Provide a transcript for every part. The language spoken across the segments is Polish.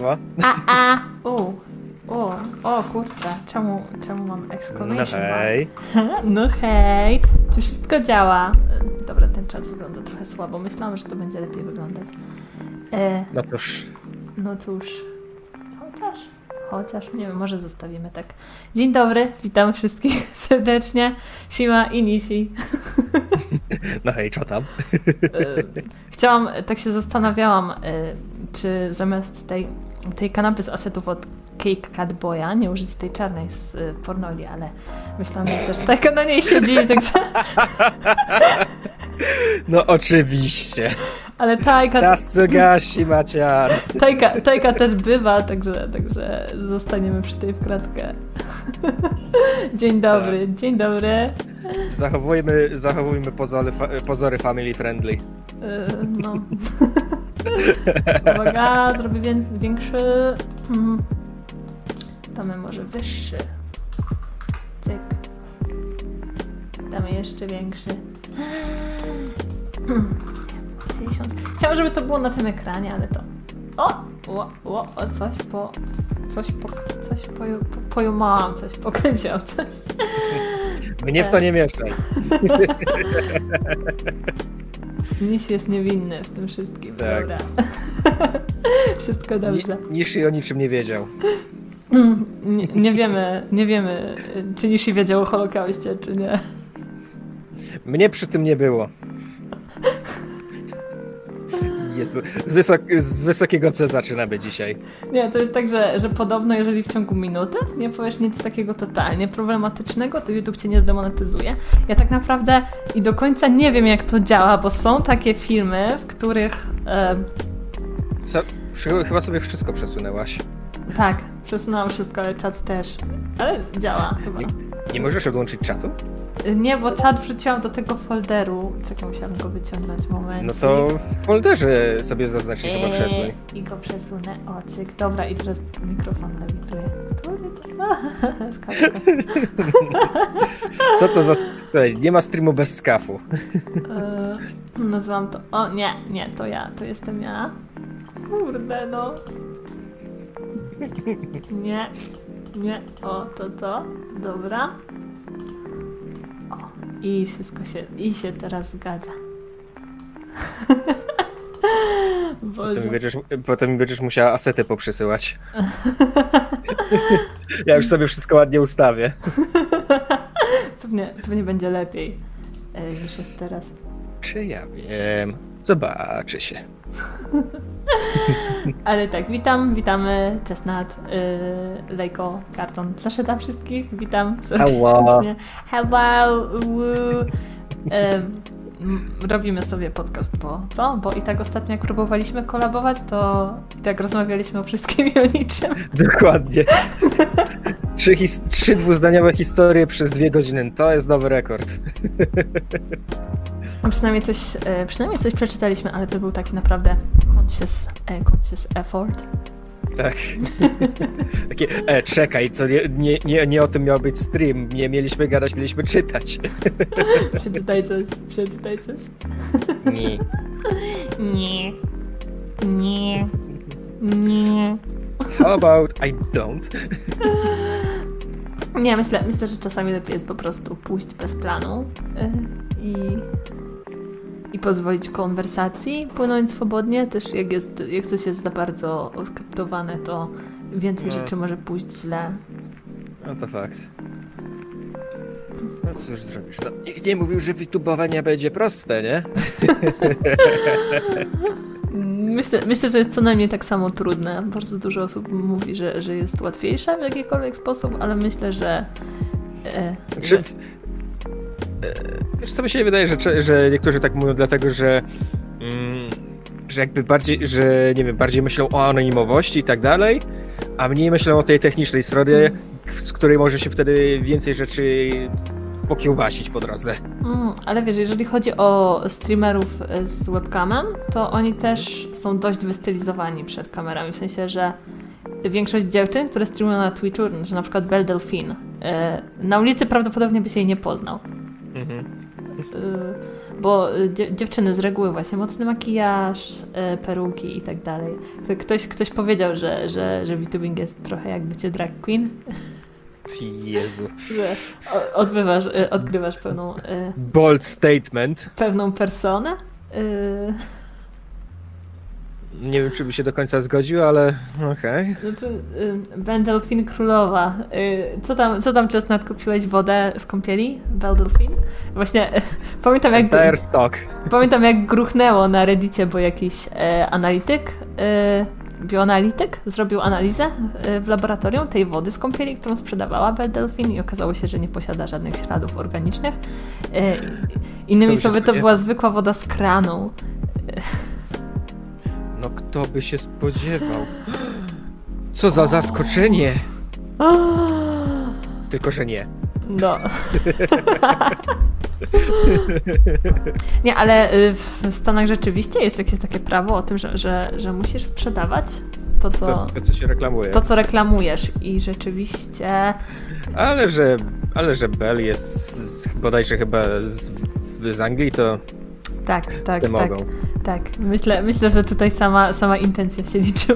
słowo. O kurczę, czemu mam exclamation No hej. No hej, czy wszystko działa? Dobra, ten czat wygląda trochę słabo, myślałam, że to będzie lepiej wyglądać. No cóż, chociaż, nie wiem, może zostawimy tak. Dzień dobry, witam wszystkich serdecznie, Sima i Nishi. No hej, co tam? Tak się zastanawiałam, czy zamiast tej kanapy z asetów od Cake Cat Boya nie użyć tej czarnej z Pornoli, ale myślałam, że też taka na niej siedzi, także... No oczywiście. Ale Tajka... Stasugashi Maciar. Tajka też bywa, także zostaniemy przy tej wkratkę. Dzień dobry, tak. Dzień dobry. Zachowujmy pozory family friendly. No. Uwaga, zrobię większy. Damy może wyższy. Cyk. Damy jeszcze większy. 50. Chciałam, żeby to było na tym ekranie, ale to... Coś pojumałam, coś pokręciłam, coś. Mnie w to nie mieszczaj. Niś jest niewinny w tym wszystkim, tak. Dobra. Wszystko dobrze. Nishi o niczym nie wiedział. Nie wiemy, czy Nishi wiedział o Holokauście, czy nie. Mnie przy tym nie było. Jezu, z wysokiego C zaczynamy dzisiaj. Nie, to jest tak, że podobno jeżeli w ciągu minuty nie powiesz nic takiego totalnie problematycznego, to YouTube cię nie zdemonetyzuje. Ja tak naprawdę i do końca nie wiem, jak to działa, bo są takie filmy, w których... Co? Chyba sobie wszystko przesunęłaś. Tak, przesunęłam wszystko, ale czat też. Ale działa chyba. Nie możesz odłączyć czatu? Nie, bo czat wrzuciłam do tego folderu. Czekaj, musiałam go wyciągnąć, moment. No to w folderze sobie zaznaczyć chyba przesuń. I go przesunę. O, cyk. Dobra, i teraz mikrofon lewituje. Co to za... Nie ma streamu bez skafu. Nazwałam to... O, nie, to ja. To jestem ja. Kurde, no. Nie. O, to. Dobra. O, i wszystko się teraz zgadza. Boże. Potem mi będziesz musiała asety poprzesyłać. Ja już sobie wszystko ładnie ustawię. Pewnie będzie lepiej niż jest teraz. Czy ja wiem? Zobaczy się. Ale tak, witamy Chestnut, Lejko, Karton, Zaszeda wszystkich, witam serdecznie. Hello. Robimy sobie podcast, bo i tak ostatnio jak próbowaliśmy kolabować, to i tak rozmawialiśmy o wszystkim i o niczym. Dokładnie. 3 dwuzdaniowe historie przez 2 godziny, to jest nowy rekord. Przynajmniej coś przeczytaliśmy, ale to był taki naprawdę conscious effort. Tak. Takie, czekaj, to nie o tym miał być stream. Nie mieliśmy gadać, mieliśmy czytać. Przeczytaj coś. Nie. How about I don't? Nie, myślę, że czasami lepiej jest po prostu pójść bez planu i pozwolić konwersacji płynąć swobodnie. Też jak coś jest za bardzo oskryptowane, to więcej rzeczy może pójść źle. No to fakt. No cóż zrobisz? No, nikt nie mówił, że wytubowanie będzie proste, nie? Myślę, że jest co najmniej tak samo trudne. Bardzo dużo osób mówi, że jest łatwiejsze w jakikolwiek sposób, ale myślę, że... Wiesz co, mi się wydaje, że niektórzy tak mówią dlatego, że jakby bardziej, że nie wiem, bardziej myślą o anonimowości i tak dalej, a mniej myślą o tej technicznej stronie, z której może się wtedy więcej rzeczy pokiełbasić po drodze. Ale wiesz, jeżeli chodzi o streamerów z webcamem, to oni też są dość wystylizowani przed kamerami, w sensie, że większość dziewczyn, które streamują na Twitchu, że na przykład Belle Delphine, na ulicy prawdopodobnie byś jej nie poznał. bo dziewczyny z reguły właśnie mocny makijaż, peruki i tak dalej. Ktoś powiedział, że VTubing jest trochę jak bycie drag queen. Jezu. Że odgrywasz pewną... Bold statement. Pewną personę. Nie wiem, czy by się do końca zgodził, ale okej. Znaczy, Bendelfin królowa. Co tam czas kupiłeś wodę z kąpieli? Bendelfin? Właśnie pamiętam jak gruchnęło na Reddicie, bo jakiś analityk, bioanalityk zrobił analizę w laboratorium tej wody z kąpieli, którą sprzedawała Bendelfin i okazało się, że nie posiada żadnych śladów organicznych. Innymi słowy, to była zwykła woda z kranu. No kto by się spodziewał? Co za zaskoczenie! Tylko, że nie. No. Nie, ale w Stanach rzeczywiście jest jakieś takie prawo o tym, że musisz sprzedawać to, co się reklamuje. To, co reklamujesz i rzeczywiście... Ale że Bell jest bodajże chyba z Anglii, to tak. Myślę, że tutaj sama intencja się liczyła.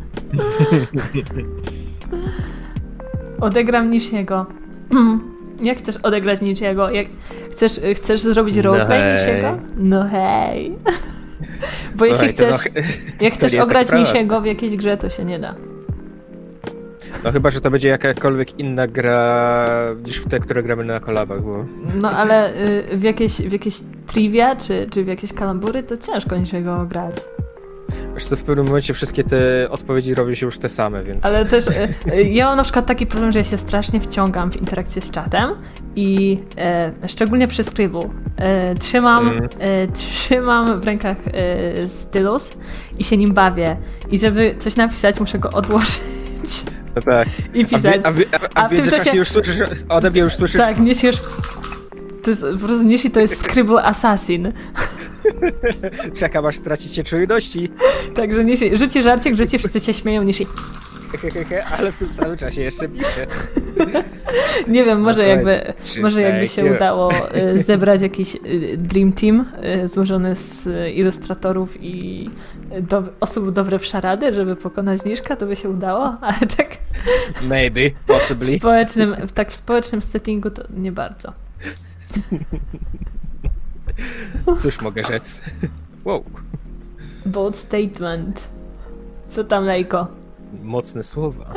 Odegram Nishiego. Jak chcesz odegrać Nishiego? Chcesz zrobić roleplay Nishiego? No hej. Bo jeśli chcesz ograć Nishiego w jakiejś grze, to się nie da. No chyba, że to będzie jakakolwiek inna gra niż te, które gramy na kolabach, bo... No ale w jakieś trivia czy w jakieś kalambury to ciężko niczego grać. Wiesz co, w pewnym momencie wszystkie te odpowiedzi robią się już te same, więc... Ale też ja mam na przykład taki problem, że ja się strasznie wciągam w interakcję z czatem i szczególnie przy Scribble. Trzymam w rękach stylus i się nim bawię. I żeby coś napisać, muszę go odłożyć. No tak. I pisać. A w międzyczasie już słyszysz, ode mnie już słyszysz... Tak, Nishi już... To jest, po prostu Nishi to jest Scribble Assassin. Czekam, aż stracicie czujności. Także Nishi, rzuci żarcik, wszyscy się śmieją, Nishi. Ale w tym samym czasie jeszcze pisze. Nie wiem, może jakby się udało zebrać jakiś Dream Team złożony z ilustratorów i osób dobre w szarady, żeby pokonać Niszka, to by się udało, ale tak... Maybe, possibly. W społecznym settingu to nie bardzo. Cóż mogę rzec? Wow. Bold statement. Co tam, Lejko? Mocne słowa.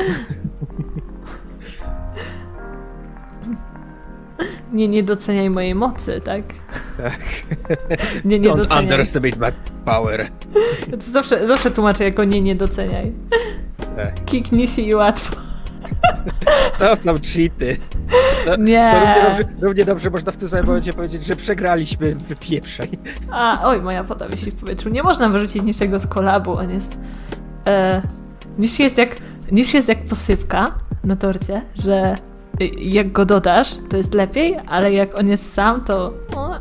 Nie doceniaj mojej mocy, tak? Tak. Nie Don't doceniaj. underestimate my power. To zawsze tłumaczę jako nie doceniaj. Tak. Kick Nishi i łatwo. To są cheaty. Nie. Równie dobrze można w tym samym momencie powiedzieć, że przegraliśmy, wypieprzaj. Oj, moja foto wisi w powietrzu. Nie można wyrzucić niczego z kolabu, on jest... Niż jest jak posypka na torcie, że jak go dodasz, to jest lepiej, ale jak on jest sam, to...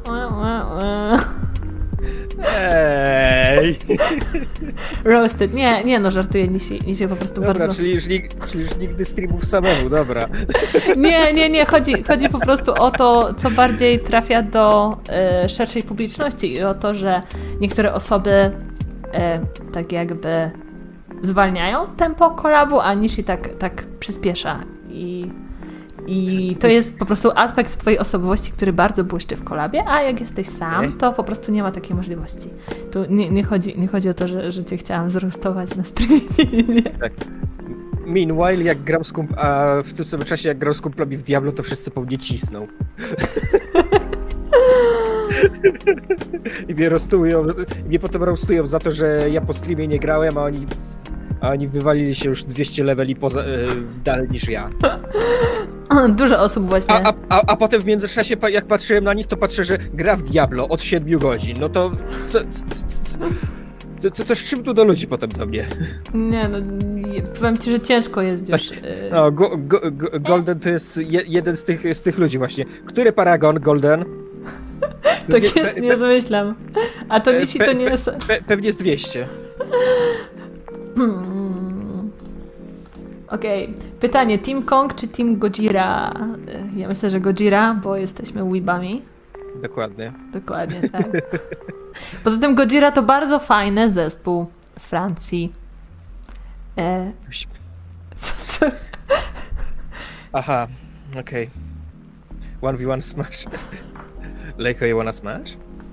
Ej! Roasted. Nie, no żartuję, Nishi po prostu dobra, bardzo... czyli już nigdy streamów samemu, dobra. Nie, chodzi po prostu o to, co bardziej trafia do szerszej publiczności i o to, że niektóre osoby tak jakby zwalniają tempo kolabu, a Nishi tak przyspiesza i to jest po prostu aspekt twojej osobowości, który bardzo błyszczy w kolabie, a jak jesteś sam, to po prostu nie ma takiej możliwości. Tu nie chodzi o to, że cię chciałam zrostować na streamie. Nie. Tak. Meanwhile, jak gram a w tym samym czasie jak gram z kumplami w Diablo, to wszyscy po mnie cisną. I mnie potem roastują za to, że ja po streamie nie grałem, a oni wywalili się już 200 leveli dalej niż ja. Dużo osób właśnie. A potem w międzyczasie, jak patrzyłem na nich, to patrzę, że gra w Diablo od 7 godzin. No to... To z czym tu do ludzi potem do mnie? Nie, no powiem ci, że ciężko jest już... No, Golden to jest jeden z tych ludzi właśnie. Który Paragon, Golden? Tak jest, nie zamyślam. A to Nishi to nie jest... Pewnie jest 200. Okej. Pytanie, Team Kong czy Team Gojira? Ja myślę, że Gojira, bo jesteśmy weebami. Dokładnie. Dokładnie, tak. Poza tym Gojira to bardzo fajny zespół z Francji. Co? Aha, okej. 1v1 smash. Lejko, you wanna smash?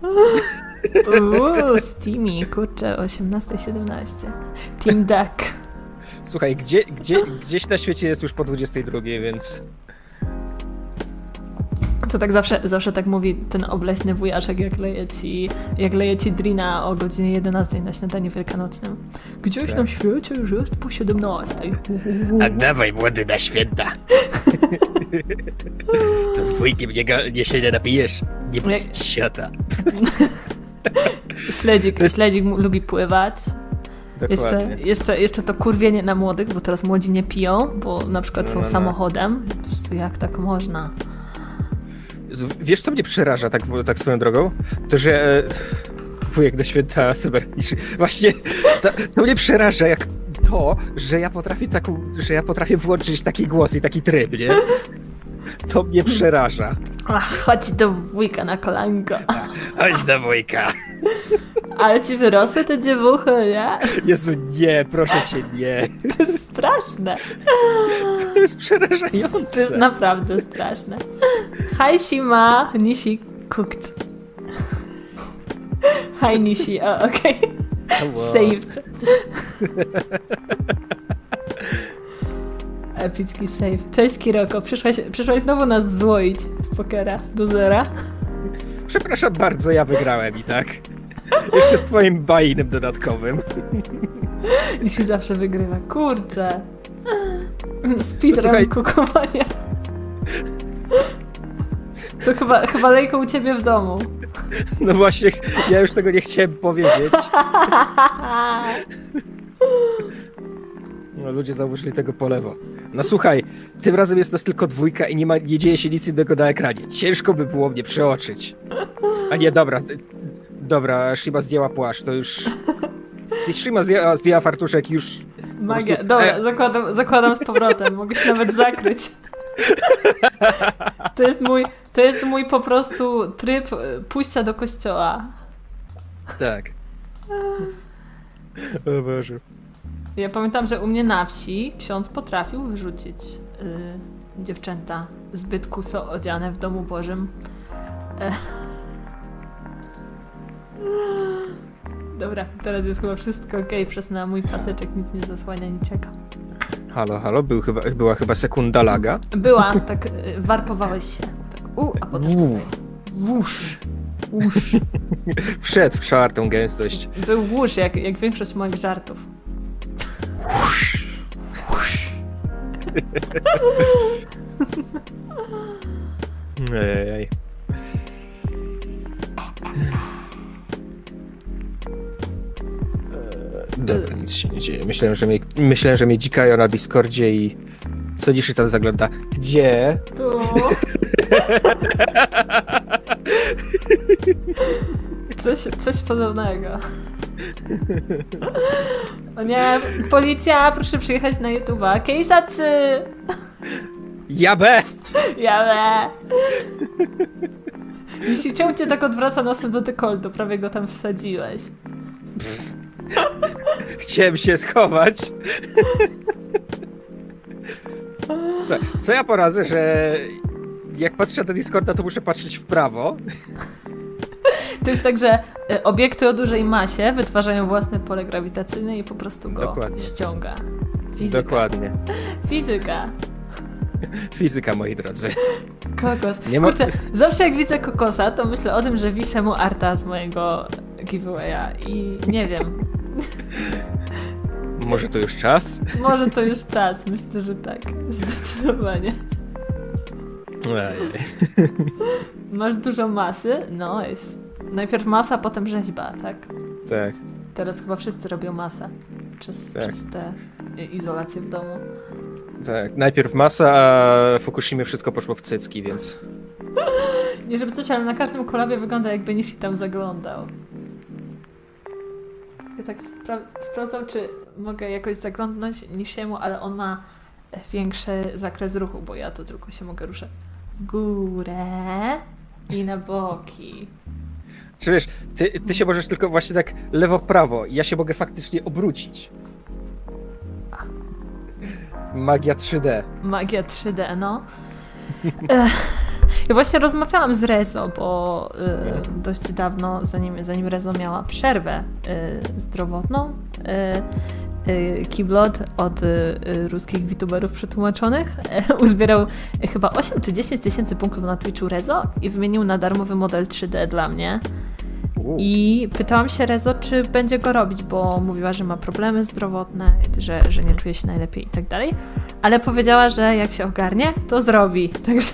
Steamy, kurczę, 18:17. Team Duck. Słuchaj, gdzieś na świecie jest już po 22, więc... To tak zawsze tak mówi ten obleśny wujaszek, jak leje ci drina o godzinie 11 na śniadaniu wielkanocnym. Gdzieś na świecie już jest po 17. A dawaj, młody, na święta. Z wujkiem nie się nie napijesz. Nie bądź ciota. Śledzik lubi pływać. Jeszcze to kurwienie na młodych, bo teraz młodzi nie piją, bo na przykład są samochodem. Po prostu jak tak można? Wiesz, co mnie przeraża tak swoją drogą? To, że wujek do święta syberniczy. Właśnie to mnie przeraża, jak to, że ja potrafię włączyć taki głos i taki tryb, nie? To mnie przeraża. Ach, chodź do wujka na kolanko. Chodź do wujka. Ale ci wyrosły te dziewuchy, nie? Jezu, nie, proszę cię, nie. To jest straszne. To jest przerażające. To jest naprawdę straszne. Hi Shima, Nishi cooked. Hi Nishi, okej. Saved. Epicki save. Cześć Kiroko, przyszłaś znowu nas złoić w pokera do zera. Przepraszam bardzo, ja wygrałem i tak. Jeszcze z twoim bajnym dodatkowym. Nishi zawsze wygrywa. Kurczę. Speedrun kukowania. To chyba Lejko u ciebie w domu. No właśnie, ja już tego nie chciałem powiedzieć. No, ludzie zauważyli tego po lewo. No słuchaj, tym razem jest nas tylko dwójka i nie dzieje się nic innego na ekranie. Ciężko by było mnie przeoczyć. A nie, dobra, Shima zdjęła płaszcz, to już... Shima zdjęła fartuszek już... Magia, dobra, zakładam z powrotem, mogę się nawet zakryć. To jest mój po prostu tryb pójścia do kościoła. Tak. O Boże. Ja pamiętam, że u mnie na wsi ksiądz potrafił wyrzucić dziewczęta zbyt kuso odziane w domu Bożym. Dobra, teraz jest chyba wszystko okej, przez na mój paseczek nic nie zasłania niczego. Halo, była chyba sekunda laga. Była, tak warpowałeś się. Tak, a potem wóż. Wszedł w czwartą gęstość. Był wóż, jak większość moich żartów. Ej. Dobra, nic się nie dzieje. Myślałem, że mnie dzikają na Discordzie i co dzisiaj tam zagląda? Gdzie? Tu. Coś podobnego. O nie, policja, proszę przyjechać na YouTube'a. Keisacy! Jabę! Jeśli czemu cię tak odwraca nosem do dekoltu, prawie go tam wsadziłeś. Chciałem się schować. Co ja poradzę, że jak patrzę na Discorda, to muszę patrzeć w prawo. To jest tak, że obiekty o dużej masie wytwarzają własne pole grawitacyjne i po prostu go ściąga. Fizyka. Dokładnie. Fizyka, moi drodzy. Kokos. Kurczę, zawsze jak widzę kokosa, to myślę o tym, że wiszę mu arta z mojego giveawaya i nie wiem. Może to już czas? Może to już czas, myślę, że tak. Zdecydowanie. Masz dużo masy? No jest. Najpierw masa, potem rzeźba, tak? Tak. Teraz chyba wszyscy robią masę przez tę izolację w domu. Tak, najpierw masa, a Fukushimie wszystko poszło w cycki, więc... Nie żeby coś, ale na każdym kolabie wygląda jakby Nishi tam zaglądał. Ja tak sprawdzam, czy mogę jakoś zaglądnąć Nishiemu, ale on ma większy zakres ruchu, bo ja to tylko się mogę ruszać w górę, I na boki. Czy wiesz, ty się możesz tylko właśnie tak lewo-prawo, ja się mogę faktycznie obrócić. Magia 3D. Magia 3D, no. Ja właśnie rozmawiałam z Rezo, bo dość dawno, zanim Rezo miała przerwę zdrowotną, Kiblot od ruskich VTuberów przetłumaczonych uzbierał chyba 8 czy 10 tysięcy punktów na Twitchu Rezo i wymienił na darmowy model 3D dla mnie. I pytałam się Rezo, czy będzie go robić, bo mówiła, że ma problemy zdrowotne, że nie czuje się najlepiej i tak dalej. Ale powiedziała, że jak się ogarnie, to zrobi. Także...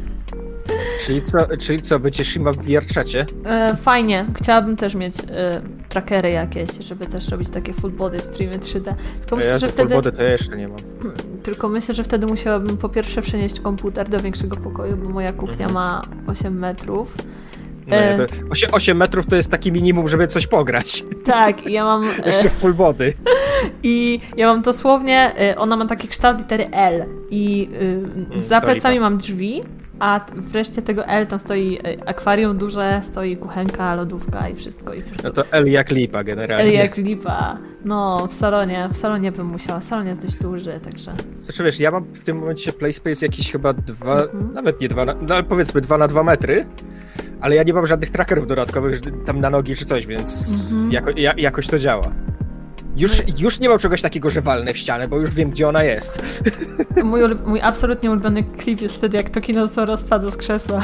Czyli co, będzie Shima w VR-czacie? Fajnie. Chciałabym też mieć trackery jakieś, żeby też robić takie full body streamy 3D. Tylko myślę, że wtedy... full body to ja jeszcze nie mam. Tylko myślę, że wtedy musiałabym po pierwsze przenieść komputer do większego pokoju, bo moja kuchnia ma 8 metrów. No nie, to 8 metrów to jest taki minimum, żeby coś pograć. Tak, i ja mam... Jeszcze w full body. I ja mam dosłownie... Ona ma taki kształt litery L i za plecami mam drzwi, a wreszcie tego L tam stoi akwarium duże, stoi kuchenka, lodówka i wszystko. No to L jak lipa generalnie. L jak lipa. No, w salonie bym musiała. Salon jest dość duży, także... Znaczy wiesz, ja mam w tym momencie PlaySpace jakieś chyba 2, nawet nie 2, no ale powiedzmy 2 na 2 metry. Ale ja nie mam żadnych trackerów dodatkowych tam na nogi czy coś, więc jakoś to działa. Już nie mam czegoś takiego, że walnę w ścianę, bo już wiem, gdzie ona jest. Mój absolutnie ulubiony klip jest wtedy, jak Tokinosoro spada z krzesła.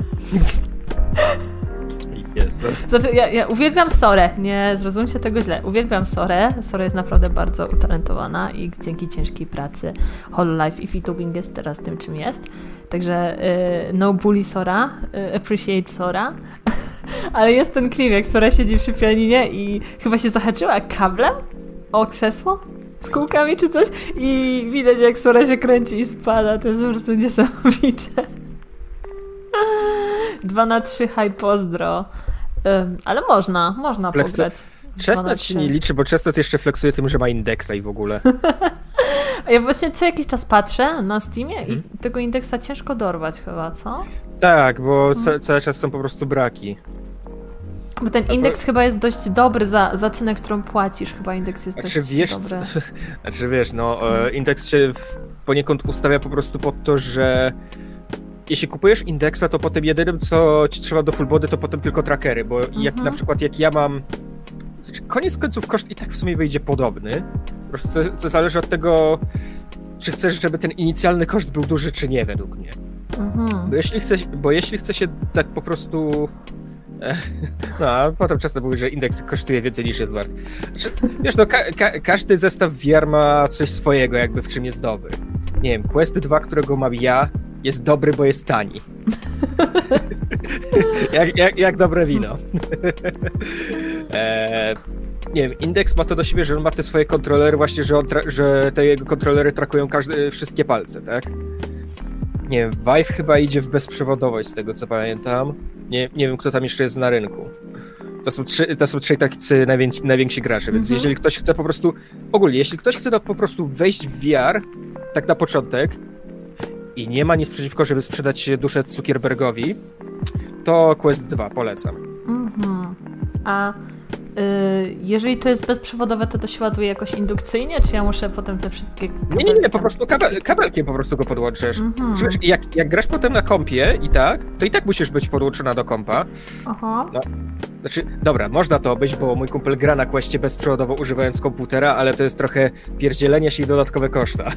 Jezu. Znaczy, ja uwielbiam Sorę, nie zrozumcie tego źle. Uwielbiam Sorę. Sora jest naprawdę bardzo utalentowana i dzięki ciężkiej pracy Hololive i VTubing jest teraz tym, czym jest. Także no bully Sora, appreciate Sora. Ale jest ten klip, jak Sora siedzi przy pianinie i chyba się zahaczyła kablem o krzesło z kółkami czy coś i widać, jak Sora się kręci i spada. To jest po prostu niesamowite. 2 na 3 high pozdro. Ale można pograć. Chestnut się nie liczy, bo Chestnut jeszcze flexuje tym, że ma indeksa i w ogóle. A ja właśnie co jakiś czas patrzę na Steamie i tego indeksa ciężko dorwać chyba, co? Tak, bo cały czas są po prostu braki. Bo ten indeks chyba jest dość dobry za cenę, którą płacisz. Chyba indeks jest dość dobry. Znaczy wiesz, indeks się poniekąd ustawia po prostu pod to, że jeśli kupujesz indeksa, to potem jedynym, co ci trzeba do full body, to potem tylko trackery, bo jak na przykład jak ja mam... Znaczy, koniec końców koszt i tak w sumie wyjdzie podobny. Po prostu to zależy od tego, czy chcesz, żeby ten inicjalny koszt był duży, czy nie, według mnie. Bo jeśli chce się tak po prostu... a potem często mówi, że indeks kosztuje więcej niż jest wart. Znaczy, wiesz, każdy zestaw VR ma coś swojego, jakby w czym jest dobry. Nie wiem, Quest 2, którego mam ja, jest dobry, bo jest tani. jak dobre wino. Nie wiem, Index ma to do siebie, że on ma te swoje kontrolery właśnie, że te jego kontrolery trakują wszystkie palce, tak? Nie wiem, Vive chyba idzie w bezprzewodowość, z tego co pamiętam. Nie wiem, kto tam jeszcze jest na rynku. To są trzej tacy najwięksi gracze, więc jeżeli ktoś chce po prostu... Ogólnie, jeśli ktoś chce po prostu wejść w VR, tak na początek, i nie ma nic przeciwko, żeby sprzedać duszę Zuckerbergowi, to Quest 2 polecam. A jeżeli to jest bezprzewodowe, to się ładuje jakoś indukcyjnie, czy ja muszę potem te wszystkie kabelki... Nie, po prostu kabelkiem po prostu go podłączysz. Wiesz, jak grasz potem na kompie to i tak musisz być podłączona do kompa. No, znaczy, dobra, można to być, bo mój kumpel gra na Questie bezprzewodowo używając komputera, ale to jest trochę pierdzielenie się i dodatkowe koszta.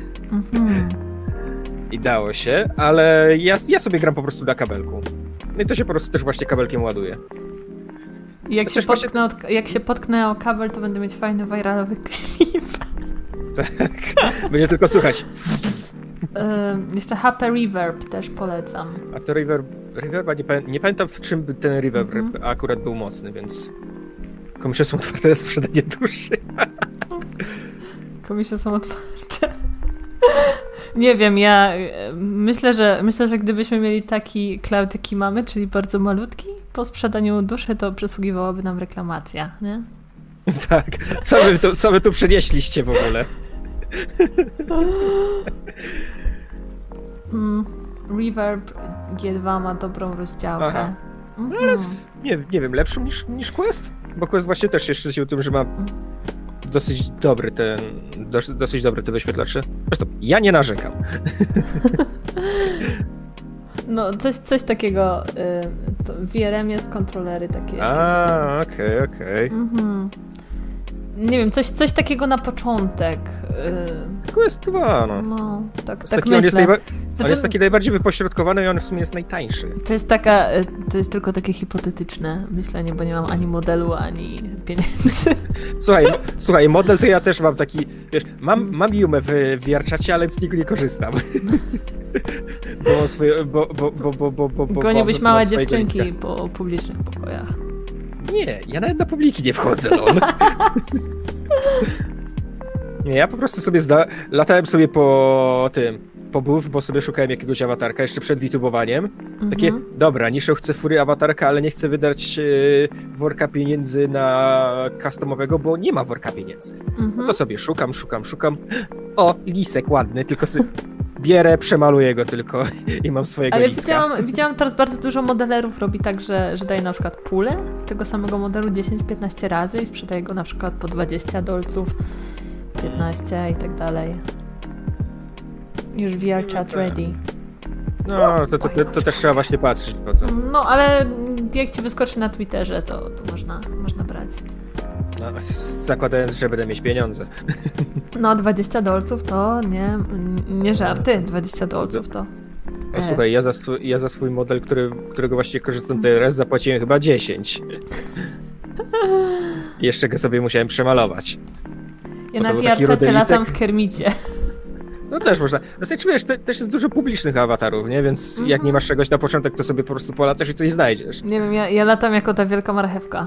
I dało się, ale ja sobie gram po prostu na kabelku. No i to się po prostu też właśnie kabelkiem ładuje. I jak się potknę o kabel, to będę mieć fajny, viralowy klip. Tak, będzie tylko słychać. Jeszcze HP Reverb też polecam. A to Reverba nie pamiętam, w czym ten Reverb akurat był mocny, więc... Komisje są otwarte na sprzedanie duszy. Komisje są otwarte. Nie wiem, ja myślę, że gdybyśmy mieli taki cloud, jaki mamy, czyli bardzo malutki, po sprzedaniu duszy, to przysługiwałaby nam reklamacja, nie? Tak. Co wy tu przynieśliście w ogóle? Reverb G2 ma dobrą rozdziałkę. Aha. No ale nie wiem, lepszą niż Quest? Bo Quest właśnie też się szczycił tym, że ma dosyć dobry te wyświetlacze. Zresztą ja nie narzekam. No, coś takiego. To VRM jest kontrolery takie. Okej. Nie wiem, coś takiego na początek. Quest 2, no. No, tak myślę. On Znaczy, jest taki najbardziej wypośrodkowany i on w sumie jest najtańszy. To jest tylko takie hipotetyczne myślenie, bo nie mam ani modelu, ani pieniędzy. Słuchaj, model to ja też mam taki, wiesz, mam Yumę w VR-czacie, ale z niego nie korzystam. Goniłbyś małe dziewczynki po publicznych pokojach. Nie, ja nawet na publiki nie wchodzę, no. Nie, ja po prostu sobie latałem sobie po booth, bo sobie szukałem jakiegoś awatarka jeszcze przed VTubowaniem. Takie, dobra, Niszo chce fury awatarka, ale nie chce wydać worka pieniędzy na customowego, bo nie ma worka pieniędzy. No to sobie szukam. O, lisek ładny, tylko sobie bierę, przemaluję go tylko i mam swojego liska. Ale widziałam teraz bardzo dużo modelerów robi tak, że daje na przykład pulę tego samego modelu 10-15 razy i sprzedaje go na przykład po $20, 15 i tak dalej. Już VR chat ready. No, to też trzeba właśnie patrzeć po to. No, ale jak ci wyskoczy na Twitterze, to można brać. No, zakładając, że będę mieć pieniądze. No, $20 to nie żarty. $20 to... O, słuchaj, ja za swój model, którego właśnie korzystam teraz, zapłaciłem chyba 10. Jeszcze go sobie musiałem przemalować. Ja na VR-czacie latam w Kermicie. No też można. Znaczy, wiesz, też jest dużo publicznych awatarów, nie? Więc jak nie masz czegoś na początek, to sobie po prostu polatasz i coś znajdziesz. Nie wiem, ja latam jako ta wielka marchewka.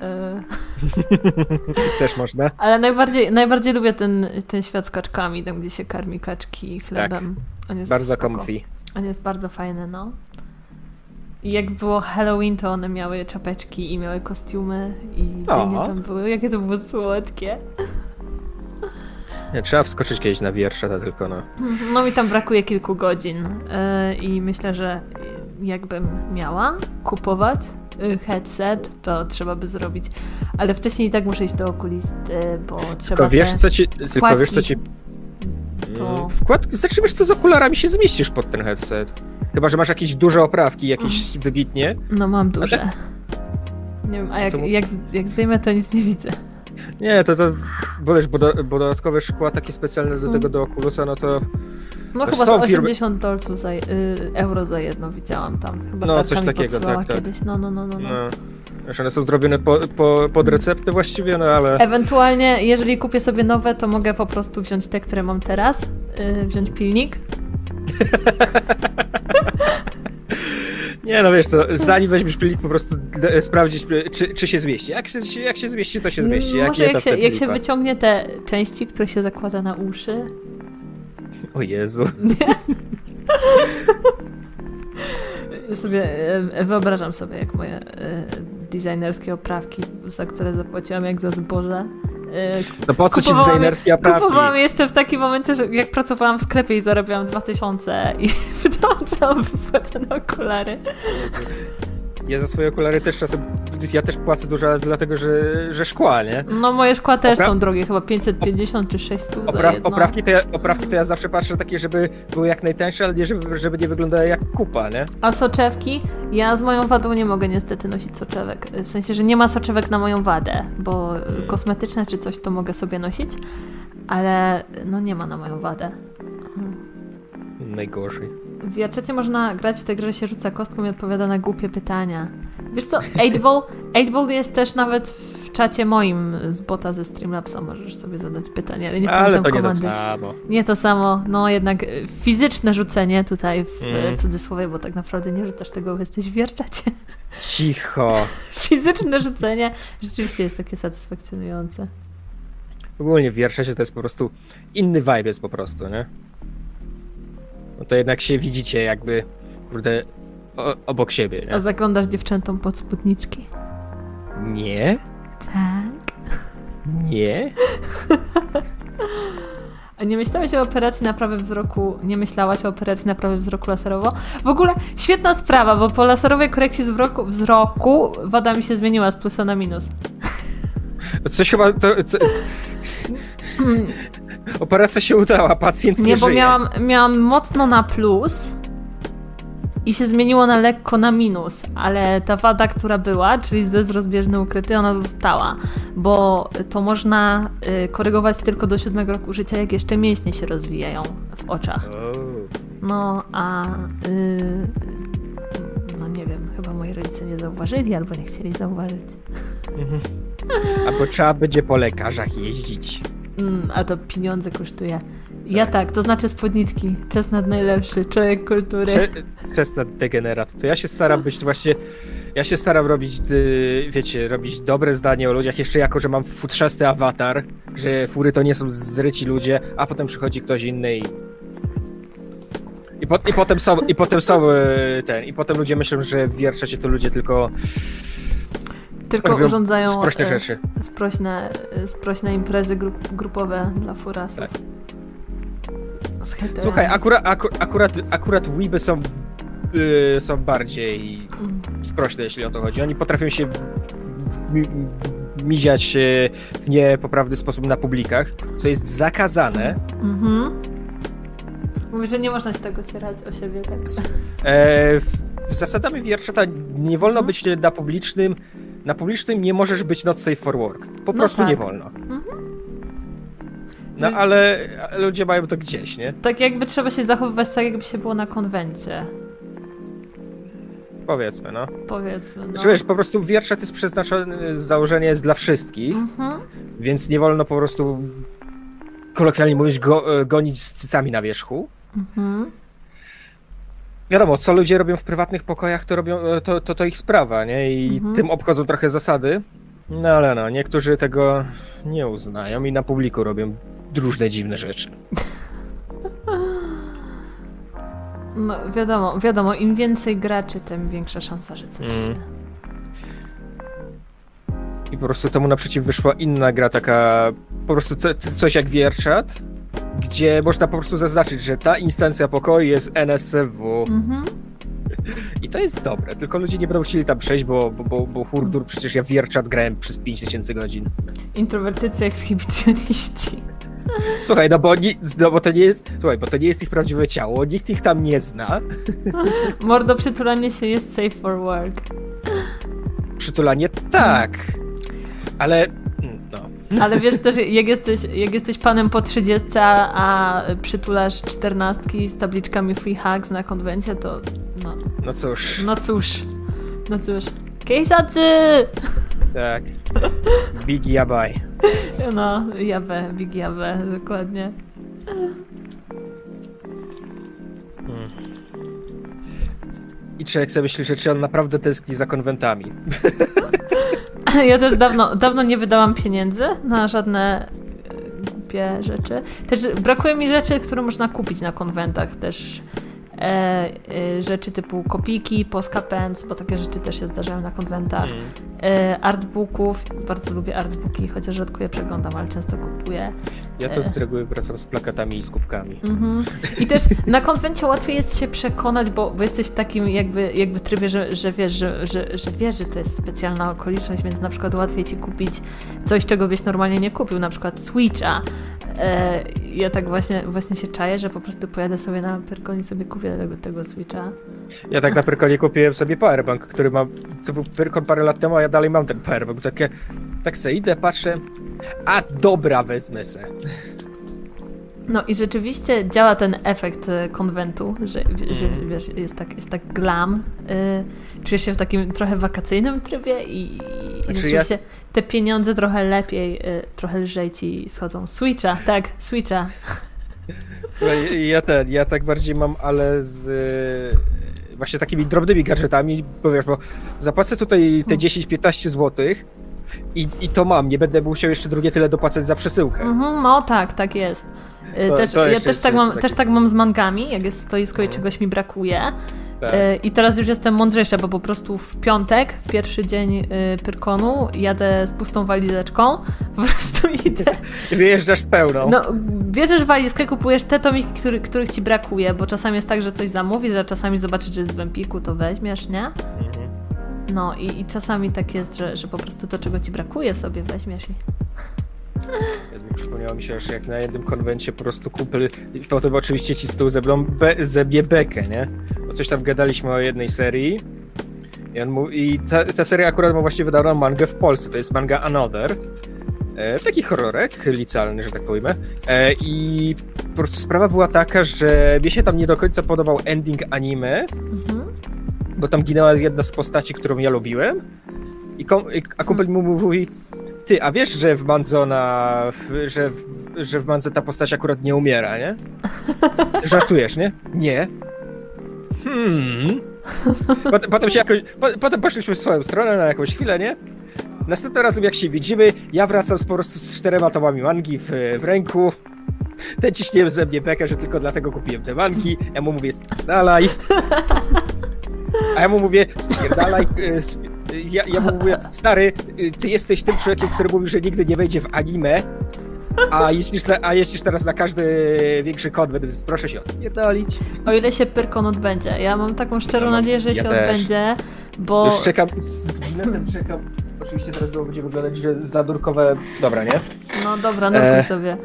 Też można. Ale najbardziej lubię ten świat z kaczkami, tam gdzie się karmi kaczki chlebem. Tak. On jest bardzo comfy. On jest bardzo fajny, no. I jak było Halloween, to one miały czapeczki i miały kostiumy i dynie tam były. Jakie to było słodkie. Nie, trzeba wskoczyć kiedyś na VR-szata tylko, no. No mi tam brakuje kilku godzin i myślę, że jakbym miała kupować headset, to trzeba by zrobić. Ale wcześniej i tak muszę iść do okulisty, bo trzeba Tylko wiesz co ci... Znaczy wiesz co, z okularami się zmieścisz pod ten headset. Chyba, że masz jakieś duże oprawki, jakieś wybitnie. No mam duże. Nie wiem, a jak zdejmę, to nic nie widzę. Nie, bo wiesz, bo dodatkowe szkła takie specjalne do tego do Oculusa, no to... No chyba za $80 euro za jedno widziałam tam. Chyba no coś takiego, tak. Kiedyś. No. Wiesz, one są zrobione pod receptę właściwie, no ale... Ewentualnie, jeżeli kupię sobie nowe, to mogę po prostu wziąć te, które mam teraz, wziąć pilnik. Nie, no wiesz co, zanim weźmiesz pilnik, po prostu sprawdzić, czy się zmieści. Jak się zmieści, to się zmieści. Może jak się wyciągnie te części, które się zakłada na uszy. O Jezu. Ja sobie wyobrażam sobie, jak moje designerskie oprawki, za które zapłaciłam jak za zboże. No po co ci designerskie oprawki? Kupowałam jeszcze w takim momencie, że jak pracowałam w sklepie i zarabiałam 2000 i wydałam całą wypłatę na okulary. Ja za swoje okulary też czasem, ja też płacę dużo, ale dlatego, że szkła, nie? No moje szkła też są drogie, chyba 550 czy 600 za jedno. Oprawki to ja zawsze patrzę takie, żeby były jak najtańsze, ale nie żeby nie wyglądały jak kupa, nie? A soczewki? Ja z moją wadą nie mogę niestety nosić soczewek. W sensie, że nie ma soczewek na moją wadę, bo kosmetyczne czy coś to mogę sobie nosić, ale no nie ma na moją wadę. Najgorzej. W VR-czacie można grać w tę grę, że się rzuca kostką i odpowiada na głupie pytania. Wiesz co, 8ball jest też nawet w czacie moim z bota ze Streamlabsa, możesz sobie zadać pytanie, ale nie pamiętam komandy. Ale to nie to samo. Nie to samo, no jednak fizyczne rzucenie tutaj w cudzysłowie, bo tak naprawdę nie rzucasz tego, bo jesteś w VR-czacie. Cicho. Fizyczne rzucenie rzeczywiście jest takie satysfakcjonujące. Ogólnie w VR-czacie to jest po prostu inny vibe jest po prostu, nie? No to jednak się widzicie jakby, kurde, obok siebie, nie? A zaglądasz dziewczętom pod spódniczki? Nie. Tak. Nie. A nie myślałaś o operacji naprawy wzroku? Nie myślałaś o operacji naprawy wzroku laserowo? W ogóle świetna sprawa, bo po laserowej korekcji wzroku woda mi się zmieniła z plusa na minus. Coś chyba... Operacja się udała, pacjent nie bo żyje. miałam mocno na plus i się zmieniło na lekko na minus, ale ta wada, która była, czyli zdez rozbieżny ukryty, ona została, bo to można korygować tylko do 7 roku życia, jak jeszcze mięśnie się rozwijają w oczach. No, a no nie wiem, chyba moi rodzice nie zauważyli albo nie chcieli zauważyć. Albo trzeba będzie po lekarzach jeździć. A to pieniądze kosztuje. Ja tak, to znaczy spódniczki. Czesnat najlepszy, człowiek kultury. Czesnat degenerat. To ja się staram być właśnie... Ja się staram robić, wiecie, robić dobre zdanie o ludziach, jeszcze jako, że mam futrzasty awatar, że fury to nie są zryci ludzie, a potem przychodzi ktoś inny i potem ludzie myślą, że w Wierczacie to ludzie tylko urządzają sprośne rzeczy. Sprośne imprezy grupowe dla furasów. Tak. Słuchaj, akurat weeby są bardziej sprośne, jeśli o to chodzi. Oni potrafią się miziać w niepoprawny sposób na publikach, co jest zakazane. Mówię, że nie można się tak ocierać o siebie, tak? Zasadami Wierczata nie wolno być na publicznym. Na publicznym nie możesz być not safe for work. Po prostu tak. Nie wolno. No ale ludzie mają to gdzieś, nie? Tak jakby trzeba się zachowywać tak, jakby się było na konwencie. Powiedzmy, no. Znaczy, wiesz, po prostu Wierczat jest przeznaczony, założenie jest dla wszystkich, więc nie wolno po prostu, kolokwialnie mówiąc, gonić z cycami na wierzchu. Wiadomo, co ludzie robią w prywatnych pokojach, to ich sprawa, nie? I tym obchodzą trochę zasady. No ale no, niektórzy tego nie uznają i na publiku robią różne dziwne rzeczy. No wiadomo, im więcej graczy, tym większa szansa, że coś się... I po prostu temu naprzeciw wyszła inna gra, taka po prostu coś jak Wierczat, gdzie można po prostu zaznaczyć, że ta instancja pokoju jest NSFW. I to jest dobre, tylko ludzie nie będą chcieli tam przejść, bo hurdur, przecież ja Wierczat grałem przez 5000 godzin. Introwertycy, ekshibicjoniści. Słuchaj, bo to nie jest, bo to nie jest ich prawdziwe ciało, nikt ich tam nie zna. Mordo, przytulanie się jest safe for work. Przytulanie tak, ale no. Ale wiesz też, jak jesteś panem po 30, a przytulasz 14 z tabliczkami free hugs na konwencie, to no. No cóż. Keisacy! Tak. Big Yabai. No, Big Yabe, dokładnie. I człowiek sobie myśli, że czy on naprawdę tęskni za konwentami. Ja też dawno nie wydałam pieniędzy na żadne głupie rzeczy. Też brakuje mi rzeczy, które można kupić na konwentach. Też rzeczy typu kopiki, Polska Pens, bo takie rzeczy też się zdarzają na konwentach. Artbooków. Bardzo lubię artbooki, chociaż rzadko je przeglądam, ale często kupuję. Ja to z reguły wracam z plakatami i z kubkami. I też na konwencie łatwiej jest się przekonać, bo jesteś w takim jakby trybie, że wiesz, że to jest specjalna okoliczność, więc na przykład łatwiej ci kupić coś, czego byś normalnie nie kupił, na przykład Switcha. Ja tak właśnie się czaję, że po prostu pojadę sobie na Pyrkon i sobie kupię tego Switcha. Ja tak na Pyrkonie kupiłem sobie powerbank, który mam, to był Pyrkon parę lat temu, a ja dalej mam ten powerbank. Tak se idę, patrzę, a dobra, wezmę se. No i rzeczywiście działa ten efekt konwentu, że wiesz, jest tak glam. Czujesz się w takim trochę wakacyjnym trybie i rzeczywiście te pieniądze trochę lepiej, trochę lżej ci schodzą. Switcha. Słuchaj, ja tak bardziej mam, ale z właśnie takimi drobnymi gadżetami, bo wiesz, bo zapłacę tutaj te 10-15 złotych i to mam, nie będę musiał jeszcze drugie tyle dopłacać za przesyłkę. No tak jest. Też tak mam z mangami, jak jest stoisko i czegoś mi brakuje. Tak. I teraz już jestem mądrzejsza, bo po prostu w piątek, w pierwszy dzień Pyrkonu jadę z pustą walizeczką po prostu idę. Wyjeżdżasz z pełną. No, bierzesz walizkę, kupujesz te tomiki, których ci brakuje, bo czasami jest tak, że coś zamówisz, a czasami zobaczysz, że jest w Empiku, to weźmiesz, nie? No i czasami tak jest, że po prostu to, czego ci brakuje, sobie weźmiesz i... Przypomniało mi się, że jak na jednym konwencie po prostu potem oczywiście ci z tyłu zebie bekę, nie? Bo coś tam gadaliśmy o jednej serii i ta seria akurat ma właśnie wydaną mangę w Polsce, to jest manga Another. Taki horrorek licealny, że tak powiemy. I po prostu sprawa była taka, że mnie się tam nie do końca podobał ending anime, bo tam ginęła jedna z postaci, którą ja lubiłem a kumpel mu mówi: ty, a wiesz, że w mandze że w mandze ta postać akurat nie umiera, nie? Żartujesz, nie? Nie. Potem poszliśmy w swoją stronę na jakąś chwilę, nie? Następnym razem jak się widzimy, ja wracam po prostu z 4 tomami mangi w ręku. Ten ciśniłem ze mnie bekę, że tylko dlatego kupiłem te mangi. Ja mu mówię: spierdalaj. A ja mu mówię: spierdalaj. Ja mu mówię: stary, ty jesteś tym człowiekiem, który mówi, że nigdy nie wejdzie w anime, a jeździsz teraz na każdy większy konwent, więc proszę się odpierdolić. O ile się Pyrkon odbędzie. Ja mam taką szczerą nadzieję, że się odbędzie, bo... Już czekam, z biletem czekam. Oczywiście teraz będzie wyglądać, że zadurkowe... Dobra, nie? No dobra, nurkuj sobie.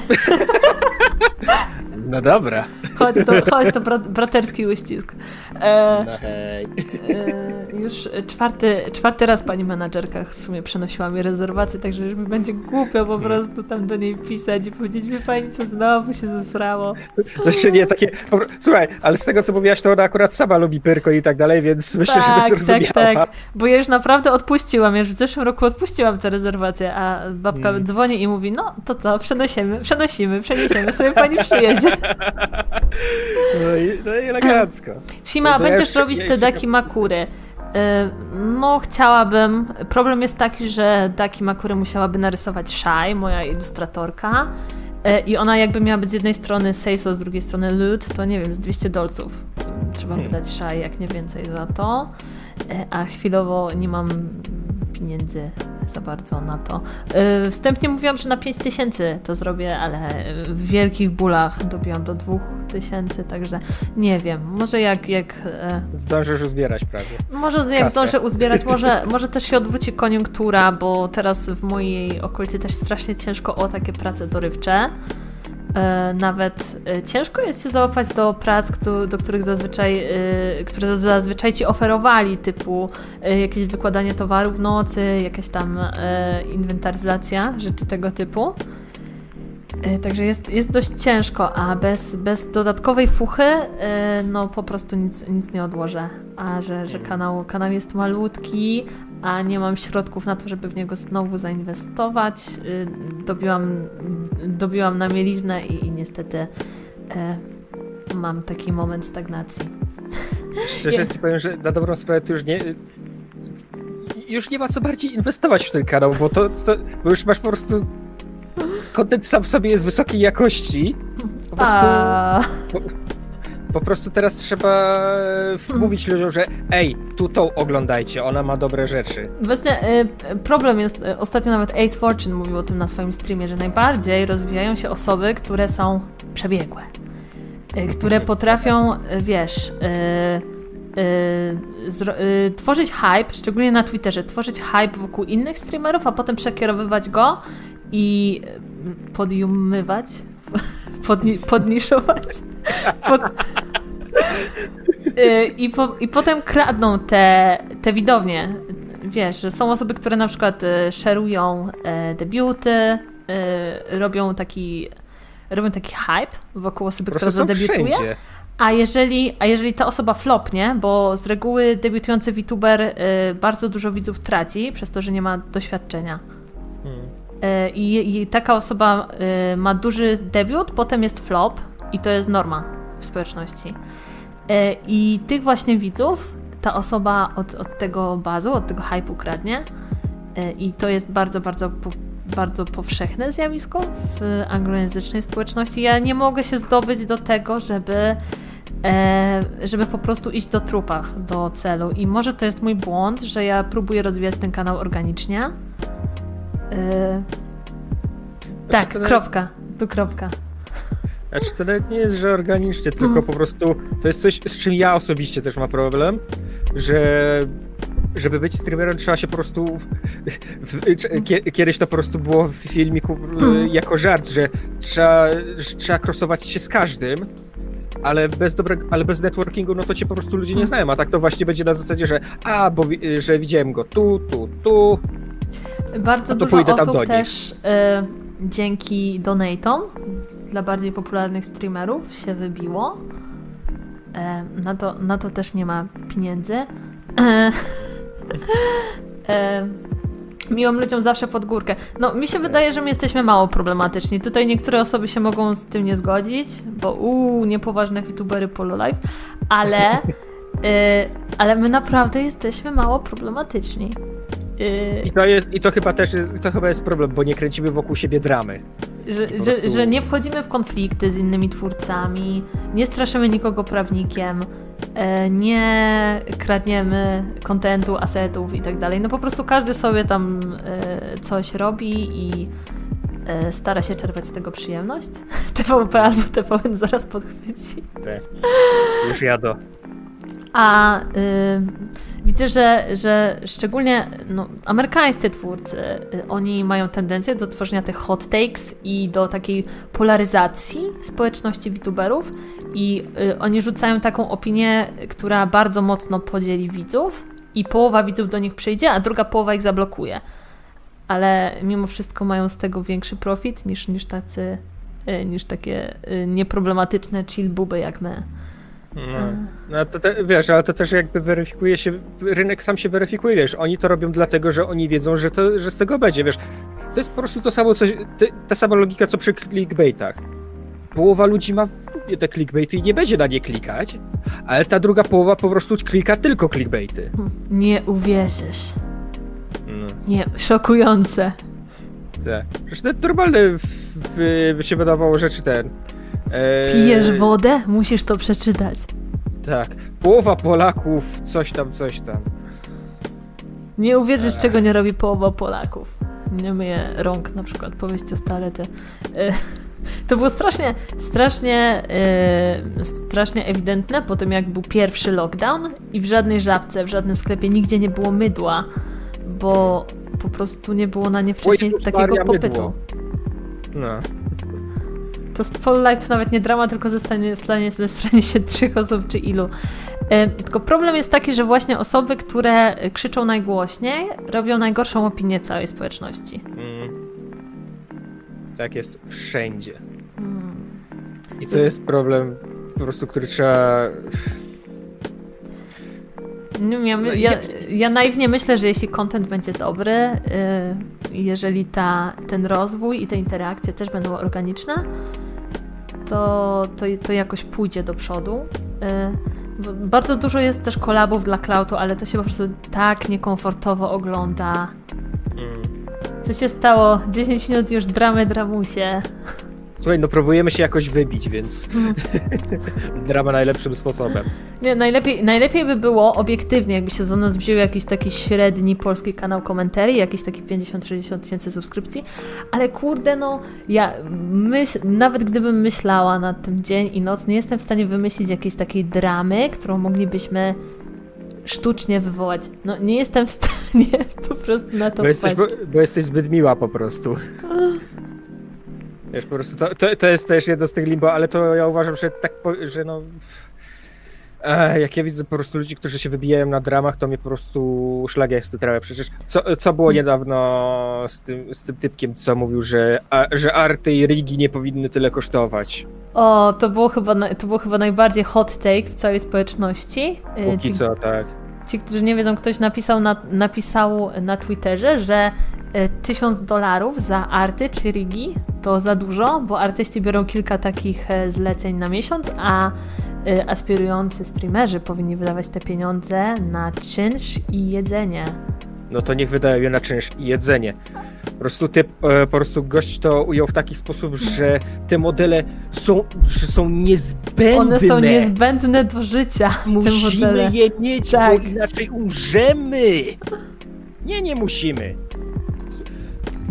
No dobra. Chodź to braterski uścisk. No hej. Już czwarty raz pani menadżerka w sumie przenosiła mi rezerwację, także już mi będzie głupio po prostu tam do niej pisać i powiedzieć: wie pani co, znowu się zesrało. Znaczy nie, takie... Słuchaj, ale z tego co mówiłaś, to ona akurat sama lubi Pyrko i tak dalej, więc myślę, że by zrozumiała. Tak, bo ja już naprawdę odpuściłam, już w zeszłym roku odpuściłam tę rezerwację, a babka dzwoni i mówi: no to co, przeniesiemy, sobie pani przyjedzie. No i elegancko. Shima, będziesz robić te Daki Makury. No, chciałabym. Problem jest taki, że Daki Makury musiałaby narysować Shai, moja ilustratorka. I ona jakby miała być z jednej strony Seiso, z drugiej strony Lud, to nie wiem, z $200 trzeba wydać Shai, jak nie więcej za to. A chwilowo nie mam pieniędzy za bardzo na to. Wstępnie mówiłam, że na 5000 to zrobię, ale w wielkich bólach dobiłam do 2000, także nie wiem, może jak zdążysz uzbierać prawie. Może jak zdążę uzbierać, może też się odwróci koniunktura, bo teraz w mojej okolicy też strasznie ciężko o takie prace dorywcze. Nawet ciężko jest się załapać do prac, które zazwyczaj ci oferowali, typu jakieś wykładanie towaru w nocy, jakaś tam inwentaryzacja, rzeczy tego typu. Także jest dość ciężko, a bez dodatkowej fuchy no po prostu nic nie odłożę. A że kanał jest malutki, a nie mam środków na to, żeby w niego znowu zainwestować, dobiłam na mieliznę i niestety mam taki moment stagnacji. Szczerze ci powiem, że na dobrą sprawę to już nie ma co bardziej inwestować w ten kanał, bo już masz po prostu content sam w sobie jest wysokiej jakości. Po prostu teraz trzeba mówić ludziom, że tą oglądajcie, ona ma dobre rzeczy. Właśnie problem jest, ostatnio nawet Ace Fortune mówił o tym na swoim streamie, że najbardziej rozwijają się osoby, które są przebiegłe. Które potrafią, wiesz, tworzyć hype, szczególnie na Twitterze, tworzyć hype wokół innych streamerów, a potem przekierowywać go i podjumywać, podniszować. I potem kradną te widownie. Wiesz, że są osoby, które na przykład szerują debiuty, robią taki hype wokół osoby, która zadebiutuje. Wszędzie. A jeżeli ta osoba flopnie, bo z reguły debiutujący VTuber bardzo dużo widzów traci przez to, że nie ma doświadczenia. I taka osoba ma duży debiut, potem jest flop i to jest norma w społeczności. I tych właśnie widzów ta osoba od tego bazu, od tego hype'u kradnie i to jest bardzo, bardzo, bardzo powszechne zjawisko w anglojęzycznej społeczności. Ja nie mogę się zdobyć do tego, żeby po prostu iść do trupach, do celu. I może to jest mój błąd, że ja próbuję rozwijać ten kanał organicznie. Tak, to kropka. Tu kropka. Znaczy to nawet nie jest, że organicznie, tylko po prostu to jest coś, z czym ja osobiście też mam problem, że żeby być streamerem trzeba się po prostu kiedyś to po prostu było w filmiku jako żart, że trzeba crossować się z każdym, ale bez networkingu, no to cię po prostu ludzie nie znają, a tak to właśnie będzie na zasadzie, że że widziałem go tu. Bardzo to dużo pójdę tam do osób nich. też dzięki donatom dla bardziej popularnych streamerów się wybiło. Na to też nie ma pieniędzy. Miłym ludziom zawsze pod górkę. No, mi się wydaje, że my jesteśmy mało problematyczni. Tutaj niektóre osoby się mogą z tym nie zgodzić, bo niepoważne VTubery Pololive, ale my naprawdę jesteśmy mało problematyczni. To chyba jest problem, bo nie kręcimy wokół siebie dramy. Że nie wchodzimy w konflikty z innymi twórcami, nie straszymy nikogo prawnikiem, nie kradniemy kontentu, asetów i tak dalej. No po prostu każdy sobie tam coś robi i stara się czerpać z tego przyjemność. TVP albo TVN zaraz podchwyci. Już jadę. A widzę, że szczególnie amerykańscy twórcy, oni mają tendencję do tworzenia tych hot takes i do takiej polaryzacji społeczności VTuberów i oni rzucają taką opinię, która bardzo mocno podzieli widzów i połowa widzów do nich przyjdzie, a druga połowa ich zablokuje. Ale mimo wszystko mają z tego większy profit niż takie nieproblematyczne chillbuby jak my. No to wiesz, ale to też jakby weryfikuje się, rynek sam się weryfikuje, wiesz, oni to robią dlatego, że oni wiedzą, że z tego będzie, wiesz, to jest po prostu to samo, ta sama logika, co przy clickbaitach. Połowa ludzi ma w dupie te clickbaity i nie będzie na nie klikać, ale ta druga połowa po prostu klika tylko clickbaity. Nie uwierzysz. Nie, szokujące. Tak. Zresztą normalne by się wydawało rzeczy Pijesz wodę? Musisz to przeczytać. Tak. Połowa Polaków, coś tam. Nie uwierzysz, czego nie robi połowa Polaków. Nie myje rąk, na przykład, po wyjściu z toalety. To było strasznie ewidentne po tym, jak był pierwszy lockdown i w żadnej żabce, w żadnym sklepie nigdzie nie było mydła, bo po prostu nie było na nie wcześniej takiego popytu. Mydło. No. To z Pololive to nawet nie drama, tylko zestranie się 3 osób czy ilu. Tylko problem jest taki, że właśnie osoby, które krzyczą najgłośniej, robią najgorszą opinię całej społeczności. Tak jest wszędzie. I to jest problem po prostu, który trzeba... Ja naiwnie myślę, że jeśli content będzie dobry, jeżeli ten rozwój i te interakcje też będą organiczne, to jakoś pójdzie do przodu. Bardzo dużo jest też kolabów dla Cloudu, ale to się po prostu tak niekomfortowo ogląda. Co się stało? 10 minut już dramusie. Słuchaj, no próbujemy się jakoś wybić, więc drama najlepszym sposobem. Nie, najlepiej by było obiektywnie, jakby się za nas wziął jakiś taki średni polski kanał komentarii, jakiś taki 50-60 tysięcy subskrypcji, ale kurde, nawet gdybym myślała nad tym dzień i noc, nie jestem w stanie wymyślić jakiejś takiej dramy, którą moglibyśmy sztucznie wywołać. No nie jestem w stanie po prostu na to wpaść. Bo jesteś zbyt miła po prostu. Wiesz, po prostu to jest też jedno z tych limbo, ale to ja uważam, że jak ja widzę po prostu ludzi, którzy się wybijają na dramach, to mnie po prostu szlagie strawia. Przecież co było niedawno z tym typkiem, co mówił, że arty i rigi nie powinny tyle kosztować. O, to było chyba najbardziej hot take w całej społeczności. Póki co, tak. Ci, którzy nie wiedzą, ktoś napisał na Twitterze, że $1000 za arty czy rigi to za dużo, bo artyści biorą kilka takich zleceń na miesiąc, a aspirujący streamerzy powinni wydawać te pieniądze na czynsz i jedzenie. No to niech wydają je na czynsz i jedzenie. Po prostu gość to ujął w taki sposób, że te modele są niezbędne. One są niezbędne do życia. Musimy je mieć, tak. Bo inaczej umrzemy. Nie musimy.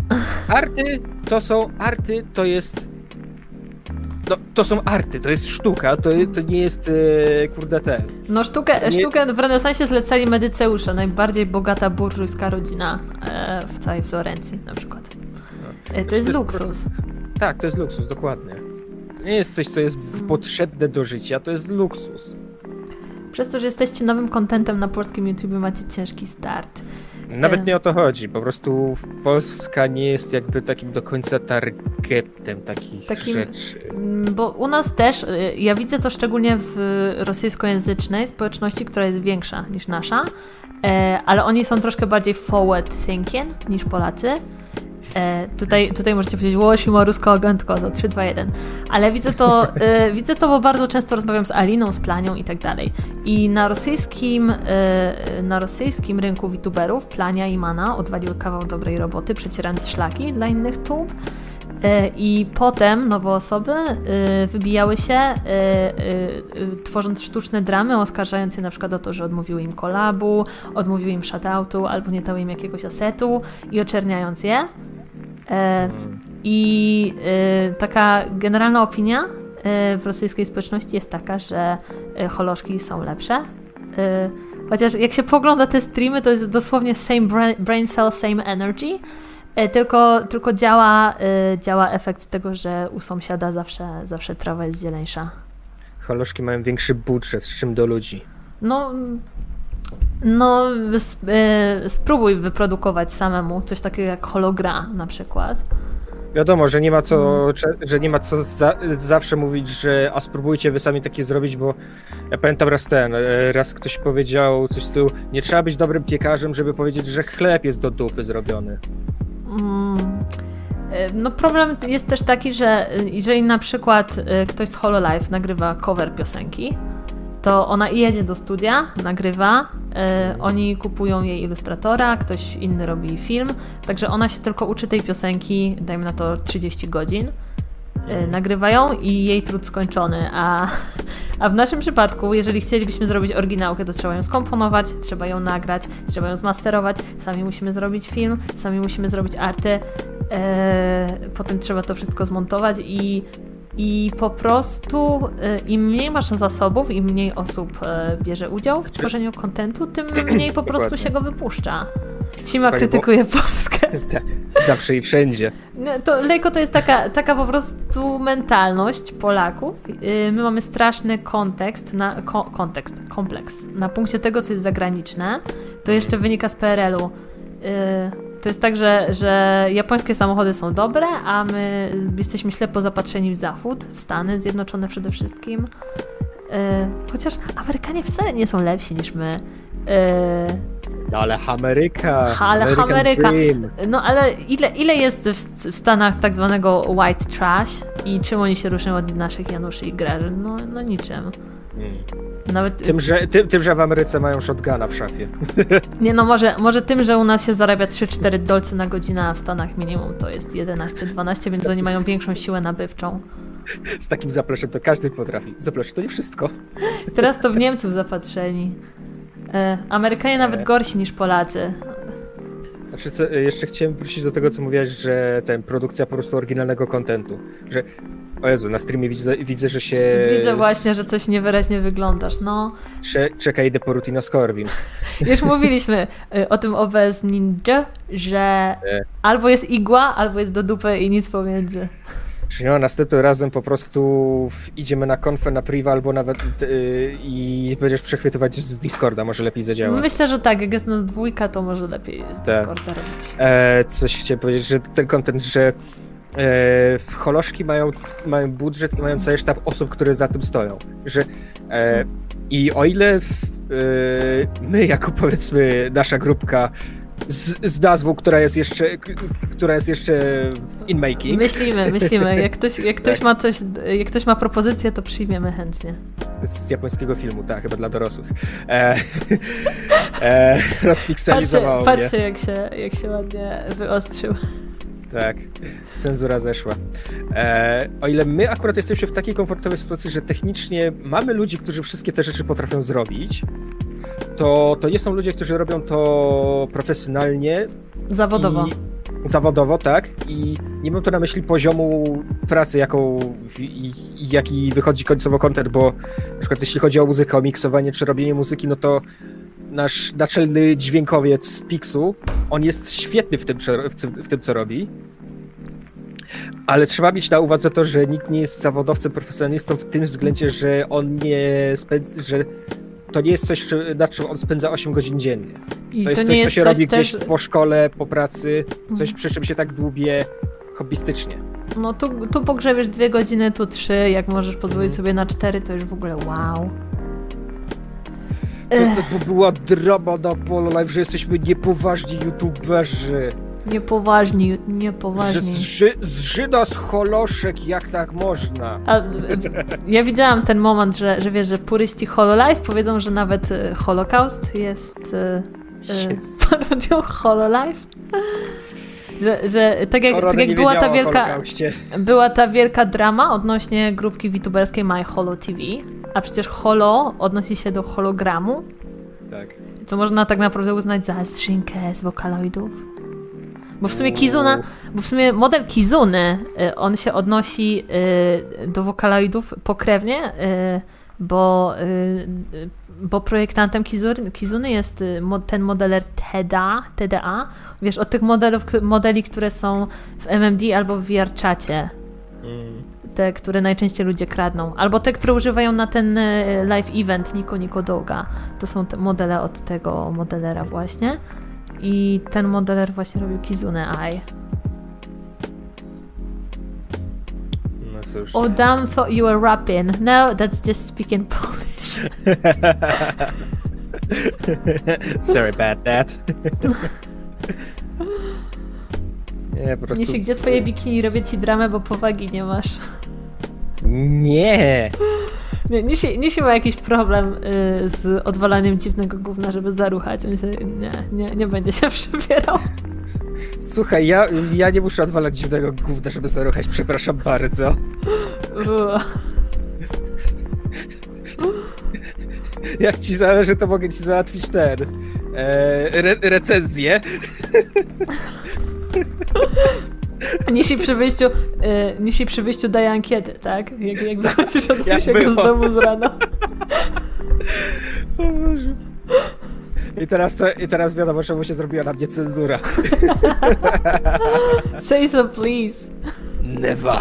Arty to jest... No, to są arty, to jest sztuka, to nie jest, kurde, ten. No sztukę w renesansie zlecali Medyceusze, najbardziej bogata burżujska rodzina w całej Florencji na przykład. To jest luksus. Tak, to jest luksus, dokładnie. To nie jest coś, co jest potrzebne do życia, to jest luksus. Przez to, że jesteście nowym kontentem na polskim YouTube, macie ciężki start. Nawet nie o to chodzi, po prostu Polska nie jest jakby takim do końca targetem takich rzeczy. Bo u nas też, ja widzę to szczególnie w rosyjskojęzycznej społeczności, która jest większa niż nasza, ale oni są troszkę bardziej forward thinking niż Polacy. Tutaj możecie powiedzieć, Łosiu, rusko agentko za 3, 2, 1. Ale widzę to, bo bardzo często rozmawiam z Aliną, z Planią i tak dalej. I na rosyjskim rynku VTuberów Plania i Mana odwaliły kawał dobrej roboty, przecierając szlaki dla innych tub. I potem nowe osoby wybijały się, tworząc sztuczne dramy, oskarżając je na przykład o to, że odmówiły im kolabu, odmówiły im shoutoutu albo nie dały im jakiegoś asetu i oczerniając je. I taka generalna opinia w rosyjskiej społeczności jest taka, że holoszki są lepsze. Chociaż jak się pogląda te streamy, to jest dosłownie same brain cell, same energy. Tylko działa efekt tego, że u sąsiada zawsze trawa jest zieleńsza. Holoszki mają większy budżet, z czym do ludzi. No, spróbuj wyprodukować samemu coś takiego jak hologra na przykład. Wiadomo, że nie ma co zawsze mówić, że a spróbujcie wy sami takie zrobić, bo ja pamiętam raz ktoś powiedział coś z tyłu, nie trzeba być dobrym piekarzem, żeby powiedzieć, że chleb jest do dupy zrobiony. No problem jest też taki, że jeżeli na przykład ktoś z Hololive nagrywa cover piosenki, to ona jedzie do studia, nagrywa, oni kupują jej ilustratora, ktoś inny robi film, także ona się tylko uczy tej piosenki, dajmy na to 30 godzin, nagrywają i jej trud skończony, a w naszym przypadku, jeżeli chcielibyśmy zrobić oryginałkę, to trzeba ją skomponować, trzeba ją nagrać, trzeba ją zmasterować, sami musimy zrobić film, sami musimy zrobić arty, potem trzeba to wszystko zmontować i po prostu im mniej masz zasobów, im mniej osób bierze udział w tworzeniu kontentu, tym mniej po prostu się go wypuszcza. Sima krytykuje Polskę. Zawsze i wszędzie. Lejko to jest taka po prostu mentalność Polaków. My mamy straszny kompleks. Na punkcie tego, co jest zagraniczne, to jeszcze wynika z PRL-u. To jest tak, że japońskie samochody są dobre, a my jesteśmy ślepo zapatrzeni w Zachód, w Stany Zjednoczone przede wszystkim. Chociaż Amerykanie wcale nie są lepsi niż my. No ale Ameryka. Dream. No ale ile jest w Stanach tak zwanego white trash i czym oni się różnią od naszych Januszy i Graży? No niczym. Nawet... Tym, że w Ameryce mają shotguna w szafie. Nie, no może tym, że u nas się zarabia 3-4 dolce na godzinę, a w Stanach minimum to jest 11-12, więc oni mają większą siłę nabywczą. Z takim zapleczem to każdy potrafi. Zaplecze to nie wszystko. Teraz to w Niemców zapatrzeni. Amerykanie nawet gorsi niż Polacy. Znaczy, jeszcze chciałem wrócić do tego, co mówiłaś, że produkcja po prostu oryginalnego kontentu, że o Jezu, na streamie widzę, że się... Widzę właśnie, że coś niewyraźnie wyglądasz, no. Czekaj, idę po Rutino Scorbin. Już mówiliśmy o tym OBS Ninja, że albo jest igła, albo jest do dupy i nic pomiędzy. No, następnym razem po prostu idziemy na konfę, na priwa, albo nawet i będziesz przechwytywać z Discorda, może lepiej zadziała. Myślę, że tak, jak jest nas dwójka, to może lepiej z Discorda robić. Coś chciałem powiedzieć, że ten content, że holoszki mają budżet i mają cały sztab osób, które za tym stoją. I o ile my, jako powiedzmy nasza grupka z nazwą, która jest jeszcze w in-making. Myślimy. Jak ktoś ma propozycję, to przyjmiemy chętnie. Z japońskiego filmu, tak, chyba dla dorosłych. Rozpikselizowało mnie. Patrzcie, jak się ładnie wyostrzył. Tak, cenzura zeszła. O ile my akurat jesteśmy w takiej komfortowej sytuacji, że technicznie mamy ludzi, którzy wszystkie te rzeczy potrafią zrobić, to nie są ludzie, którzy robią to profesjonalnie. Zawodowo. zawodowo, tak? I nie mam tu na myśli poziomu pracy, jaki wychodzi końcowo content, bo na przykład jeśli chodzi o muzykę, o miksowanie czy robienie muzyki, no to nasz naczelny dźwiękowiec z Pixu, on jest świetny w tym, co robi. Ale trzeba mieć na uwadze to, że nikt nie jest zawodowcem, profesjonalistą w tym względzie, że że to nie jest coś, nad czym on spędza 8 godzin dziennie. To jest coś, co się robi gdzieś po szkole, po pracy, coś przy czym się tak dłubie hobbystycznie. No tu pogrzebiesz 2 godziny, tu 3, jak możesz pozwolić sobie na 4, to już w ogóle wow. To była drama na Pololive, że jesteśmy niepoważni youtuberzy. Niepoważni. Że zży nas holoszek, jak tak można? Ja widziałam ten moment, że wiesz, że puryści Hololive powiedzą, że nawet Holocaust jest parodią Hololive. Że tak jak była ta wielka drama odnośnie grupki VTuberskiej My Holo TV, a przecież holo odnosi się do hologramu, tak. Co można tak naprawdę uznać za skrzynkę z Vocaloidów. Bo w sumie model Kizuny, on się odnosi do Vocaloidów pokrewnie, bo projektantem Kizuny jest ten modeler TDA. Wiesz, od tych modeli, które są w MMD albo w VR-czacie. Te, które najczęściej ludzie kradną. Albo te, które używają na ten live event Nico Doga. To są te modele od tego modelera właśnie. I ten modeler właśnie robił Kizune Eye. No cóż. Oh, damn, thought you were rapping. No, that's just speaking Polish. Sorry about that. Nie, po prostu... Nishi, gdzie twoje bikini? Robię ci dramę, bo powagi nie masz. Nie. Nishi ma jakiś problem z odwalaniem dziwnego gówna, żeby zaruchać. On się nie będzie się przebierał. Słuchaj, ja nie muszę odwalać dziwnego gówna, żeby zaruchać. Przepraszam bardzo. Jak ci zależy, to mogę ci załatwić recenzję. Nishi przy wyjściu daje ankiety, tak? Jak wychodzisz od siebie z domu z rana. O Boże. I teraz wiadomo, czemu się zrobiła na mnie cenzura. Say so, please. Never.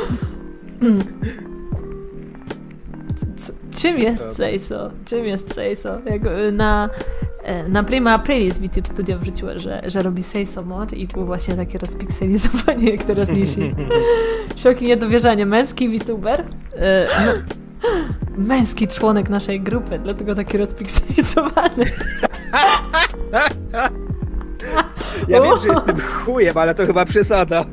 Czym jest Say so? Jak na Prima Aprilis VTube Studio wrzuciło, że robi Say so mod i było właśnie takie rozpikselizowanie, jak teraz Nishi. Szok i niedowierzanie. Męski VTuber, męski członek naszej grupy, dlatego taki rozpikselizowany. Ja wiem, że jestem chujem, ale to chyba przesada.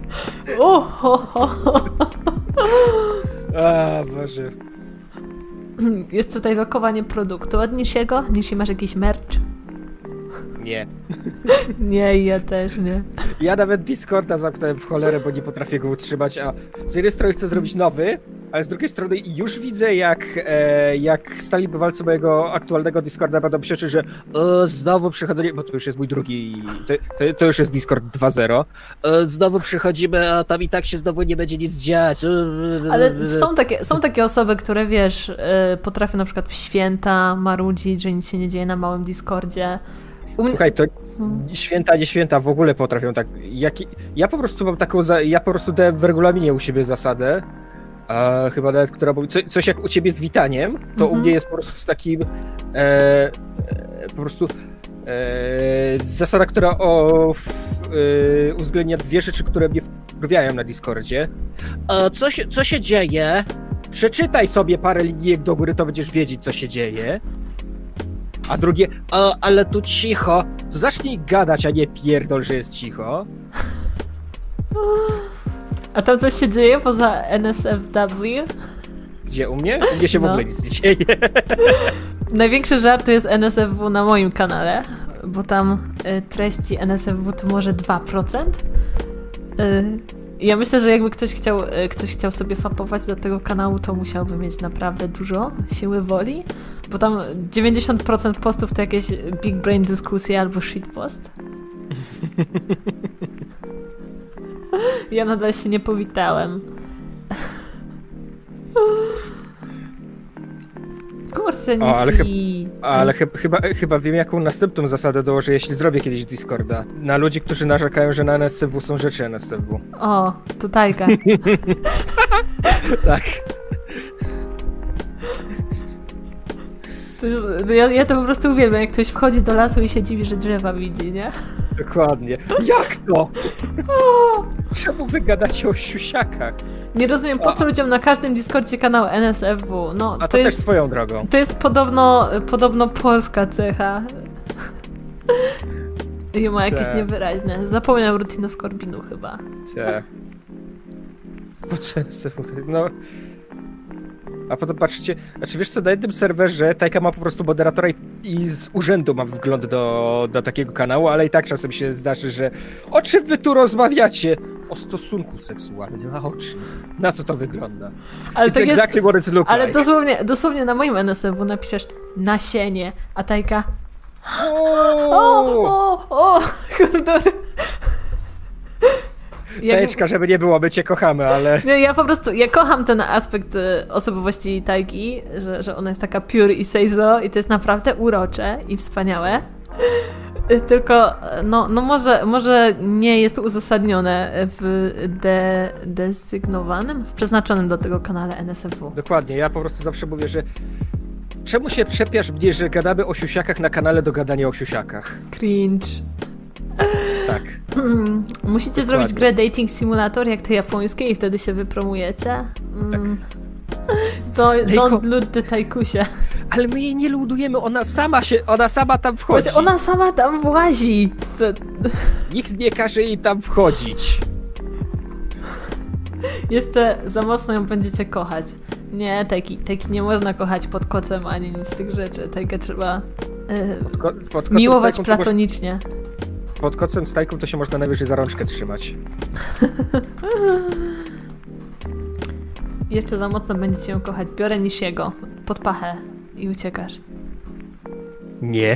A, Boże. Jest tutaj lokowanie produktu od Nishiego. Nishi, masz jakiś merch? Nie. Nie, ja też nie. Ja nawet Discorda zamknąłem w cholerę, bo nie potrafię go utrzymać, a z jednej strony chcę zrobić nowy, ale z drugiej strony już widzę, jak stali bywalcy mojego aktualnego Discorda będą psioczyć, że znowu przychodzenie, bo to już jest mój drugi, to już jest Discord 2.0, znowu przychodzimy, a tam i tak się znowu nie będzie nic dziać. Ale są takie osoby, które wiesz, potrafią na przykład w święta marudzić, że nic się nie dzieje na małym Discordzie. Słuchaj, to nie święta w ogóle potrafią tak. Ja po prostu mam taką. Ja po prostu dałem w regulaminie u siebie zasadę. Chyba nawet, która mówi. Coś jak u ciebie z witaniem, to u mnie jest po prostu z takim. Po prostu. Zasada, która uwzględnia 2 rzeczy, które mnie wprawiają na Discordzie. Co się dzieje? Przeczytaj sobie parę linijek do góry, to będziesz wiedzieć, co się dzieje. A drugie, ale tu cicho, to zacznij gadać, a nie pierdol, że jest cicho. A tam coś się dzieje poza NSFW? Gdzie, u mnie? U mnie się w ogóle nic nie dzieje. Największy żart to jest NSFW na moim kanale, bo tam treści NSFW to może 2%. Ja myślę, że jakby ktoś chciał sobie fapować do tego kanału, to musiałby mieć naprawdę dużo siły woli, bo tam 90% postów to jakieś big brain dyskusje albo shitpost. Ja nadal się nie powitałem. Kurczę, nie ale chyba wiem, jaką następną zasadę dołożę, jeśli zrobię kiedyś Discorda. Na ludzi, którzy narzekają, że na NSFW są rzeczy NSFW. O, to Tajka. Tak. Ja to po prostu uwielbiam, jak ktoś wchodzi do lasu i się dziwi, że drzewa widzi, nie? Dokładnie. Jak to? Czemu wy gadacie o siusiakach? Nie rozumiem, po co ludziom na każdym Discordzie kanał NSFW. No, a to też swoją drogą. To jest podobno polska cecha. I ma jakieś niewyraźne. Zapomniał Rutino Skorbinu chyba. Po co NSFW? No... A potem patrzycie, znaczy wiesz co, na jednym serwerze Tajka ma po prostu moderatora i z urzędu ma wgląd do takiego kanału, ale i tak czasem się zdarzy, że o czym wy tu rozmawiacie? O stosunku seksualnym, a o czym? Na co to wygląda? Ale It's exactly what it's look ale like. dosłownie na moim NSFW napiszesz nasienie, a Tajka kurde. Tajeczka, żeby nie było, my cię kochamy, ale... Nie, ja kocham ten aspekt osobowości Tajki, że ona jest taka pure i seizo i to jest naprawdę urocze i wspaniałe. Tylko, no może nie jest uzasadnione w desygnowanym, w przeznaczonym do tego kanale NSFW. Dokładnie, ja po prostu zawsze mówię, że czemu się czepiasz mnie, że gadamy o siusiakach na kanale do gadania o siusiakach? Cringe. Tak. Musicie zrobić grę Dating Simulator jak te japońskie i wtedy się wypromujecie. Tak. Don't loot the Tajkusie. Ale my jej nie ludujemy, ona sama tam wchodzi. Właśnie ona sama tam włazi. Nikt nie każe jej tam wchodzić. Jeszcze za mocno ją będziecie kochać. Nie, Tajki nie można kochać pod kocem ani nic z tych rzeczy. Tajkę trzeba miłować platonicznie. Pod kocem z Tajką to się można najwyżej za rączkę trzymać. Jeszcze za mocno będziecie ją kochać. Biorę Nishiego pod pachę i uciekasz. Nie.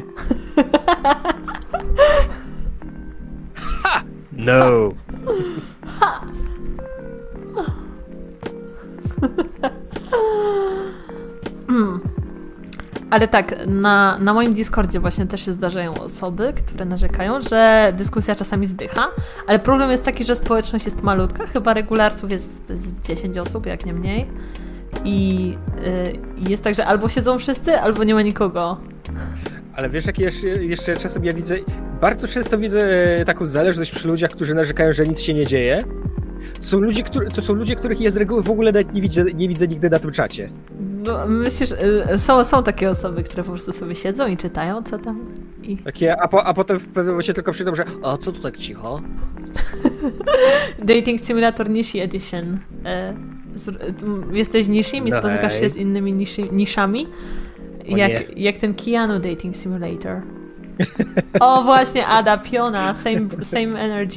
Ha! No. Ha! Ale tak, na moim Discordzie właśnie też się zdarzają osoby, które narzekają, że dyskusja czasami zdycha, ale problem jest taki, że społeczność jest malutka, chyba regularców jest 10 osób, jak nie mniej. I jest tak, że albo siedzą wszyscy, albo nie ma nikogo. Ale wiesz, jak jeszcze czasem ja widzę, bardzo często widzę taką zależność przy ludziach, którzy narzekają, że nic się nie dzieje. To są ludzie, których ja z reguły w ogóle nawet nie widzę nigdy na tym czacie. No, myślisz, są takie osoby, które po prostu sobie siedzą i czytają, co tam i... Takie, a potem w pewnym momencie tylko przyjdą, że a co tu tak cicho? Dating Simulator Nishi Edition. Jesteś nishim i spotykasz się z innymi niszami. Jak ten Keanu Dating Simulator. O właśnie, Ada, Piona, same energy.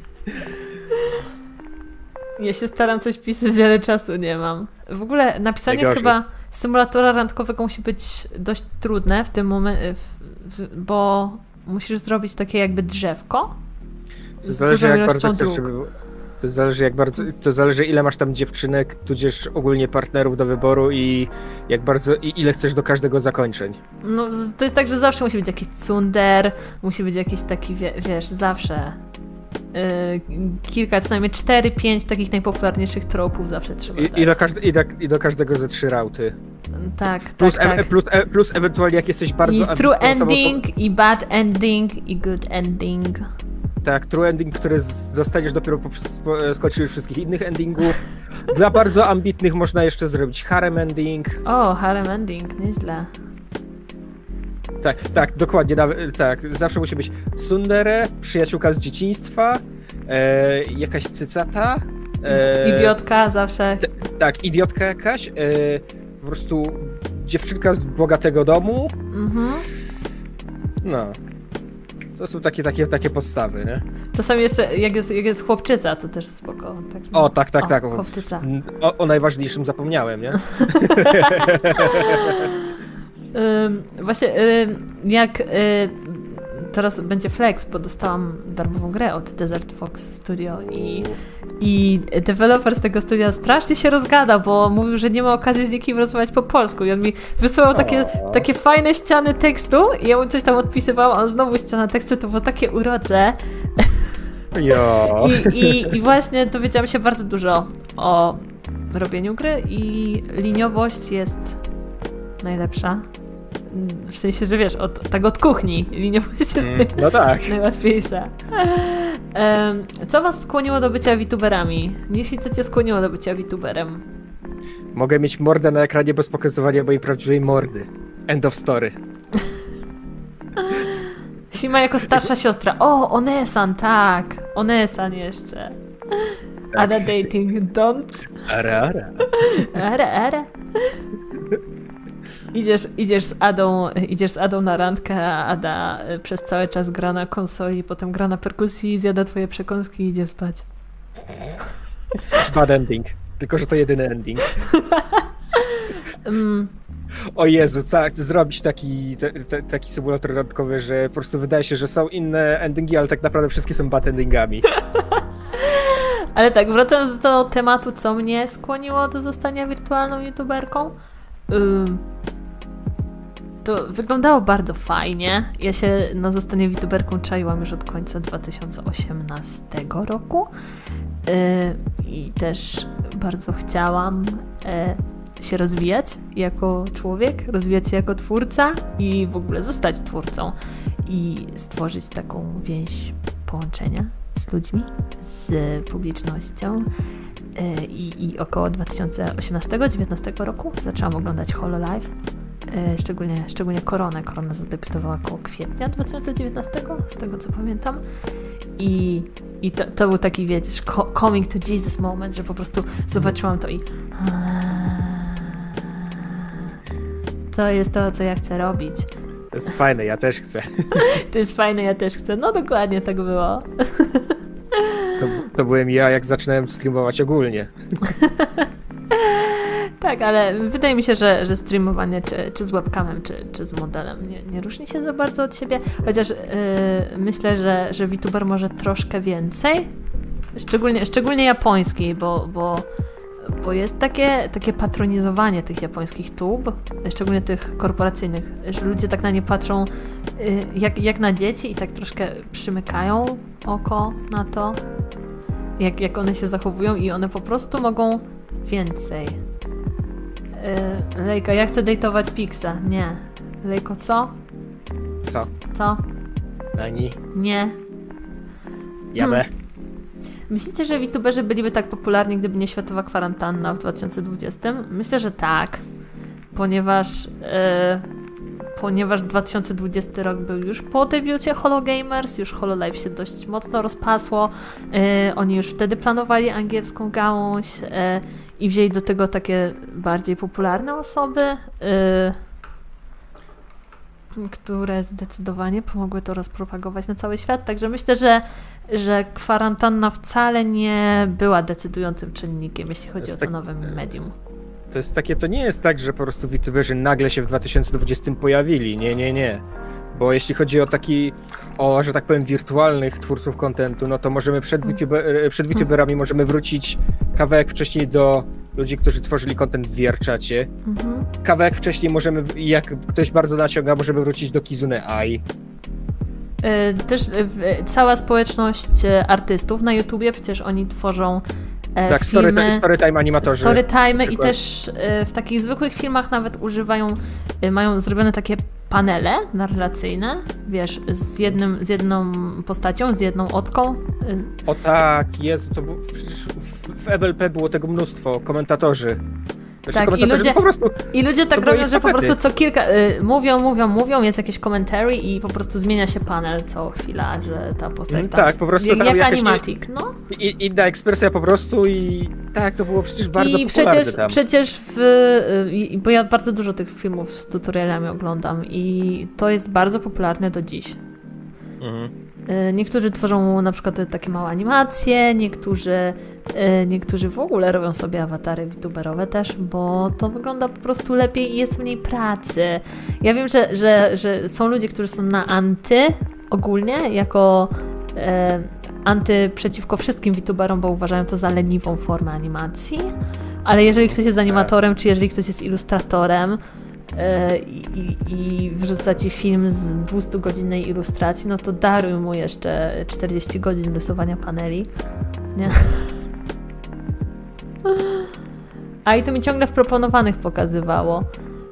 Ja się staram coś pisać, ale czasu nie mam. W ogóle napisanie chyba symulatora randkowego musi być dość trudne w tym momencie, bo musisz zrobić takie jakby drzewko. To zależy jak bardzo chcesz, żeby... To zależy ile masz tam dziewczynek, tudzież ogólnie partnerów do wyboru i jak bardzo i ile chcesz do każdego zakończeń. No to jest tak, że zawsze musi być jakiś tsundere, musi być jakiś taki, wiesz, zawsze kilka, co najmniej 4-5 takich najpopularniejszych tropów zawsze trzeba dać. I do każdego ze 3 rauty. Tak, plus ewentualnie jak jesteś bardzo... I true ending, i bad ending, i good ending. Tak, true ending, który dostaniesz dopiero po skończeniu wszystkich innych endingów. Dla bardzo ambitnych można jeszcze zrobić harem ending. O, harem ending, nieźle. Tak, dokładnie. Tak, zawsze musi być tsundere, przyjaciółka z dzieciństwa, jakaś cycata. Idiotka zawsze. Tak, idiotka jakaś. Po prostu dziewczynka z bogatego domu. Mhm. No. To są takie podstawy, nie? Czasami jeszcze, jak jest chłopczyca, to też spoko. Tak, o, tak. Chłopczyca. O najważniejszym zapomniałem, nie? Właśnie, jak teraz będzie flex, bo dostałam darmową grę od Desert Fox Studio i deweloper z tego studia strasznie się rozgadał, bo mówił, że nie ma okazji z nikim rozmawiać po polsku i on mi wysyłał takie fajne ściany tekstu i ja mu coś tam odpisywałam, a on znowu ściana tekstu, to było takie urocze. Jo. I właśnie dowiedziałam się bardzo dużo o robieniu gry i liniowość jest najlepsza. W sensie, że wiesz, od kuchni liniowość jest no tak. najłatwiejsza. Co was skłoniło do bycia VTuberami? Jeśli co cię skłoniło do bycia VTuberem? Mogę mieć mordę na ekranie bez pokazywania mojej prawdziwej mordy. End of story. Sima jako starsza siostra. O, Onesan, tak. Onesan jeszcze. Ada dating, don't. Ara. Ara. Idziesz z Adą na randkę, a Ada przez cały czas gra na konsoli, potem gra na perkusji, zjada twoje przekąski i idzie spać. Bad ending. Tylko, że to jedyny ending. O Jezu, tak, zrobić taki symulator randkowy, że po prostu wydaje się, że są inne endingi, ale tak naprawdę wszystkie są bad endingami. Ale tak, wracając do tematu, co mnie skłoniło do zostania wirtualną youtuberką, to wyglądało bardzo fajnie. Ja się na zostanie VTuberką czaiłam już od końca 2018 roku i też bardzo chciałam się rozwijać jako człowiek, rozwijać się jako twórca i w ogóle zostać twórcą i stworzyć taką więź połączenia z ludźmi, z publicznością. I około 2018-2019 roku zaczęłam oglądać HoloLive. Szczególnie Koronę. Korona zadebiutowała około kwietnia 2019, z tego co pamiętam. I to był taki, wiesz, coming to Jesus moment, że po prostu zobaczyłam to i to jest to, co ja chcę robić. To jest fajne, ja też chcę. To jest fajne, ja też chcę. No dokładnie tak było. To byłem ja, jak zaczynałem streamować ogólnie. Tak, ale wydaje mi się, że streamowanie czy z webcamem, czy z modelem nie różni się za bardzo od siebie, chociaż myślę, że VTuber może troszkę więcej, szczególnie japoński, bo jest takie patronizowanie tych japońskich tub, szczególnie tych korporacyjnych, że ludzie tak na nie patrzą jak na dzieci i tak troszkę przymykają oko na to, jak one się zachowują i one po prostu mogą więcej. Lejka, ja chcę dejtować Pixa. Nie. Lejko, co? Co? Ani. Nie. Jadę. Myślicie, że VTuberzy byliby tak popularni, gdyby nie światowa kwarantanna w 2020? Myślę, że tak. Ponieważ 2020 rok był już po debiucie HoloGamers, już HoloLive się dość mocno rozpasło. Oni już wtedy planowali angielską gałąź i wzięli do tego takie bardziej popularne osoby, które zdecydowanie pomogły to rozpropagować na cały świat. Także myślę, że kwarantanna wcale nie była decydującym czynnikiem, jeśli chodzi o to nowe medium. To nie jest tak, że po prostu VTuberzy nagle się w 2020 pojawili. Nie. Bo jeśli chodzi o że tak powiem, wirtualnych twórców kontentu, no to możemy przed VTuberami możemy wrócić kawałek wcześniej do ludzi, którzy tworzyli kontent w VRChacie. Kawałek wcześniej możemy, jak ktoś bardzo naciąga, możemy wrócić do Kizune Ai. Też cała społeczność artystów na YouTubie, przecież oni tworzą tak, filmy, storytime animatorzy. Storytime i też w takich zwykłych filmach nawet mają zrobione takie panele narracyjne, wiesz, z jedną postacią, z jedną ocką. O tak, Jezu, to przecież w MLP było tego mnóstwo, komentatorzy. Tak, i ludzie tak robią, że po prostu co kilka mówią, jest jakieś commentary i po prostu zmienia się panel co chwila, że ta postać tam tak, po prostu jak animatic, no. I inna ekspresja po prostu i tak, to było przecież bardzo popularne tam. Przecież bo ja bardzo dużo tych filmów z tutorialami oglądam i to jest bardzo popularne do dziś. Niektórzy tworzą na przykład takie małe animacje, niektórzy w ogóle robią sobie awatary VTuberowe też, bo to wygląda po prostu lepiej i jest mniej pracy. Ja wiem, że są ludzie, którzy są na anty ogólnie jako anty przeciwko wszystkim VTuberom, bo uważają to za leniwą formę animacji, ale jeżeli ktoś jest animatorem, czy jeżeli ktoś jest ilustratorem i wrzuca ci film z 200-godzinnej ilustracji, no to daruj mu jeszcze 40 godzin rysowania paneli. Nie? A i to mi ciągle w proponowanych pokazywało.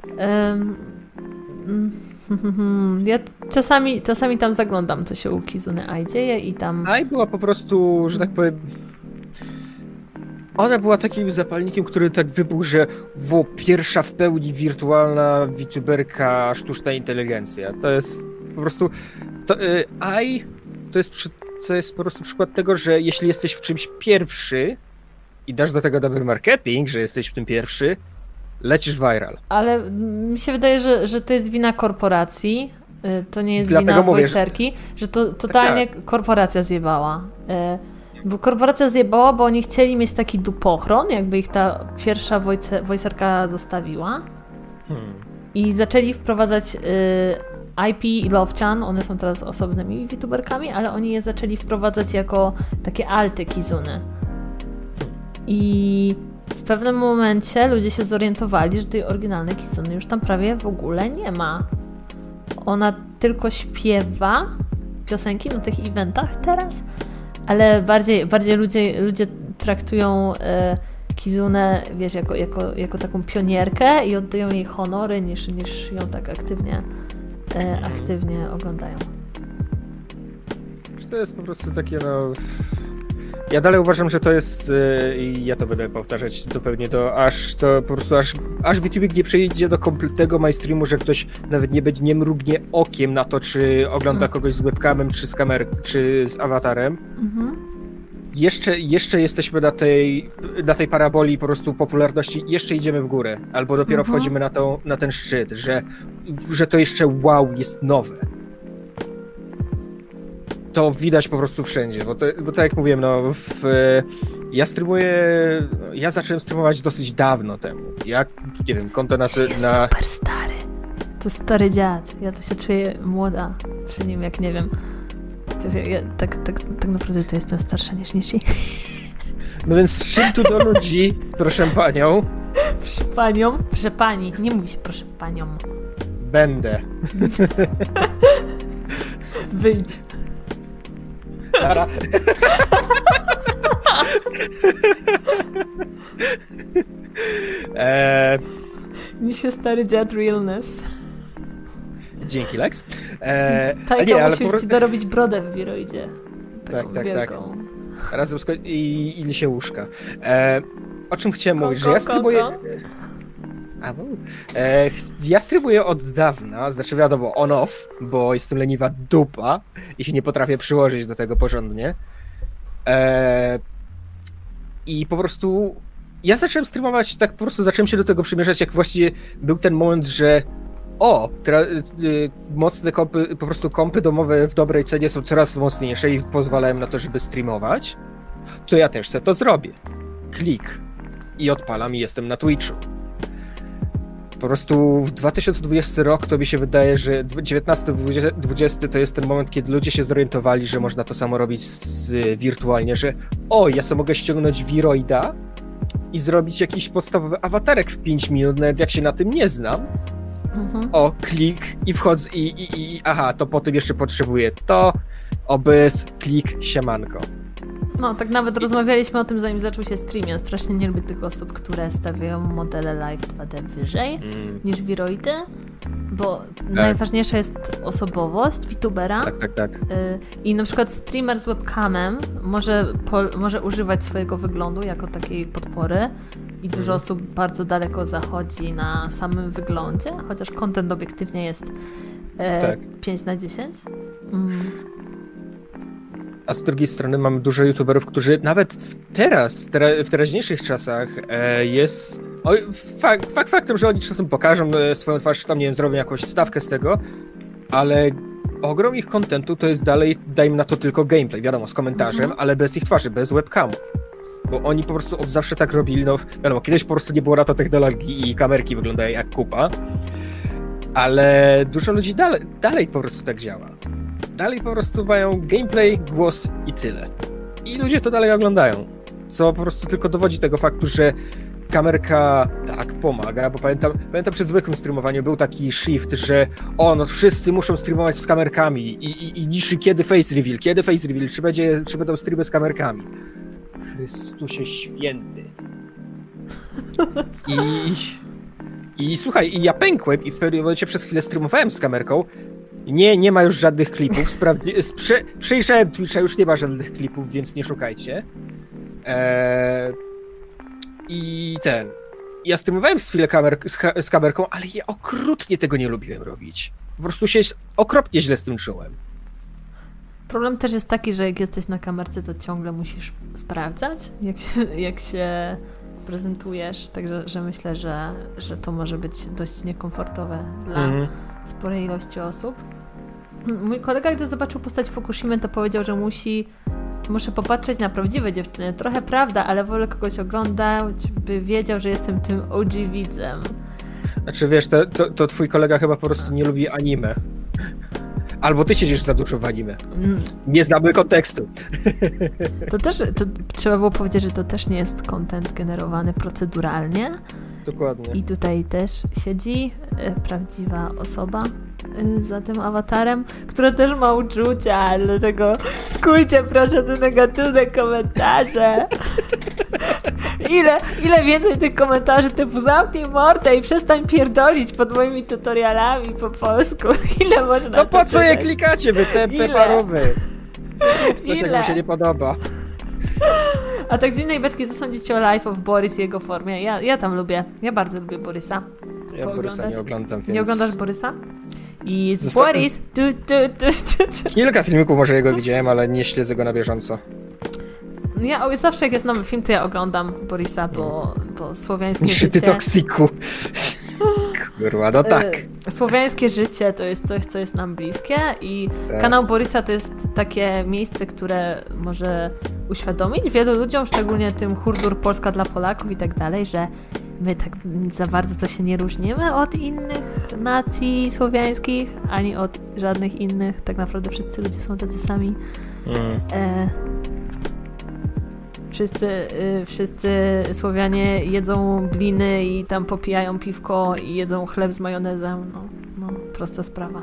Ja czasami tam zaglądam, co się u Kizune Ai dzieje i tam... Ai była po prostu, że tak powiem... Ona była takim zapalnikiem, który tak wybuchł, że pierwsza w pełni wirtualna VTuberka sztuczna inteligencja. To jest po prostu... Ai to jest po prostu przykład tego, że jeśli jesteś w czymś pierwszy i dasz do tego dobry marketing, że jesteś w tym pierwszy, lecisz viral. Ale mi się wydaje, że to jest wina korporacji, to nie jest Dlatego wina mówię, voicerki, że to totalnie korporacja zjebała. Bo korporacja zjebała, bo oni chcieli mieć taki dupochron, jakby ich ta pierwsza voicerka zostawiła. I zaczęli wprowadzać IP i Love-chan, one są teraz osobnymi VTuberkami, ale oni je zaczęli wprowadzać jako takie alty Kizuny. I w pewnym momencie ludzie się zorientowali, że tej oryginalnej Kizuny już tam prawie w ogóle nie ma. Ona tylko śpiewa piosenki na tych eventach teraz, ale bardziej ludzie traktują Kizunę, wiesz, jako taką pionierkę i oddają jej honory, niż ją tak aktywnie oglądają. To jest po prostu takie, no... Ja dalej uważam, że to jest, i ja to będę powtarzać zupełnie aż VTubing nie przejdzie do kompletnego mainstreamu, że ktoś nawet nie mrugnie okiem na to, czy ogląda kogoś z webcamem, czy z czy z awatarem. Jeszcze jesteśmy na tej paraboli po prostu popularności, jeszcze idziemy w górę, albo dopiero wchodzimy na ten szczyt, że to jeszcze wow, jest nowe. To widać po prostu wszędzie, bo tak jak mówiłem, no ja zacząłem streamować dosyć dawno temu. Nie wiem, konto jest super stary. To stary dziad. Ja tu się czuję młoda przy nim, jak nie wiem. Ja tak naprawdę to jestem starsza niż Nishi. No więc z czym tu do ludzi, proszę panią? Proszę panią? Proszę pani. Nie mówi się proszę panią. Będę. Wyjdź. Tara. Nisie stary dziad realness. Dzięki, Lex. Tajka musi ci dorobić brodę w wiroidzie. Tak. Razem i Lisie łóżka. O czym chciałem mówić? Że ja streamuję... Ja streamuję od dawna, znaczy wiadomo on-off, bo jestem leniwa dupa i się nie potrafię przyłożyć do tego porządnie. I po prostu ja zacząłem streamować, tak po prostu zacząłem się do tego przymierzać, jak właściwie był ten moment, że mocne kompy, po prostu kompy domowe w dobrej cenie są coraz mocniejsze i pozwalają na to, żeby streamować, to ja też sobie to zrobię. Klik i odpalam i jestem na Twitchu. Po prostu w 2020 rok to mi się wydaje, że 19-20 to jest ten moment, kiedy ludzie się zorientowali, że można to samo robić wirtualnie, że ja sobie mogę ściągnąć Viroida i zrobić jakiś podstawowy awatarek w 5 minut, nawet jak się na tym nie znam. Klik i wchodzę aha, to potem jeszcze potrzebuję to, OBS, klik, siemanko. No, tak nawet rozmawialiśmy o tym, zanim zaczął się stream. Ja strasznie nie lubię tych osób, które stawiają modele live 2D wyżej niż Viroidy, bo najważniejsza jest osobowość VTubera. Tak. I na przykład streamer z webcamem może używać swojego wyglądu jako takiej podpory i dużo osób bardzo daleko zachodzi na samym wyglądzie, chociaż content obiektywnie jest 5/10. A z drugiej strony mamy dużo youtuberów, którzy nawet w teraźniejszych czasach jest... Faktem, że oni czasem pokażą swoją twarz, tam nie wiem, zrobią jakąś stawkę z tego, ale ogrom ich kontentu to jest dalej, dajmy na to tylko gameplay, wiadomo, z komentarzem, ale bez ich twarzy, bez webcamów. Bo oni po prostu od zawsze tak robili, no wiadomo, kiedyś po prostu nie było na to technologii i kamerki wyglądają jak kupa, ale dużo ludzi dalej po prostu tak działa. dalej po prostu mają gameplay, głos i tyle. I ludzie to dalej oglądają. Co po prostu tylko dowodzi tego faktu, że kamerka tak pomaga, bo pamiętam przy zwykłym streamowaniu był taki shift, że no wszyscy muszą streamować z kamerkami i niszy kiedy face reveal, czy będą streamy z kamerkami. Chrystusie święty. I słuchaj, ja pękłem i w pewnym momencie przez chwilę streamowałem z kamerką. Nie ma już żadnych klipów. Przejrzałem Twitcha, już nie ma żadnych klipów, więc nie szukajcie. Ja streamowałem z chwilę z kamerką, ale ja okrutnie tego nie lubiłem robić. Po prostu się okropnie źle z tym czułem. Problem też jest taki, że jak jesteś na kamerce, to ciągle musisz sprawdzać, jak się prezentujesz. Także że myślę, że to może być dość niekomfortowe dla sporej ilości osób. Mój kolega, gdy zobaczył postać Fukushimy, to powiedział, że muszę popatrzeć na prawdziwe dziewczyny. Trochę prawda, ale wolę kogoś oglądać, by wiedział, że jestem tym OG widzem. Znaczy wiesz, to twój kolega chyba po prostu nie lubi anime. Albo ty siedzisz za dużo w anime. Nie znamy kontekstu. To trzeba było powiedzieć, że to też nie jest content generowany proceduralnie. Dokładnie. I tutaj też siedzi prawdziwa osoba za tym awatarem, która też ma uczucia, dlatego skójcie proszę te negatywne komentarze. Ile więcej tych komentarzy typu zamknij mordę i przestań pierdolić pod moimi tutorialami po polsku. Ile można No po co je klikacie, wy te parowy? Ile? Tego się nie podoba. A tak z innej beczki, co sądzicie o Life of Boris i jego formie? Ja tam lubię. Ja bardzo lubię Borysa. Ja Borysa nie oglądam, więc... Nie oglądasz Borysa? I z Boris... Kilka filmików może jego widziałem, ale nie śledzę go na bieżąco. Ja zawsze jak jest nowy film, to ja oglądam Borysa, bo słowiańskie Niż życie... ty toksiku. Kurwa, no tak. Słowiańskie życie to jest coś, co jest nam bliskie i kanał Borysa to jest takie miejsce, które może uświadomić wielu ludziom, szczególnie tym hurdur Polska dla Polaków i tak dalej, że my tak za bardzo to się nie różnimy od innych nacji słowiańskich, ani od żadnych innych. Tak naprawdę wszyscy ludzie są tacy sami. Wszyscy Słowianie jedzą bliny i tam popijają piwko i jedzą chleb z majonezem. No, prosta sprawa.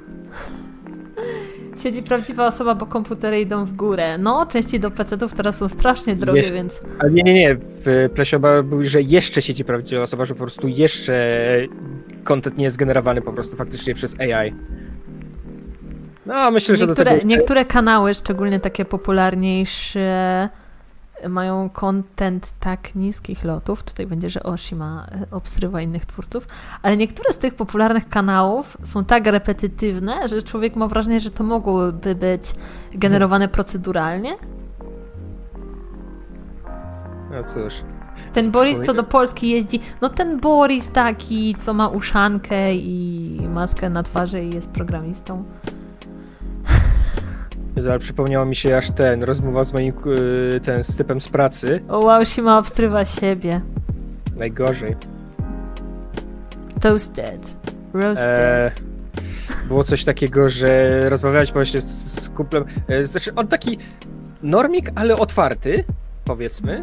Siedzi prawdziwa osoba, bo komputery idą w górę. No, części do PC-ów teraz są strasznie drogie, więc... Ale nie. W Plesioba był, że jeszcze siedzi prawdziwa osoba, że po prostu jeszcze content nie jest generowany po prostu faktycznie przez AI. No, myślę, że niektóre kanały, szczególnie takie popularniejsze, mają content tak niskich lotów, tutaj będzie, że Oshima obstrywa innych twórców, ale niektóre z tych popularnych kanałów są tak repetytywne, że człowiek ma wrażenie, że to mogłoby być generowane proceduralnie. No cóż. Ten Boris, co do Polski jeździ, no ten Boris taki, co ma uszankę i maskę na twarzy i jest programistą. Ale przypomniało mi się aż rozmowa z moim z typem z pracy. O wow, Shima obstrywa siebie. Najgorzej. Toasted. Roasted. Było coś takiego, że rozmawialiśmy właśnie z kumplem. Znaczy on taki normik, ale otwarty, powiedzmy.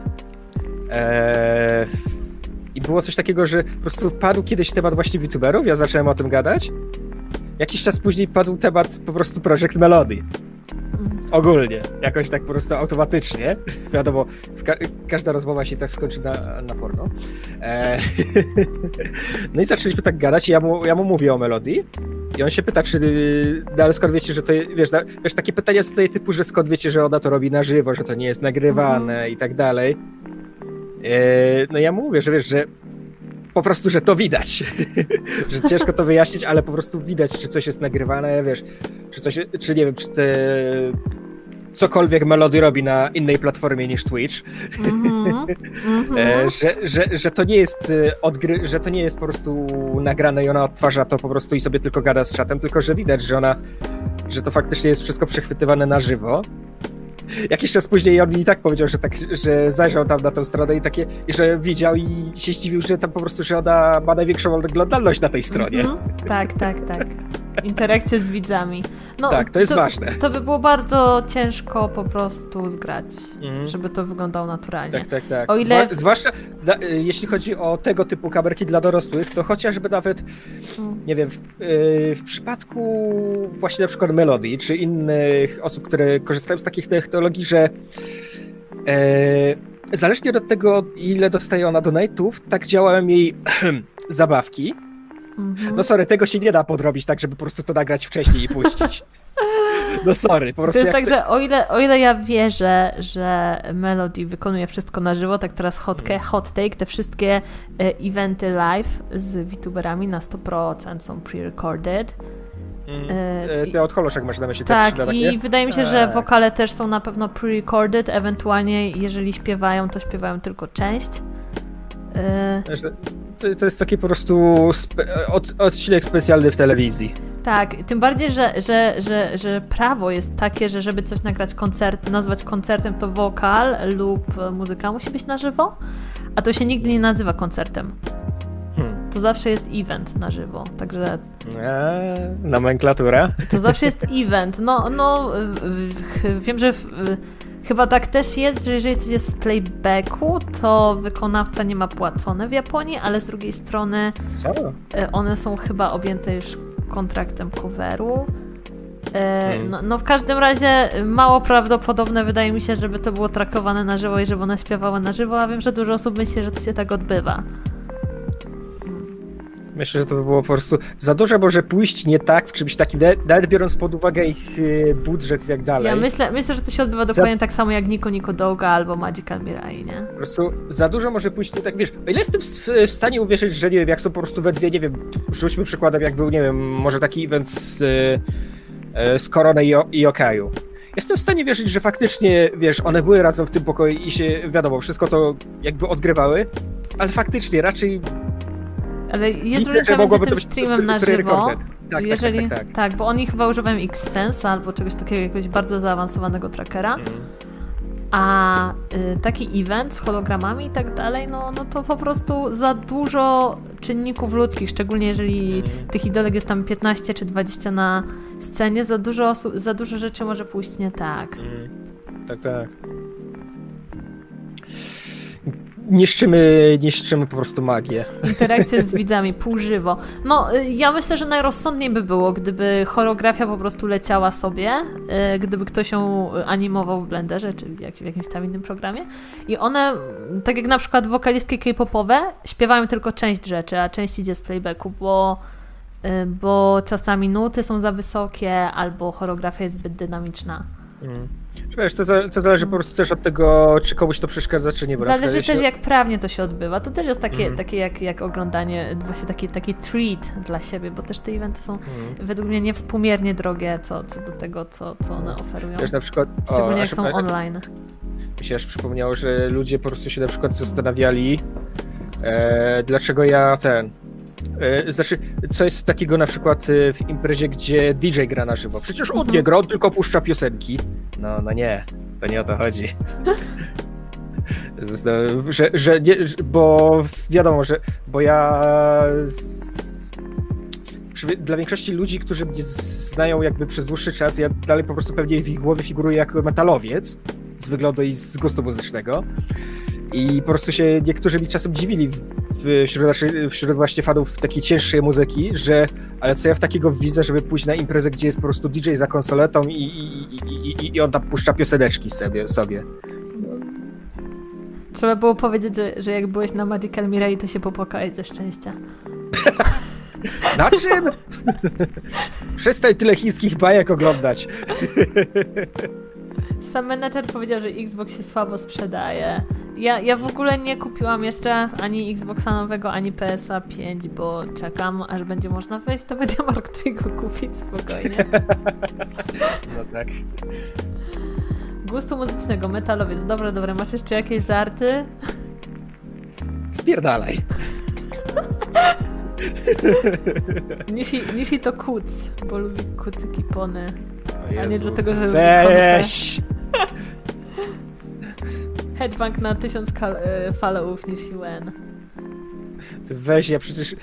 I było coś takiego, że po prostu padł kiedyś temat właśnie youtuberów, ja zacząłem o tym gadać. Jakiś czas później padł temat po prostu Project Melody. Ogólnie, jakoś tak po prostu automatycznie. Wiadomo, każda rozmowa się tak skończy na porno. No i zaczęliśmy tak gadać i ja mu mówię o melodii i on się pyta, ale skąd wiecie, że to wiesz, takie pytania zadaje typu, że skąd wiecie, że ona to robi na żywo, że to nie jest nagrywane i tak dalej. No ja mu mówię, że wiesz, że po prostu, że to widać. Że ciężko to wyjaśnić, ale po prostu widać, czy coś jest nagrywane, wiesz, czy nie wiem, czy cokolwiek Melody robi na innej platformie niż Twitch. Że to nie jest że to nie jest po prostu nagrane i ona odtwarza to po prostu i sobie tylko gada z czatem, tylko że widać, że to faktycznie jest wszystko przechwytywane na żywo. Jakiś czas później on mi tak powiedział, że zajrzał tam na tę stronę i że widział i się zdziwił, że tam po prostu, że ona ma największą oglądalność na tej stronie. Tak. Interakcje z widzami. No, tak, to jest ważne. To by było bardzo ciężko po prostu zgrać, żeby to wyglądało naturalnie. Tak. O ile... Zwłaszcza jeśli chodzi o tego typu kamerki dla dorosłych, to chociażby nawet, nie wiem, w przypadku właśnie na przykład Melody, czy innych osób, które korzystają z takich technologii, że zależnie od tego, ile dostaje ona donate'ów, tak działają jej zabawki. No sorry, tego się nie da podrobić tak, żeby po prostu to nagrać wcześniej i puścić. No sorry, po prostu. To jest tak, że o ile ja wierzę, że Melody wykonuje wszystko na żywo, tak teraz hot take, te wszystkie eventy live z VTuberami na 100% są pre-recorded. Ty od Holoszek masz na myśli tak, te i wydaje mi się, że wokale też są na pewno pre-recorded, ewentualnie jeżeli śpiewają, to śpiewają tylko część. To jest taki po prostu odcinek specjalny w telewizji. Tak, tym bardziej, że prawo jest takie, że żeby coś nagrać nazwać koncertem, to wokal lub muzyka musi być na żywo, a to się nigdy nie nazywa koncertem. To zawsze jest event na żywo, także... Nomenklatura. To zawsze jest event. Wiem, że chyba tak też jest, że jeżeli coś jest z playbacku, to wykonawca nie ma płacone w Japonii, ale z drugiej strony one są chyba objęte już kontraktem coveru. No w każdym razie mało prawdopodobne wydaje mi się, żeby to było trakowane na żywo i żeby one śpiewały na żywo, a wiem, że dużo osób myśli, że to się tak odbywa. Myślę, że to by było po prostu za dużo może pójść nie tak w czymś takim, nawet biorąc pod uwagę ich budżet i tak dalej. Ja myślę, że to się odbywa dokładnie tak samo jak Nico Douga albo Magical Mirai, nie? Po prostu za dużo może pójść nie tak, wiesz, o ile jestem w stanie uwierzyć, że nie wiem, jak są po prostu we dwie, nie wiem, rzućmy przykładem, jak był, nie wiem, może taki event z Korony i Okaju. Jestem w stanie wierzyć, że faktycznie, wiesz, one były razem w tym pokoju i się, wiadomo, wszystko to jakby odgrywały, ale faktycznie raczej... Ale jest różnica między tym streamem na żywo, jeżeli, tak, bo oni chyba używają Xsense albo czegoś takiego, jakiegoś bardzo zaawansowanego trackera, a taki event z hologramami i tak dalej, no to po prostu za dużo czynników ludzkich, szczególnie jeżeli tych idolek jest tam 15 czy 20 na scenie, za dużo rzeczy może pójść nie tak. Tak. Niszczymy po prostu magię. Interakcje z widzami, pół żywo. No, ja myślę, że najrozsądniej by było, gdyby choreografia po prostu leciała sobie, gdyby ktoś ją animował w Blenderze, czy w jakimś tam innym programie i one, tak jak na przykład wokalistki K-popowe, śpiewają tylko część rzeczy, a część idzie z playbacku, bo czasami nuty są za wysokie, albo choreografia jest zbyt dynamiczna. Wiesz, to zależy po prostu też od tego, czy komuś to przeszkadza, czy nie. Zależy też, jak prawnie to się odbywa. To też jest takie jak oglądanie, właśnie taki treat dla siebie, bo też te eventy są według mnie niewspółmiernie drogie co do tego, co one oferują. Wiesz, na przykład, szczególnie jak są online. Mi się aż przypomniało, że ludzie po prostu się na przykład zastanawiali, dlaczego co jest takiego na przykład w imprezie, gdzie DJ gra na żywo? Przecież on nie gra, on tylko puszcza piosenki. No nie, to nie o to chodzi. Bo wiadomo, bo dla większości ludzi, którzy mnie znają jakby przez dłuższy czas, ja dalej po prostu pewnie w ich głowie figuruję jako metalowiec z wyglądu i z gustu muzycznego. I po prostu się niektórzy mi czasem dziwili wśród właśnie fanów takiej cięższej muzyki, ale co ja w takiego widzę, żeby pójść na imprezę, gdzie jest po prostu DJ za konsoletą i on tam puszcza pioseneczki sobie. Trzeba było powiedzieć, że jak byłeś na Magical Mirai, to się popłakałeś ze szczęścia. Na czym? Przestań tyle chińskich bajek oglądać. Sam menedżer powiedział, że Xbox się słabo sprzedaje. Ja w ogóle nie kupiłam jeszcze ani Xboxa nowego, ani PS'a 5, bo czekam, aż będzie można wejść do MediaMarktu i go kupić spokojnie. No tak. Gustu muzycznego, metalowiec. Dobre. Masz jeszcze jakieś żarty? Spierdalaj. Nishi to kuc, bo lubi kucyki pony. A nie dlatego, że weź! Headbang na 1000 followów niż UN. Ty weź, ja przecież...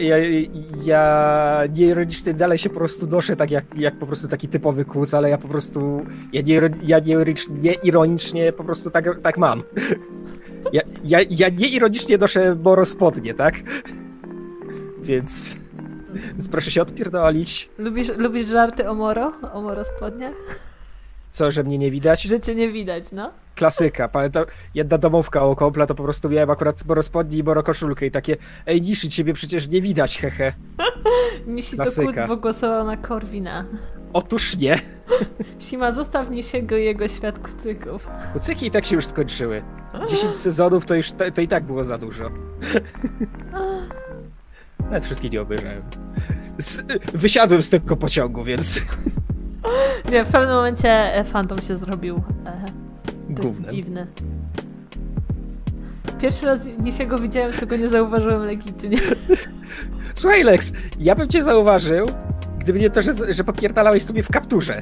Ja nieironicznie dalej się po prostu noszę tak jak po prostu taki typowy kus, ale ja po prostu... Ja nieironicznie po prostu tak mam. Ja nieironicznie noszę Moro spodnie, tak? Więc proszę się odpierdolić. Lubisz żarty o Moro? O Moro spodniach? Co, że mnie nie widać? Że cię nie widać, no. Klasyka. Pamiętam, jedna domówka o Kompla, to po prostu miałem akurat Moro spodnie i Moro koszulkę i takie ej, Nishi, ciebie przecież nie widać, hehe. Nishi to kuc, bo głosował na Korwina. Otóż nie. Sima, zostaw Nishiego i jego świat kucyków. Kucyki i tak się już skończyły. 10 sezonów to i tak było za dużo. Nawet wszystkich nie obejrzałem. Wysiadłem z tego pociągu, więc... Nie, w pewnym momencie Phantom się zrobił dość dziwny. Pierwszy raz Nisiego widziałem, tego nie zauważyłem legitnie. Słuchaj, Lex, ja bym cię zauważył, gdyby nie to, że popierdalałeś sobie w kapturze.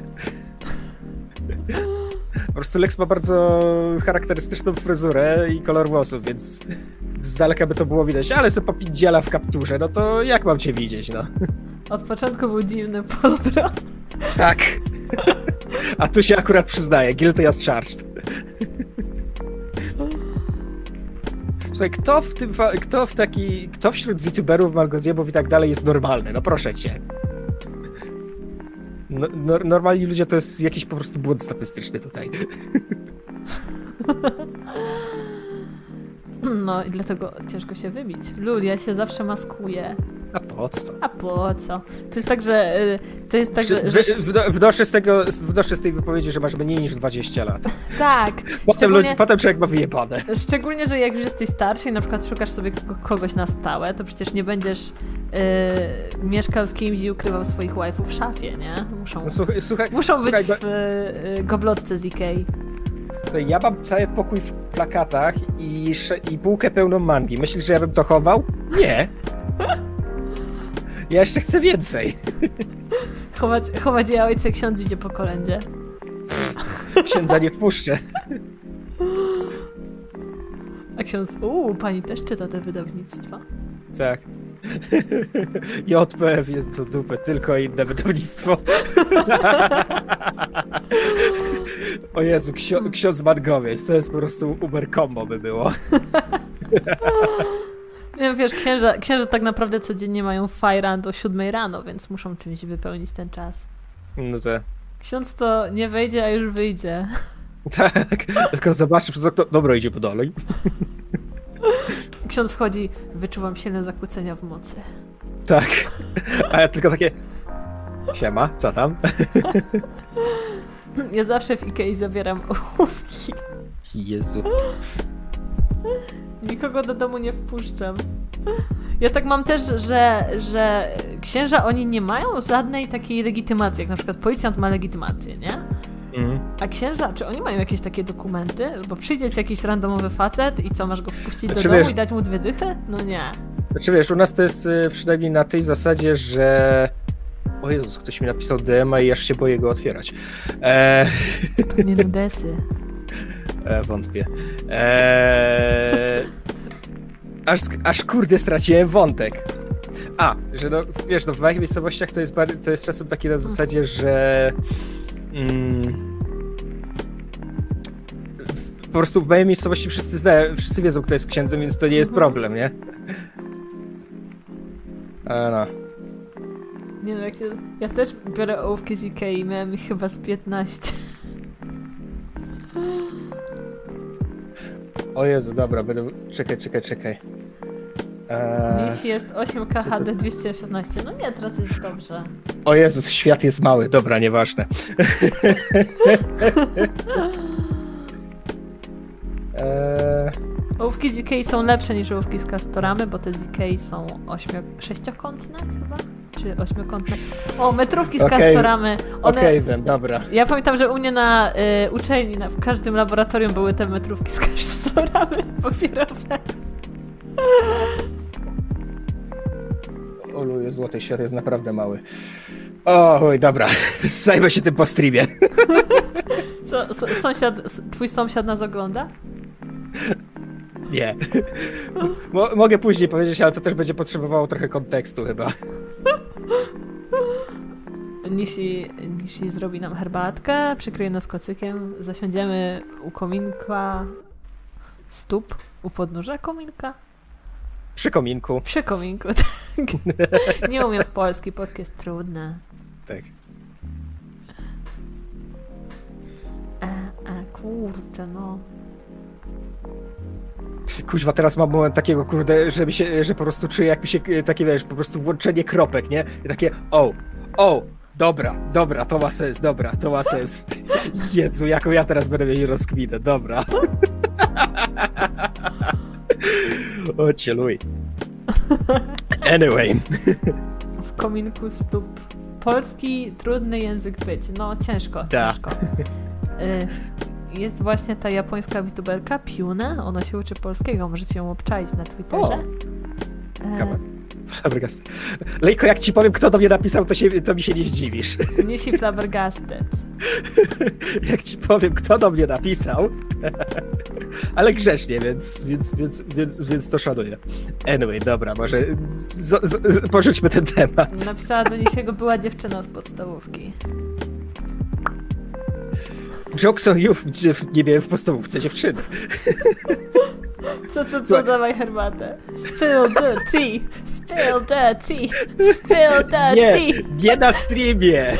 Po prostu Lex ma bardzo charakterystyczną fryzurę i kolor włosów, więc z daleka by to było widać, ale sobie popierdziela w kapturze, no to jak mam cię widzieć, no? Od początku był dziwny, pozdro. Tak. A tu się akurat przyznaję, guilty as charged. Słuchaj, kto wśród VTuberów, Malgozjebów i tak dalej jest normalny? No proszę cię. Normalni ludzie to jest jakiś po prostu błąd statystyczny tutaj. No i dlatego ciężko się wybić. Lulia się zawsze maskuje. A po co? A po co? To jest tak, że... Wnoszę z tej wypowiedzi, że masz mniej niż 20 lat. Tak. Potem człowiek ma wyjebane. Szczególnie, że jak już jesteś starszy i na przykład szukasz sobie kogoś na stałe, to przecież nie będziesz mieszkał z kimś i ukrywał swoich wife'ów w szafie, nie? Muszą być w goblotce z Ikei. Ja mam cały pokój w plakatach i półkę pełną mangi. Myślisz, że ja bym to chował? Nie. Ja jeszcze chcę więcej. Chować je, a ojciec ksiądz idzie po kolędzie. Księdza nie wpuszczę. A ksiądz, pani też czyta te wydawnictwa? Tak. JPF jest do dupy, tylko inne wydawnictwo. O Jezu, ksiądz mangowiec, to jest po prostu uber combo by było. Nie, wiesz, księża tak naprawdę codziennie mają fajran do 7 rano, więc muszą czymś wypełnić ten czas. No tak. Ksiądz to nie wejdzie, a już wyjdzie. Tak, tylko zobaczy przez okno, dobra, idzie po dalej. Ksiądz wchodzi, wyczuwam silne zakłócenia w mocy. Tak, a ja tylko takie, siema, co tam? Ja zawsze w Ikei zabieram ołówki. Jezu. Nikogo do domu nie wpuszczam. Ja tak mam też, że księża, oni nie mają żadnej takiej legitymacji, jak na przykład policjant ma legitymację, nie? A księża, czy oni mają jakieś takie dokumenty? Bo przyjdzie ci jakiś randomowy facet i co, masz go wpuścić do domu i dać mu 2 dychy? No nie. Znaczy wiesz, u nas to jest przynajmniej na tej zasadzie, że... O Jezus, ktoś mi napisał DM-a i aż się boję go otwierać. Pewnie nudesy. Wątpię. Aż kurde straciłem wątek. Że no, wiesz, no w małych miejscowościach to jest czasem takie na zasadzie, że po prostu w mojej miejscowości wszyscy wiedzą, kto jest księdzem, więc to nie jest problem, nie? No. Nie no, ja też biorę ołówki z Ikei, miałem ich chyba z 15. O Jezu, dobra, będę... Czekaj. Dziś jest 8K HD 216. No nie, teraz jest dobrze. O Jezus, świat jest mały. Dobra, nieważne. Ołówki z Ikei są lepsze niż ołówki z Castoramy, bo te z Ikei są 6-kątne chyba? Czy 8-kątne? O, metrówki z Castoramy. Wiem, dobra. Ja pamiętam, że u mnie na uczelni, w każdym laboratorium były te metrówki z Castoramy papierowe. O luju, złoty świat jest naprawdę mały. Oj, dobra, zajmę się tym po streamie. Co, twój sąsiad nas ogląda? Nie. Mogę później powiedzieć, ale to też będzie potrzebowało trochę kontekstu chyba. Nishi zrobi nam herbatkę, przykryje nas kocykiem, zasiądziemy u kominka stóp, u podnóża kominka. Przy kominku. Przy kominku, tak. Nie umiem w polski jest trudne. Tak. Kurde, no. Kuźwa, teraz mam moment takiego, kurde, że po prostu czuję jakby się, takie wiesz, po prostu włączenie kropek, nie? I takie, dobra, to ma sens. Jezu, jaką ja teraz będę mieć rozkminę, dobra. O, cieluj. Anyway. W kominku stóp. Polski, trudny język być. No, ciężko. Jest właśnie ta japońska youtuberka Piune, ona się uczy polskiego, możecie ją obczaić na Twitterze. Flabbergasted. Lejko, jak ci powiem, kto do mnie napisał, to mi się nie zdziwisz. Nishi Flabbergasted. Jak ci powiem, kto do mnie napisał, ale grzecznie, więc to szanuję. Anyway, dobra, może porzućmy ten temat. Napisała do Nishiego była dziewczyna z podstawówki. Jokes on you, nie miałem w podstawówce dziewczyny. Co, dawaj herbatę. Spill the tea, spill the tea, spill the tea. Nie na streamie.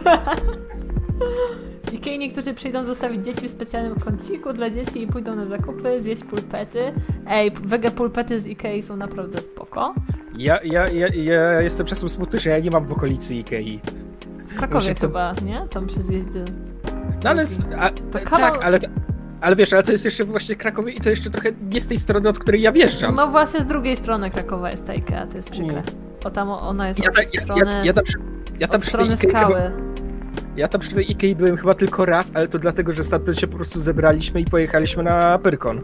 W Ikei niektórzy przyjdą zostawić dzieci w specjalnym kąciku dla dzieci i pójdą na zakupy, zjeść pulpety. Ej, wege pulpety z Ikei są naprawdę spoko. Ja jestem czasem smutny, że ja nie mam w okolicy Ikei. W Krakowie chyba, nie? Tam przy zjeździe. No ale... Tak, ale wiesz, ale to jest jeszcze właśnie Krakowie i to jeszcze trochę nie z tej strony, od której ja wjeżdżam. No właśnie z drugiej strony Krakowa jest ta Ikea, to jest przykre. O tam ona jest od strony skały. Ja tam przy tej Ikei byłem chyba tylko raz, ale to dlatego, że stamtąd się po prostu zebraliśmy i pojechaliśmy na Pyrkon.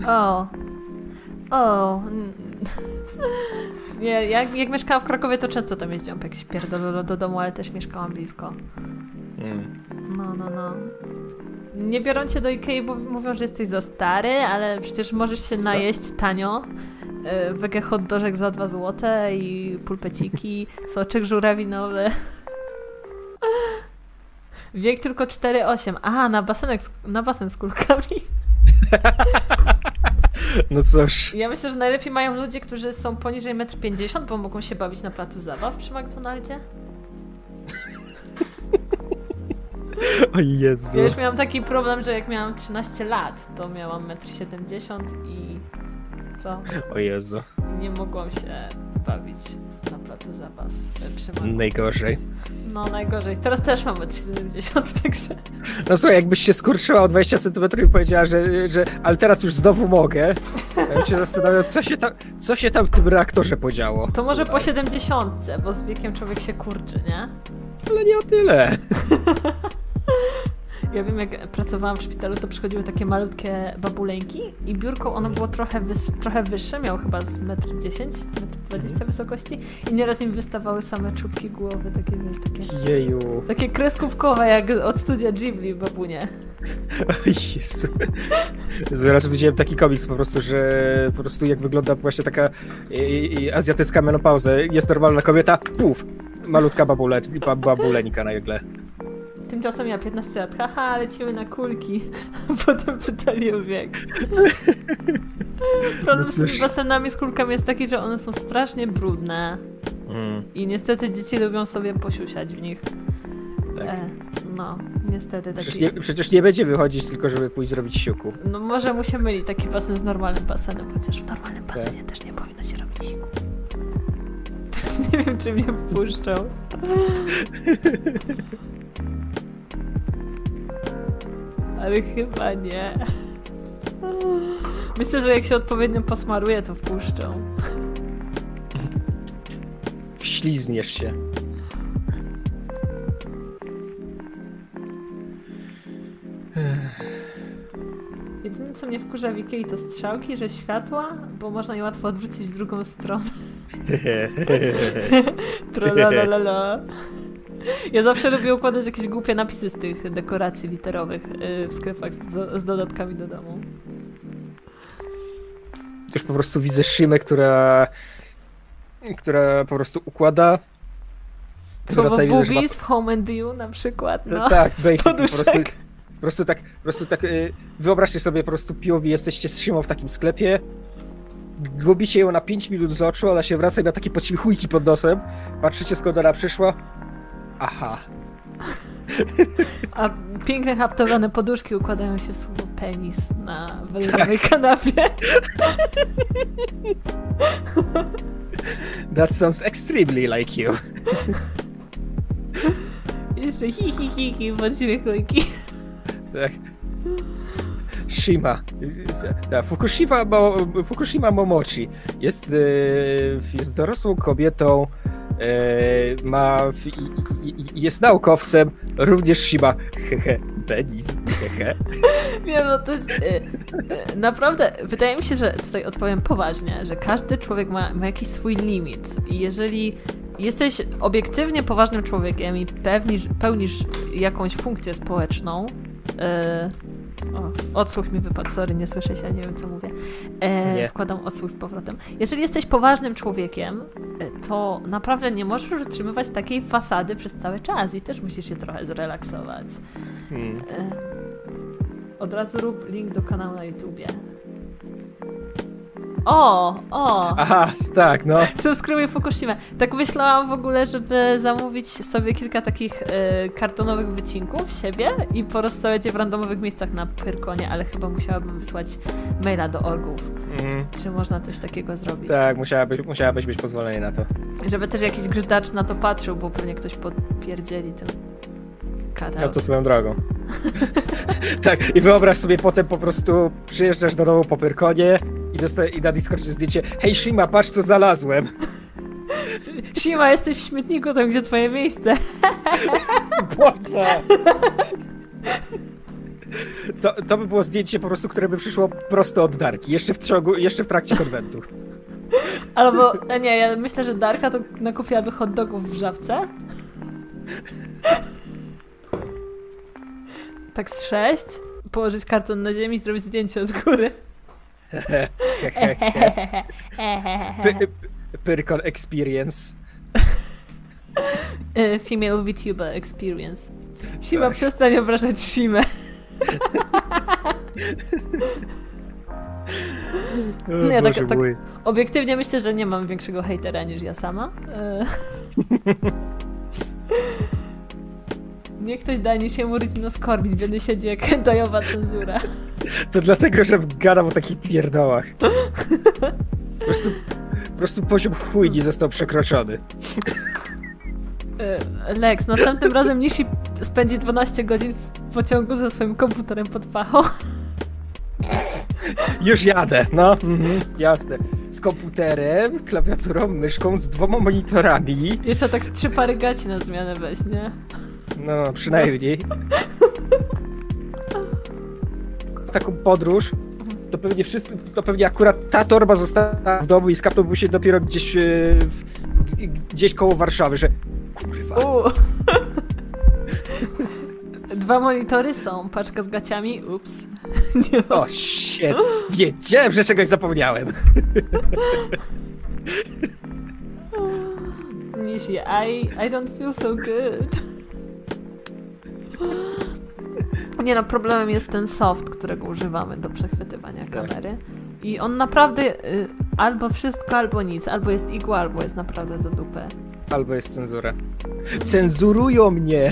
Nie, jak mieszkałam w Krakowie, to często tam jeździłam po jakieś pierdololo do domu, ale też mieszkałam blisko. No. Nie biorą cię do Ikei, bo mówią, że jesteś za stary, ale przecież możesz się najeść tanio. Wege hot dożek za 2 złote i pulpeciki, soczek żurawinowy. Wiek tylko 4,8. Aha, na basen z kulkami. No cóż. Ja myślę, że najlepiej mają ludzie, którzy są poniżej 1,50 m, bo mogą się bawić na placu zabaw przy McDonaldzie. O Jezu. Ja już miałam taki problem, że jak miałam 13 lat, to miałam 1,70 m i co? O Jezu. Nie mogłam się bawić na placu zabaw przy McDonaldzie. Najgorzej. No najgorzej. Teraz też mam 1,70 m, także... No słuchaj, jakbyś się skurczyła o 20 cm i powiedziała, że ale teraz już znowu mogę. Ja bym się zastanawiał, co się tam w tym reaktorze podziało. To może po 70, bo z wiekiem człowiek się kurczy, nie? Ale nie o tyle. Ja wiem, jak pracowałam w szpitalu, to przychodziły takie malutkie babuleńki i biurko, ono było trochę wyższe, miało chyba z 1,10 m, 1,20 m wysokości i nieraz im wystawały same czubki głowy, takie, wiesz, takie... Jeju. Takie kreskówkowe, jak od studia Ghibli, babunie. O Jezu. Zaraz widziałem taki komiks po prostu, że po prostu jak wygląda właśnie taka azjatycka menopauza. Jest normalna kobieta, puf, malutka babuleńka nagle. Tymczasem ja 15 lat, haha, lecimy na kulki. Potem pytali o wiek. Problem z tymi basenami z kulkami jest taki, że one są strasznie brudne. I niestety dzieci lubią sobie posiusiać w nich. Tak. No, niestety taki... Przecież nie będzie wychodzić tylko, żeby pójść zrobić siuku. No może mu się myli taki basen z normalnym basenem, chociaż w normalnym basenie też nie powinno się robić siku. Teraz nie wiem, czy mnie wpuszczą. Ale chyba nie. Myślę, że jak się odpowiednio posmaruje, to wpuszczą. Wślizgniesz się. Jedyne, co mnie wkurza w Ikei, to strzałki, że światła, bo można je łatwo odwrócić w drugą stronę. Trolalala. Ja zawsze lubię układać jakieś głupie napisy z tych dekoracji literowych w sklepach z dodatkami do domu. już po prostu widzę Shimę, która po prostu układa. Słowo i widzę, boobies w Home and You na przykład, no. Tak, z poduszek. Po prostu tak, wyobraźcie sobie, po prostu POV, jesteście z Shimą w takim sklepie, gubicie ją na 5 minut z oczu, ona się wraca i ma takie podśmiechujki pod nosem, patrzycie skąd ona przyszła, aha. A piękne haftowane poduszki układają się w słowo penis na welurowej kanapie. That sounds extremely like you. Jeszcze hi, podśmiechujki. Tak. Shima. Fukushima Momochi. Jest dorosłą kobietą, jest naukowcem, również Shima. Hehe, penis. Hehe. Nie, no to jest... naprawdę, wydaje mi się, że tutaj odpowiem poważnie, że każdy człowiek ma jakiś swój limit i jeżeli jesteś obiektywnie poważnym człowiekiem i pełnisz jakąś funkcję społeczną, odsłuch mi wypadł, sorry, nie słyszę się, nie wiem co mówię. Wkładam odsłuch z powrotem. Jeżeli jesteś poważnym człowiekiem, to naprawdę nie możesz już utrzymywać takiej fasady przez cały czas i też musisz się trochę zrelaksować. Od razu rób link do kanału na YouTubie. O! Aha, tak, no. Subskrybuję Fukushimę. Tak myślałam w ogóle, żeby zamówić sobie kilka takich kartonowych wycinków siebie i porozstawiać je w randomowych miejscach na Pyrkonie, ale chyba musiałabym wysłać maila do orgów. Czy można coś takiego zrobić? Tak, musiałabyś mieć pozwolenie na to. Żeby też jakiś grzydacz na to patrzył, bo pewnie ktoś podpierdzieli ten cutout. No to swoją drogą. Tak, i wyobraź sobie potem po prostu przyjeżdżasz do domu po Pyrkonie i na Discordzie zdjęcie: hej Shima, patrz co znalazłem. Shima, jesteś w śmietniku, tam gdzie twoje miejsce. Boże! To by było zdjęcie po prostu, które by przyszło prosto od Darki, jeszcze w trakcie konwentu. Albo, nie, ja myślę, że Darka to nakupiłaby hot dogów w Żabce. Tak z 6, położyć karton na ziemi i zrobić zdjęcie od góry. Pyrkon Experience. Female VTuber Experience. Shima, tak. Przestań obrażać Shimę. Nie, tak obiektywnie myślę, że nie mam większego hejtera niż ja sama. Niech ktoś da Nishiemu Ritino skorbić, będę siedzi jak hentai-owa cenzura. To dlatego, że gadam o takich pierdołach. Po prostu poziom chujni został przekroczony. Lex, następnym razem Nishi spędzi 12 godzin w pociągu ze swoim komputerem pod pachą. Już jadę, no, jasne. Z komputerem, klawiaturą, myszką, z 2 monitorami. Jeszcze tak z 3 pary gaci na zmianę weź, nie? No, przynajmniej. Taką podróż, to pewnie akurat ta torba została w domu i skapnąłby się dopiero gdzieś koło Warszawy, że kurwa. 2 monitory są, paczka z gaciami, ups. O, shit, wiedziałem, że czegoś zapomniałem. Nishi, I don't feel so good. Nie no, problemem jest ten soft, którego używamy do przechwytywania kamery. I on naprawdę albo wszystko, albo nic. Albo jest igła, albo jest naprawdę do dupy. Albo jest cenzura. Cenzurują mnie!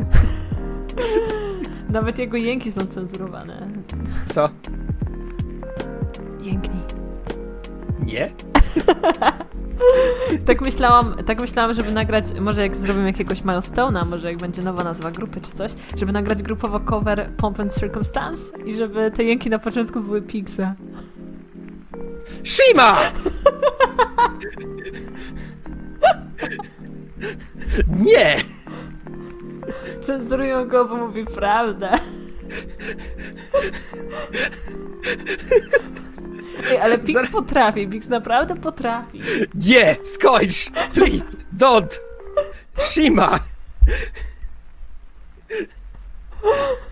Nawet jego jęki są cenzurowane. Co? Jęknij. Nie? Tak myślałam, żeby nagrać, może jak zrobimy jakiegoś milestone'a, może jak będzie nowa nazwa grupy czy coś, żeby nagrać grupowo cover Pomp and Circumstance i żeby te jęki na początku były Pixa. Shima! Nie! Cenzurują go, bo mówi prawdę. Ej, ale Pix potrafi, Pix naprawdę potrafi. Nie! Skończ! Please! Don't! Shima!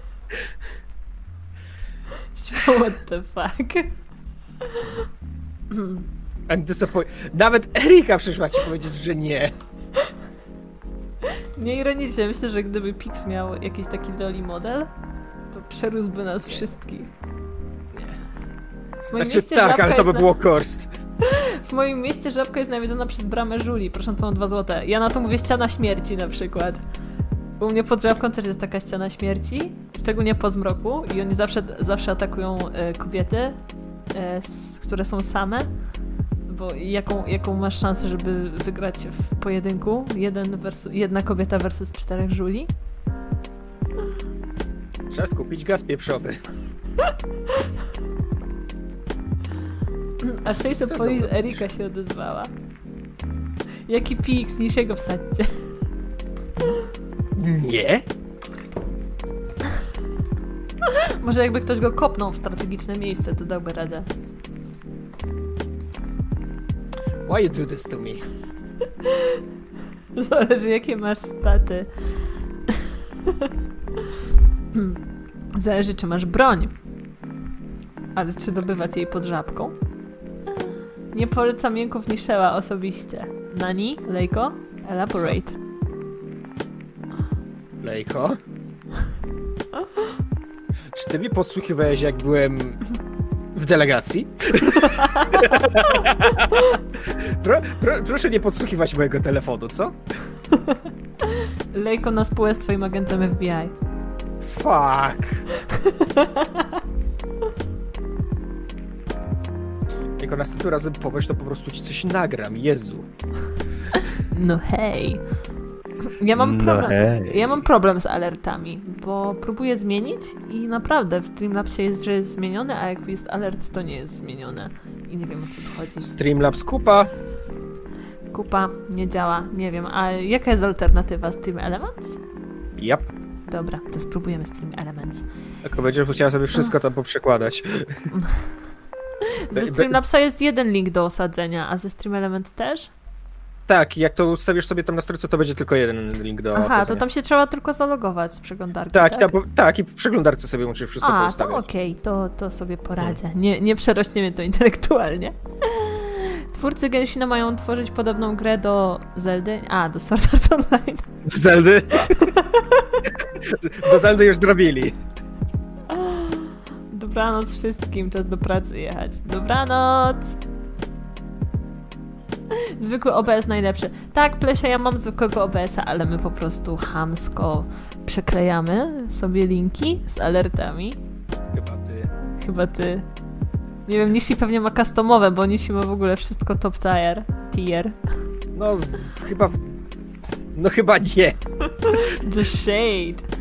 What the fuck? I'm disappointed. Nawet Erika przyszła ci powiedzieć, że nie. Nie ironicznie, myślę, że gdyby Pix miał jakiś taki Loli model, to przerósłby nas wszystkich. W moim Znaczy mieście tak, żabka ale to jest by było korst. W moim mieście żabka jest nawiedzona przez bramę Żuli, proszącą o 2 złote. Ja na to mówię ściana śmierci na przykład. U mnie pod żabką też jest taka ściana śmierci, szczególnie po zmroku i oni zawsze atakują kobiety, które są same, bo jaką masz szansę, żeby wygrać w pojedynku? Jedna kobieta versus 4 żuli? Trzeba skupić gaz pieprzowy. A Sejso Police Erika się odezwała. Jaki Pix, niczego wsadźcie. Nie? Może jakby ktoś go kopnął w strategiczne miejsce, to dałby radę. Why you do this to me? Zależy jakie masz staty. Zależy czy masz broń. Ale czy dobywać jej pod żabką? Nie polecam jęków Niszeła osobiście. Nani? Lejko? Elaborate. Lejko? Czy ty mi podsłuchiwałeś jak byłem w delegacji? Proszę nie podsłuchiwać mojego telefonu, co? Lejko na spółę z twoim agentem FBI. Fuck! Jak następnym razem powiesz, to po prostu ci coś nagram, Jezu. No hej. Ja mam problem z alertami, bo próbuję zmienić i naprawdę w Streamlabsie jest, że jest zmienione, a jak jest alert, to nie jest zmienione. I nie wiem o co tu chodzi. Streamlabs kupa. Kupa nie działa, nie wiem. A jaka jest alternatywa? Stream Elements? Yep. Dobra, to spróbujemy Stream Elements. Tylko będziesz chciała sobie wszystko tam poprzekładać. Ze Streamlabsa jest jeden link do osadzenia, a ze Stream Elements też? Tak, jak to ustawisz sobie tam na stronce, to będzie tylko jeden link do Aha, to tam się trzeba tylko zalogować z przeglądarki, tak? tak? Tak, i w przeglądarce sobie musisz wszystko poustawiać. To okej, to sobie poradzę. Nie przerośniemy to intelektualnie. Twórcy Genshina mają tworzyć podobną grę do Zeldy. Do Sword Art Online. Zeldy? Do Zeldy już zrobili. Dobranoc wszystkim, czas do pracy jechać. Dobranoc! Zwykły OBS najlepszy. Tak, Plesia, ja mam zwykłego OBS-a, ale my po prostu chamsko przeklejamy sobie linki z alertami. Chyba ty. Nie wiem, Nishi pewnie ma customowe, bo Nishi ma w ogóle wszystko top tier. No, chyba nie. The shade.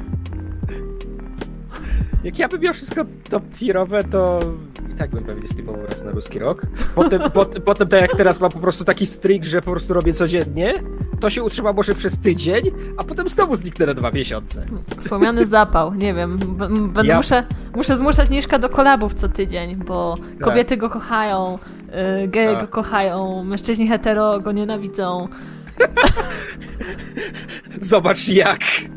Jak ja bym miał wszystko top tierowe, to i tak bym pewnie streamował raz na ruski rok. Potem tak jak teraz mam po prostu taki streak, że po prostu robię codziennie, to się utrzyma może przez tydzień, a potem znowu zniknę na 2 miesiące. Słomiany zapał, nie wiem. Muszę zmuszać Niszka do kolabów co tydzień, bo kobiety go kochają, geje go kochają, mężczyźni hetero go nienawidzą. Zobacz jak!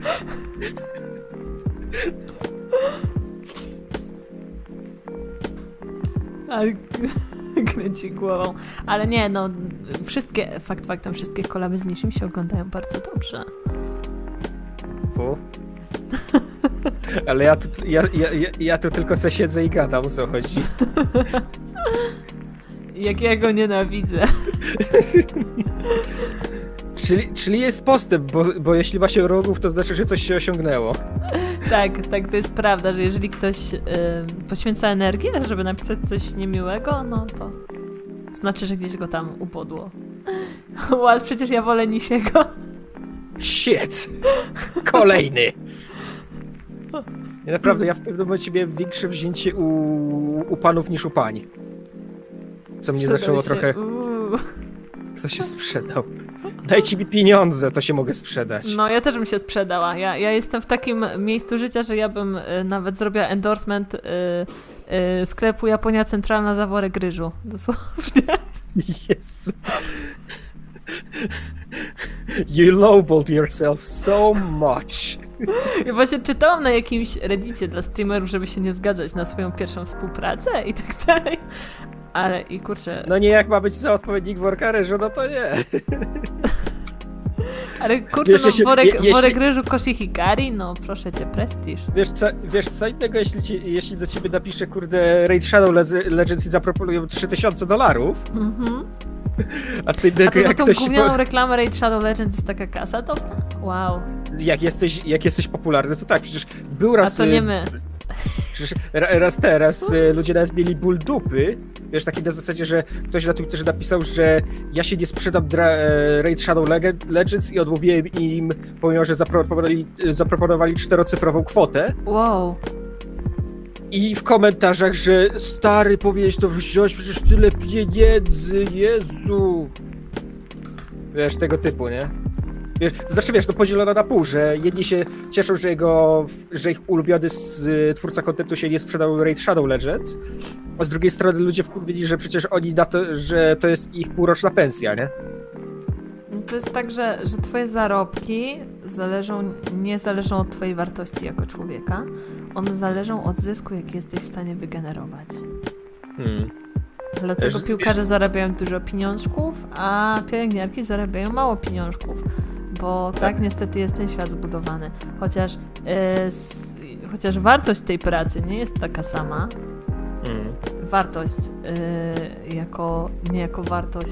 Kręci głową. Ale nie, no faktem wszystkie kolaby z Nishim się oglądają bardzo dobrze. Ale ja tu tylko se siedzę i gadam, o co chodzi. Jak ja go nienawidzę. Czyli jest postęp, bo jeśli ma się rogów, to znaczy, że coś się osiągnęło. Tak, to jest prawda, że jeżeli ktoś poświęca energię, żeby napisać coś niemiłego, no to znaczy, że gdzieś go tam upodło. Przecież ja wolę Nisiego. Shit! Kolejny! Ja naprawdę, ja w pewnym momencie miałem większe wzięcie u panów niż u pań. Co mnie zaczęło trochę... Kto się sprzedał? Dajcie mi pieniądze, to się mogę sprzedać. No, ja też bym się sprzedała. Ja jestem w takim miejscu życia, że ja bym nawet zrobiła endorsement sklepu Japonia Centralna za worek ryżu. Dosłownie. Jezu. You lowballed yourself so much. Ja właśnie czytałam na jakimś reddicie dla streamerów, żeby się nie zgadzać na swoją pierwszą współpracę i tak dalej. Ale i kurczę... No nie, jak ma być za odpowiednik worka ryżu, no to nie. Ale kurczę, Wiesz, no jeśli- worek ryżu Koshi Hikari, no proszę cię, prestiż. Wiesz co innego, jeśli do ciebie napisze, kurde, Raid Shadow Legends i zaproponują $3000? Mhm. A co innego, A to za jak tą ktoś... gównianą reklamę Raid Shadow Legends jest taka kasa, to wow. Jak jesteś popularny, to tak, przecież był raz... A to nie my. Przecież raz ludzie nawet mieli ból dupy, wiesz, taki na zasadzie, że ktoś na Twitterze napisał, że ja się nie sprzedam Raid Shadow Legends i odmówiłem im, pomimo że zaproponowali 4-cyfrową kwotę. Wow. I w komentarzach, że stary, powinieneś to wziąć, przecież tyle pieniędzy, Jezu. Wiesz, tego typu, nie? Wiesz, to podzielono na pół, że jedni się cieszą, że ich ulubiony twórca kontentu się nie sprzedał Raid Shadow Legends, a z drugiej strony ludzie wkurwili, że przecież oni na to, że to jest ich półroczna pensja, nie? To jest tak, że twoje zarobki nie zależą od twojej wartości jako człowieka, one zależą od zysku, jaki jesteś w stanie wygenerować. Dlatego piłkarze zarabiają dużo pieniążków, a pielęgniarki zarabiają mało pieniążków. Bo tak niestety jest ten świat zbudowany. Chociaż wartość tej pracy nie jest taka sama. Wartość nie jako wartość...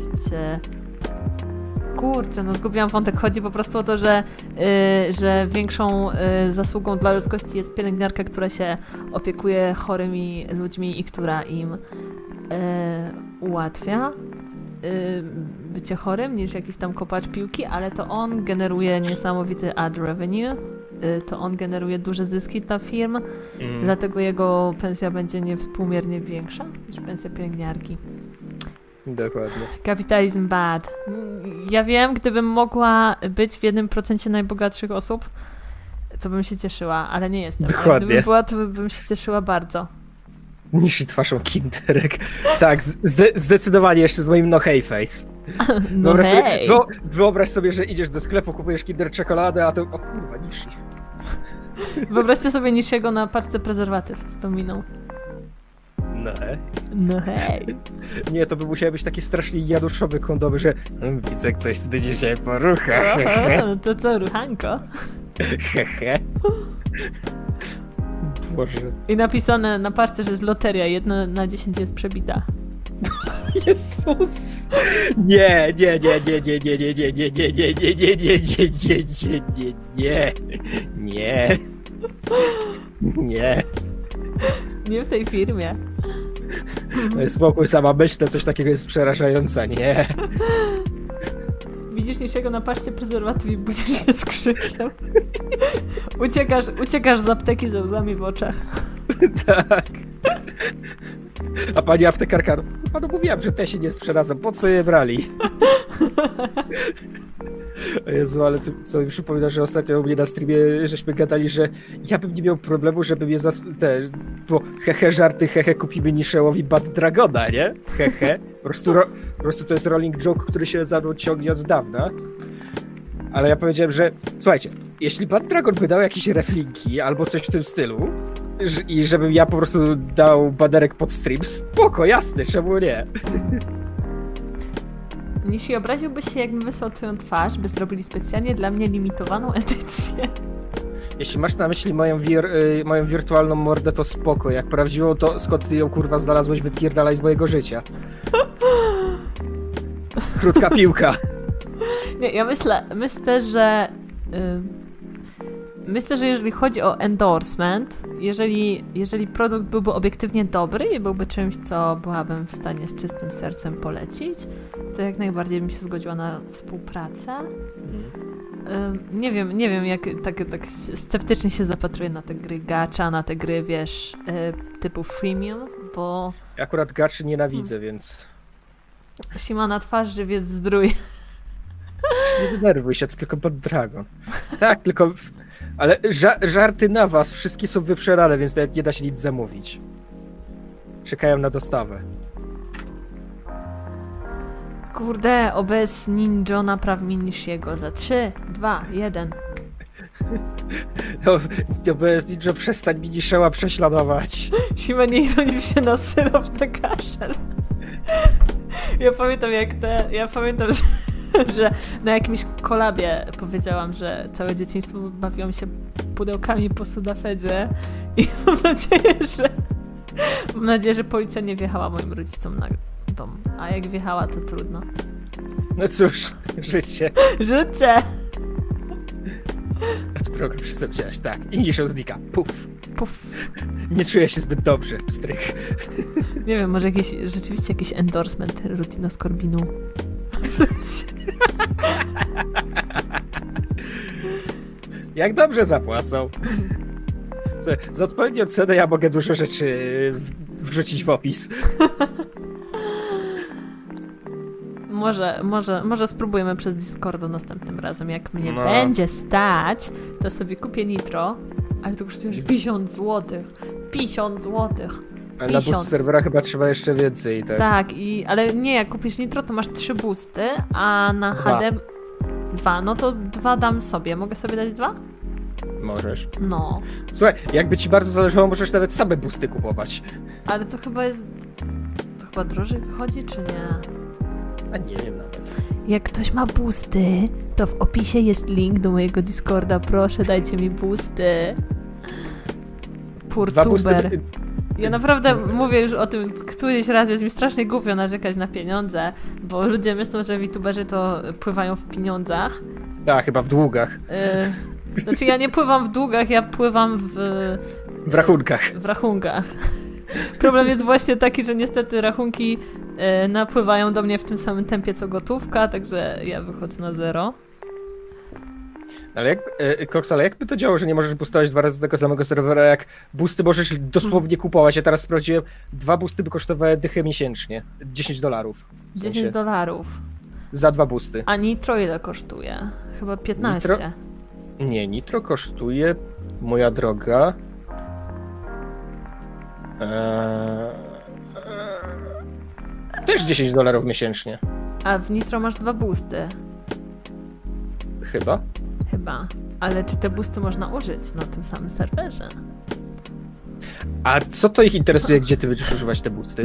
Kurczę, no zgubiłam wątek. Chodzi po prostu o to, że większą zasługą dla ludzkości jest pielęgniarka, która się opiekuje chorymi ludźmi i która im ułatwia bycie chorym niż jakiś tam kopacz piłki, ale to on generuje niesamowity ad revenue, to on generuje duże zyski dla firm, dlatego jego pensja będzie niewspółmiernie większa niż pensja pielęgniarki. Dokładnie. Kapitalizm bad. Ja wiem, gdybym mogła być w 1% najbogatszych osób, to bym się cieszyła, ale nie jestem. Dokładnie. Gdybym była, to bym się cieszyła bardzo. Niż i twarzą kinderek. Tak, zdecydowanie jeszcze z moim no hey face. No hej! Wyobraź sobie, że idziesz do sklepu, kupujesz kinder czekoladę, a to... O kurwa, Nishi. Wyobraźcie sobie Nishiego na paczce prezerwatyw z tą miną. No hej. Nie, to by musiały być takie strasznie jaduszowe kondomy, że widzę, ktoś tutaj dzisiaj porucha. To co, ruchanko? Hehe. Boże. I napisane na parce, że jest loteria, 1 na 10 jest przebita. Jezus! Nie. Nie w tej firmie. Spokój, sama myśl, coś takiego jest przerażające, nie. Widzisz Nishiego na paczce prezerwatyw i budzisz się z krzykiem. Uciekasz z apteki ze łzami w oczach. Tak. A pani aptekarka, panu mówiłam, że te się nie sprzedadzą, po co je brali? O Jezu, ale co mi przypomina, że ostatnio u mnie na streamie żeśmy gadali, że ja bym nie miał problemu, żeby je bo żarty, kupimy Nishe'owi Bad Dragona, nie? Po prostu to jest rolling joke, który się za mną ciągnie od dawna. Ale ja powiedziałem, że słuchajcie, jeśli Bad Dragon by dał jakieś reflinki albo coś w tym stylu i żebym ja po prostu dał banerek pod stream, spoko, jasne, czemu nie? Nishi, obraziłbyś się, jakbym wysłał twoją twarz, by zrobili specjalnie dla mnie limitowaną edycję? Jeśli masz na myśli moją wirtualną mordę, to spoko. Jak prawdziwą, to skąd ty ją kurwa znalazłeś, wypierdalaj z mojego życia. Krótka piłka. Nie, ja myślę, że jeżeli chodzi o endorsement, jeżeli produkt byłby obiektywnie dobry i byłby czymś, co byłabym w stanie z czystym sercem polecić, to jak najbardziej bym się zgodziła na współpracę. Nie wiem, jak tak sceptycznie się zapatruję na te gry gacha, na te gry, wiesz, typu freemium, bo... Ja akurat gaczy nienawidzę, więc... Sima na twarz, żywiec zdrój. Nie denerwuj się, to tylko Bad Dragon. Tak, tylko... Ale żarty na was, wszystkie są wyprzedane, więc nawet nie da się nic zamówić. Czekają na dostawę. Kurde, OBS Ninja napraw mi Nishiego za 3, 2, 1. OBS Ninja, przestań mi Nishe'a prześladować. Sima, nie ironizuje się na syrop na kaszel. Ja pamiętam, że na jakimś kolabie powiedziałam, że całe dzieciństwo bawiłam się pudełkami po Sudafedzie i mam nadzieję, że policja nie wjechała moim rodzicom na dom, a jak wjechała, to trudno. No cóż, życie. Życie! A tu program przedstawiłaś, tak. Initial z Dicka. Puf. Puf. Nie czuję się zbyt dobrze. Strych. Nie wiem, może rzeczywiście jakiś endorsement rutinoskorbinu. Jak dobrze zapłacą. Za odpowiednią cenę ja mogę dużo rzeczy wrzucić w opis. Może spróbujemy przez Discorda następnym razem. Jak mnie będzie stać, to sobie kupię Nitro, ale to kosztuje już 50 zł. 50 zł. Ale na boost serwera chyba trzeba jeszcze więcej, tak? Tak, ale nie, jak kupisz Nitro, to masz 3 boosty, a na HD 2. No to 2 dam sobie. Mogę sobie dać 2? Możesz. No. Słuchaj, jakby ci bardzo zależało, możesz nawet same boosty kupować. Ale to chyba jest... To chyba drożej wychodzi, czy nie? A nie wiem nawet. Jak ktoś ma boosty, to w opisie jest link do mojego Discorda. Proszę, dajcie mi boosty. Purtuber. Ja naprawdę mówię już o tym któryś raz. Jest mi strasznie głupio narzekać na pieniądze, bo ludzie myślą, że VTuberzy to pływają w pieniądzach. Tak, chyba w długach. Znaczy ja nie pływam w długach, ja pływam w rachunkach. W rachunkach. Problem jest właśnie taki, że niestety rachunki napływają do mnie w tym samym tempie co gotówka, także ja wychodzę na zero. Ale jakby to działo, że nie możesz boostować 2 razy tego samego serwera, jak boosty możesz dosłownie kupować. Ja teraz sprawdziłem, 2 boosty by kosztowały dychę miesięcznie. $10. W sensie. $10. Za 2 boosty. A Nitro ile kosztuje? Chyba 15. Nitro kosztuje, moja droga... też $10 miesięcznie. A w Nitro masz 2 boosty. Chyba. Ale czy te boosty można użyć na tym samym serwerze? A co to ich interesuje, gdzie ty będziesz używać te boosty?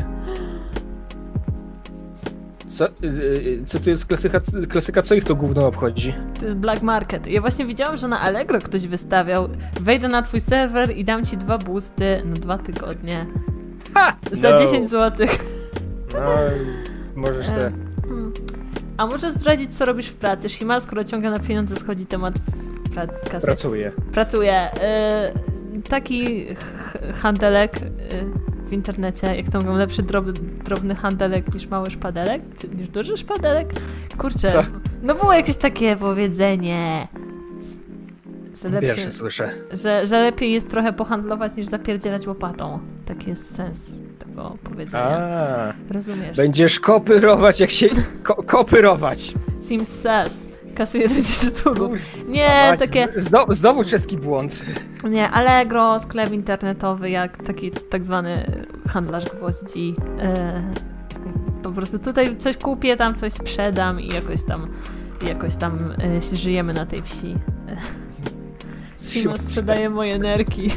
Co tu jest klasyka, co ich to gówno obchodzi? To jest black market. Ja właśnie widziałam, że na Allegro ktoś wystawiał: wejdę na twój serwer i dam ci 2 boosty na 2 tygodnie. Za 10 zł. No, możesz sobie... A możesz zdradzić, co robisz w pracy? Shima, skoro ciągle na pieniądze schodzi temat kasy. Pracuję. Taki handelek w internecie, jak to mówią, lepszy drobny handelek niż mały szpadelek? Czy niż duży szpadelek? Kurczę, co? No było jakieś takie powiedzenie. Pierwsze słyszę. Że lepiej jest trochę pohandlować niż zapierdzielać łopatą. Taki jest sens tego powiedzenia. Rozumiesz? Będziesz kopyrować, jak się... kopyrować! Seems sus. Kasuje ludzi do długów. Nie, takie... Znowu czeski błąd. Nie, Allegro, sklep internetowy, jak taki tak zwany handlarz gwoździ. Po prostu tutaj coś kupię, tam coś sprzedam i jakoś tam żyjemy na tej wsi. Simo sprzedaje moje nerki.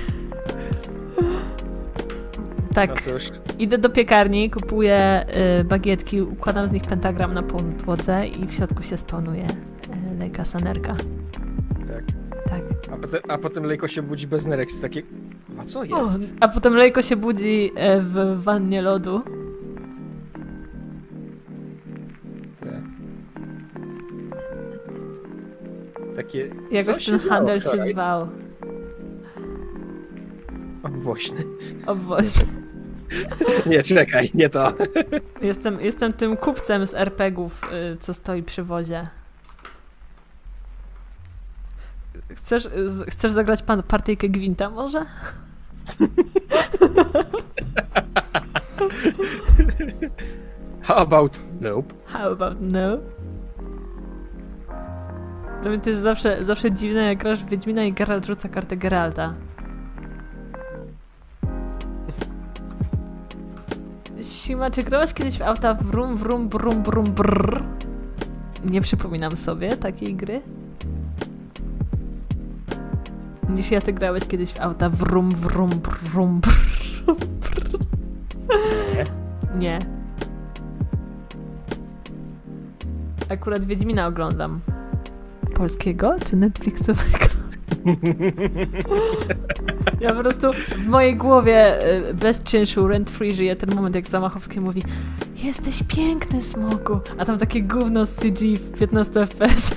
Tak, no idę do piekarni, kupuję bagietki, układam z nich pentagram na podłodze i w środku się spełnuje lejka sanerka. Tak. A potem lejko się budzi bez nerek, jest takie... A co jest? A potem lejko się budzi w wannie lodu. Takie... Jakoś ten handel się zwał. Obwoźny. Nie, czekaj, nie to. Jestem tym kupcem z RPG-ów, co stoi przy wozie. Chcesz zagrać partyjkę Gwinta może? How about nope? How about no? No to jest zawsze dziwne, jak grasz w Wiedźmina i Geralt rzuca kartę Geralta. Sima, czy grałaś kiedyś w auta wrum, wrum, brum, brum, brrr? Nie przypominam sobie takiej gry. Niż ja, ty grałeś kiedyś w auta wrum, wrum, brum, brrr. Nie. Akurat Wiedźmina oglądam. Polskiego czy Netflixowego? Ja po prostu w mojej głowie bez czynszu, rent free żyje ten moment, jak Zamachowski mówi: jesteś piękny, smoku, a tam takie gówno z CG w 15 fps.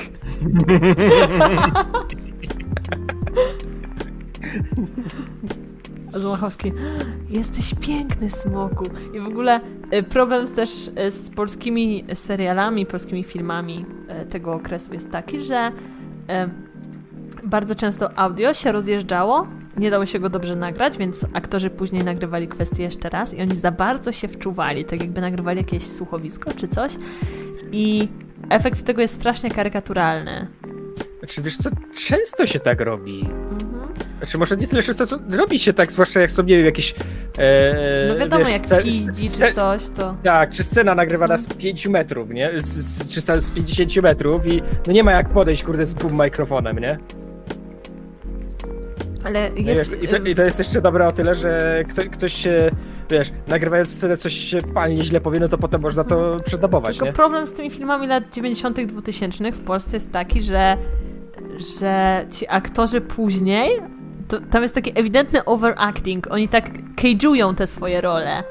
A Zamachowski: jesteś piękny, smoku. I w ogóle problem też z polskimi serialami, polskimi filmami tego okresu jest taki, że bardzo często audio się rozjeżdżało, nie dało się go dobrze nagrać, więc aktorzy później nagrywali kwestię jeszcze raz i oni za bardzo się wczuwali, tak jakby nagrywali jakieś słuchowisko czy coś, i efekt tego jest strasznie karykaturalny. Znaczy, wiesz co, często się tak robi. Znaczy, może nie tyle często, co robi się tak, zwłaszcza jak są, nie wiem, jakieś... no wiadomo, wiesz, jak piździ czy coś, to... Tak, czy scena nagrywana z 5 metrów, nie? Czy z 50 metrów i no nie ma jak podejść, kurde, z boom mikrofonem, nie? Ale jest... Wiesz, i to jest jeszcze dobre o tyle, że ktoś się, wiesz, nagrywając scenę coś się palnie źle powie, no to potem można to przedabować, Tylko nie? problem z tymi filmami lat 90., 2000 w Polsce jest taki, że ci aktorzy później, tam jest taki ewidentny overacting. Oni tak cage'ują te swoje role.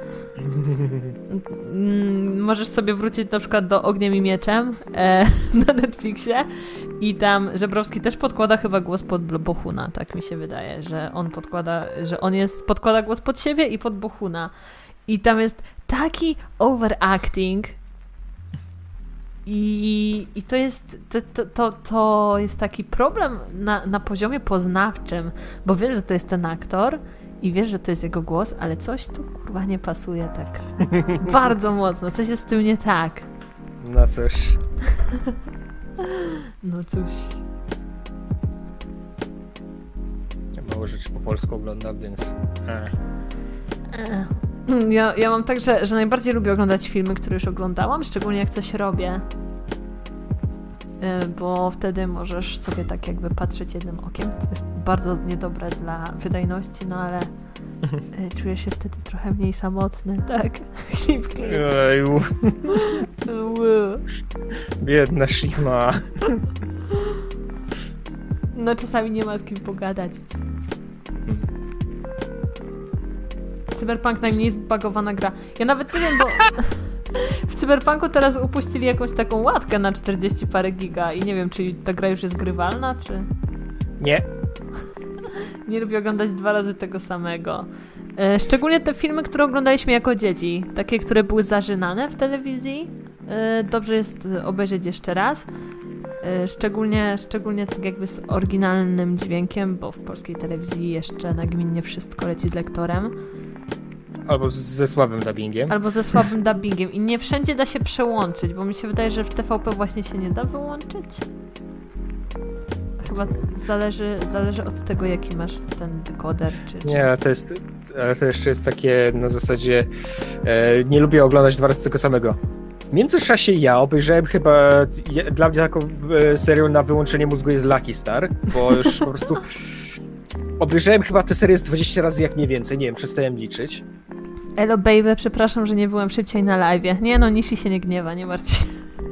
Możesz sobie wrócić na przykład do Ogniem i Mieczem na Netflixie i tam Żebrowski też podkłada chyba głos pod Bohuna, tak mi się wydaje, że on podkłada głos pod siebie i pod Bohuna. I tam jest taki overacting i to jest taki problem na poziomie poznawczym, bo wiesz, że to jest ten aktor i wiesz, że to jest jego głos, ale coś tu kurwa nie pasuje tak bardzo mocno. Coś jest z tym nie tak. No cóż. No cóż. Ja mało rzeczy po polsku oglądam, więc... Ja mam tak, że najbardziej lubię oglądać filmy, które już oglądałam, szczególnie jak coś robię. Bo wtedy możesz sobie tak jakby patrzeć jednym okiem. To jest bardzo niedobre dla wydajności, no ale czujesz się wtedy trochę mniej samotny, tak? Klip. Eju. Biedna Shima. No czasami nie ma z kim pogadać. Cyberpunk najmniej zbagowana gra. Ja nawet nie wiem, bo w Cyberpunku teraz upuścili jakąś taką łatkę na 40 parę giga i nie wiem, czy ta gra już jest grywalna, czy... Nie. Nie lubię oglądać 2 razy tego samego. Szczególnie te filmy, które oglądaliśmy jako dzieci. Takie, które były zażynane w telewizji. Dobrze jest obejrzeć jeszcze raz. Szczególnie tak jakby z oryginalnym dźwiękiem, bo w polskiej telewizji jeszcze nagminnie wszystko leci z lektorem. Albo ze słabym dubbingiem. I nie wszędzie da się przełączyć, bo mi się wydaje, że w TVP właśnie się nie da wyłączyć. Chyba zależy od tego, jaki masz ten dekoder. Czy... Nie, ale to jeszcze jest takie na zasadzie nie lubię oglądać 2 razy tego samego. W międzyczasie ja obejrzałem chyba, dla mnie taką serią na wyłączenie mózgu jest Lucky Star, bo już po prostu obejrzałem chyba tę serię z 20 razy, jak nie więcej, nie wiem, przestałem liczyć. Elo baby, przepraszam, że nie byłem szybciej na live'ie. Nie no, Nishi się nie gniewa, nie martw się.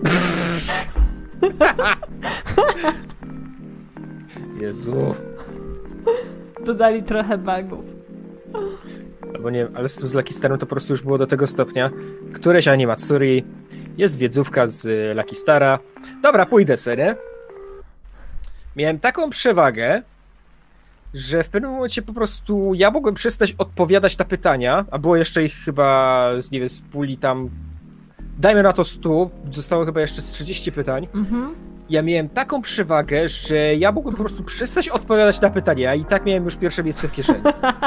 Jezu. Dodali trochę bugów. Albo nie wiem, ale z tym z Lucky Starem to po prostu już było do tego stopnia. Któreś animatsuri, jest wiedzówka z Lucky Stara. Dobra, pójdę sobie. Miałem taką przewagę, że w pewnym momencie po prostu ja mogłem przestać odpowiadać na pytania, a było jeszcze ich chyba, nie wiem, z puli tam, dajmy na to 100, zostało chyba jeszcze z 30 pytań. Ja miałem taką przewagę, że ja mogłem po prostu przestać odpowiadać na pytania i tak miałem już pierwsze miejsce w kieszeni.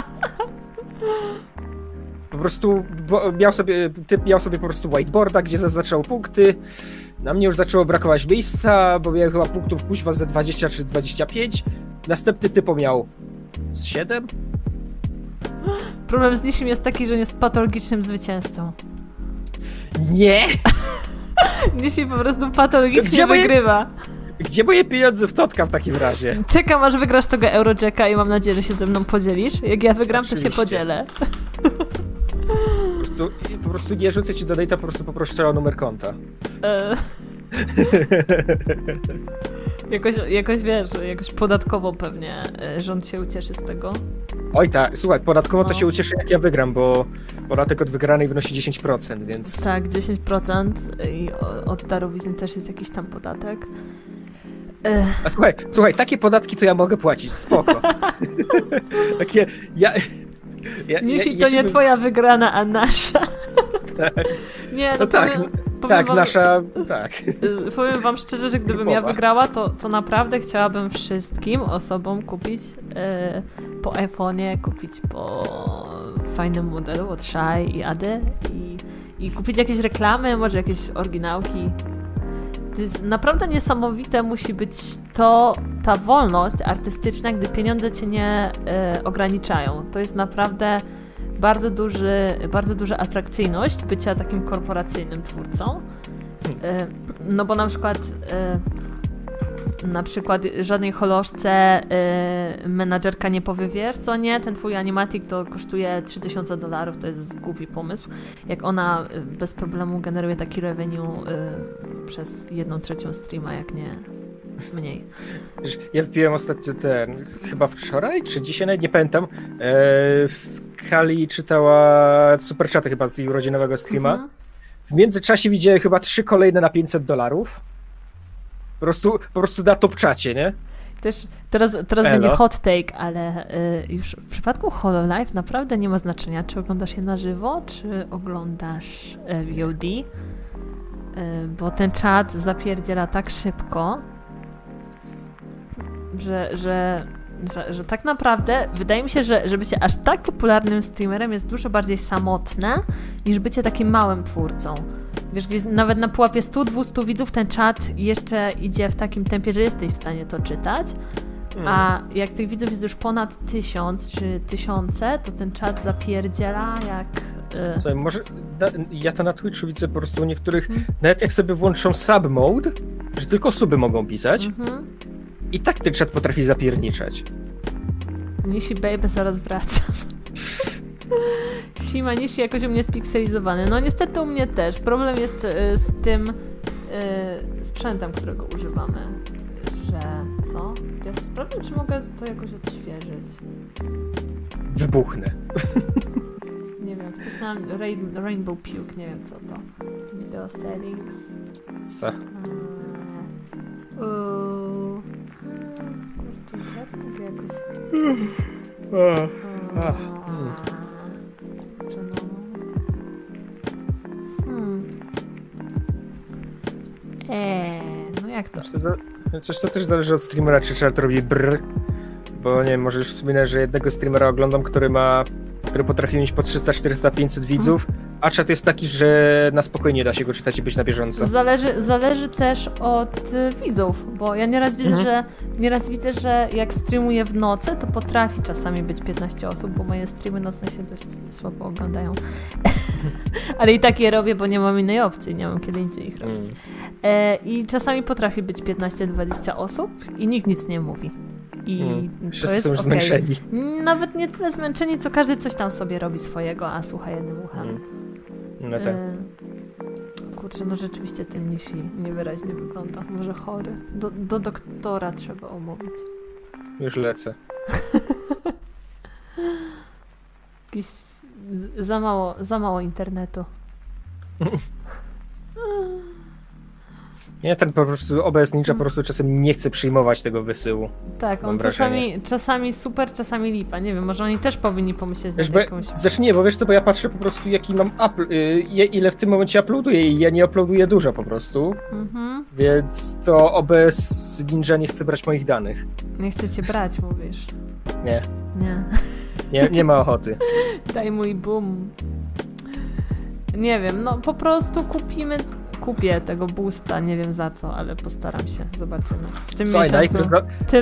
Po prostu typ miał sobie po prostu whiteboarda, gdzie zaznaczał punkty. Na mnie już zaczęło brakować miejsca, bo miałem chyba punktów kuźwa ze 20 czy 25. Następny typo miał z 7. Problem z Nishim jest taki, że on jest patologicznym zwycięzcą. Nie! Nishi po prostu patologicznie wygrywa. Gdzie moje pieniądze w Totka w takim razie? Czekam, aż wygrasz tego Eurojacka i mam nadzieję, że się ze mną podzielisz. Jak ja wygram, oczywiście, to się podzielę. Po prostu nie rzucę ci do data, po prostu poproszę o numer konta. Jakoś wiesz, jakoś podatkowo pewnie rząd się ucieszy z tego. Oj tak, słuchaj, podatkowo to się ucieszy jak ja wygram, bo podatek od wygranej wynosi 10%, więc... Tak, 10% i od darowizny też jest jakiś tam podatek. A słuchaj, takie podatki to ja mogę płacić, spoko. Takie, Jeśli to nie twoja wygrana, a nasza. Tak. Nie, no tak, powiem wam, nasza, tak. Powiem wam szczerze, że gdybym ja wygrała, to naprawdę chciałabym wszystkim osobom kupić po iPhone'ie, kupić po fajnym modelu od Shy i Ady i kupić jakieś reklamy, może jakieś oryginałki. To jest naprawdę niesamowite musi być ta wolność artystyczna, gdy pieniądze cię nie ograniczają. To jest naprawdę bardzo duża atrakcyjność bycia takim korporacyjnym twórcą. No bo na przykład żadnej holożce menadżerka nie powie, wiesz co, nie, ten twój animatic to kosztuje $3000, to jest głupi pomysł. Jak ona bez problemu generuje taki revenue przez 1/3 streama, jak nie mniej. Ja wbiłem ostatnio chyba wczoraj, czy dzisiaj, nawet nie pamiętam, Kali czytała superchaty chyba z jej urodzinowego streama. W międzyczasie widziałem chyba 3 kolejne na $500. Po prostu na top czacie, nie? Też teraz będzie hot take, ale już w przypadku Hololive naprawdę nie ma znaczenia, czy oglądasz je na żywo, czy oglądasz VOD, bo ten czat zapierdziela tak szybko, że tak naprawdę wydaje mi się, że bycie aż tak popularnym streamerem jest dużo bardziej samotne, niż bycie takim małym twórcą. Wiesz, gdzieś nawet na pułapie 100-200 widzów ten czat jeszcze idzie w takim tempie, że jesteś w stanie to czytać, a jak tych widzów jest już ponad 1000 czy 1000, to ten czat zapierdziela jak... Słuchaj, może ja to na Twitchu widzę po prostu u niektórych, nawet jak sobie włączą sub mode, że tylko suby mogą pisać, i tak ten czat potrafi zapierniczać. Nishi baby zaraz wraca. Shima Nishi jakoś u mnie spikselizowany. No niestety u mnie też. Problem jest z tym sprzętem, którego używamy. Że co? Ja sprawdzę, czy mogę to jakoś odświeżyć. Wybuchnę. Nie wiem, wcisnęłam Rainbow Puke, nie wiem co to. Video settings. Co? Czat mogę jakoś... No jak to? Coś to też zależy od streamera, czy czat robi brr. Bo nie wiem, może już wspominać, że jednego streamera oglądam, który potrafi mieć po 300, 400, 500 widzów, a czat jest taki, że na spokojnie da się go czytać i być na bieżąco. Zależy też od widzów, bo ja nieraz widzę, że jak streamuję w nocy, to potrafi czasami być 15 osób, bo moje streamy nocne się dość słabo oglądają. Ale i tak je robię, bo nie mam innej opcji, nie mam kiedy indziej ich robić. I czasami potrafi być 15-20 osób i nikt nic nie mówi. I wszyscy są już zmęczeni. Nawet nie tyle zmęczeni, co każdy coś tam sobie robi swojego, a słucha jednym uchem. No tak. Kurczę, no rzeczywiście ten Nishi niewyraźnie wygląda. Może chory. Do doktora trzeba omówić. Już lecę. Jakiś za mało internetu. Nie, ten po prostu OBS Ninja po prostu czasem nie chce przyjmować tego wysyłu. Tak, on czasami super, czasami lipa. Nie wiem, może oni też powinni pomyśleć nad jakąś... Znaczy nie, bo wiesz co, bo ja patrzę po prostu jaki mam ile w tym momencie uploaduję i ja nie uploaduję dużo po prostu. Więc to OBS Ninja nie chce brać moich danych. Nie chce cię brać, mówisz. Nie. Nie. Nie ma ochoty. Daj mój boom. Nie wiem, no po prostu kupię tego boosta, nie wiem za co, ale postaram się, zobaczymy. W tym miesiącu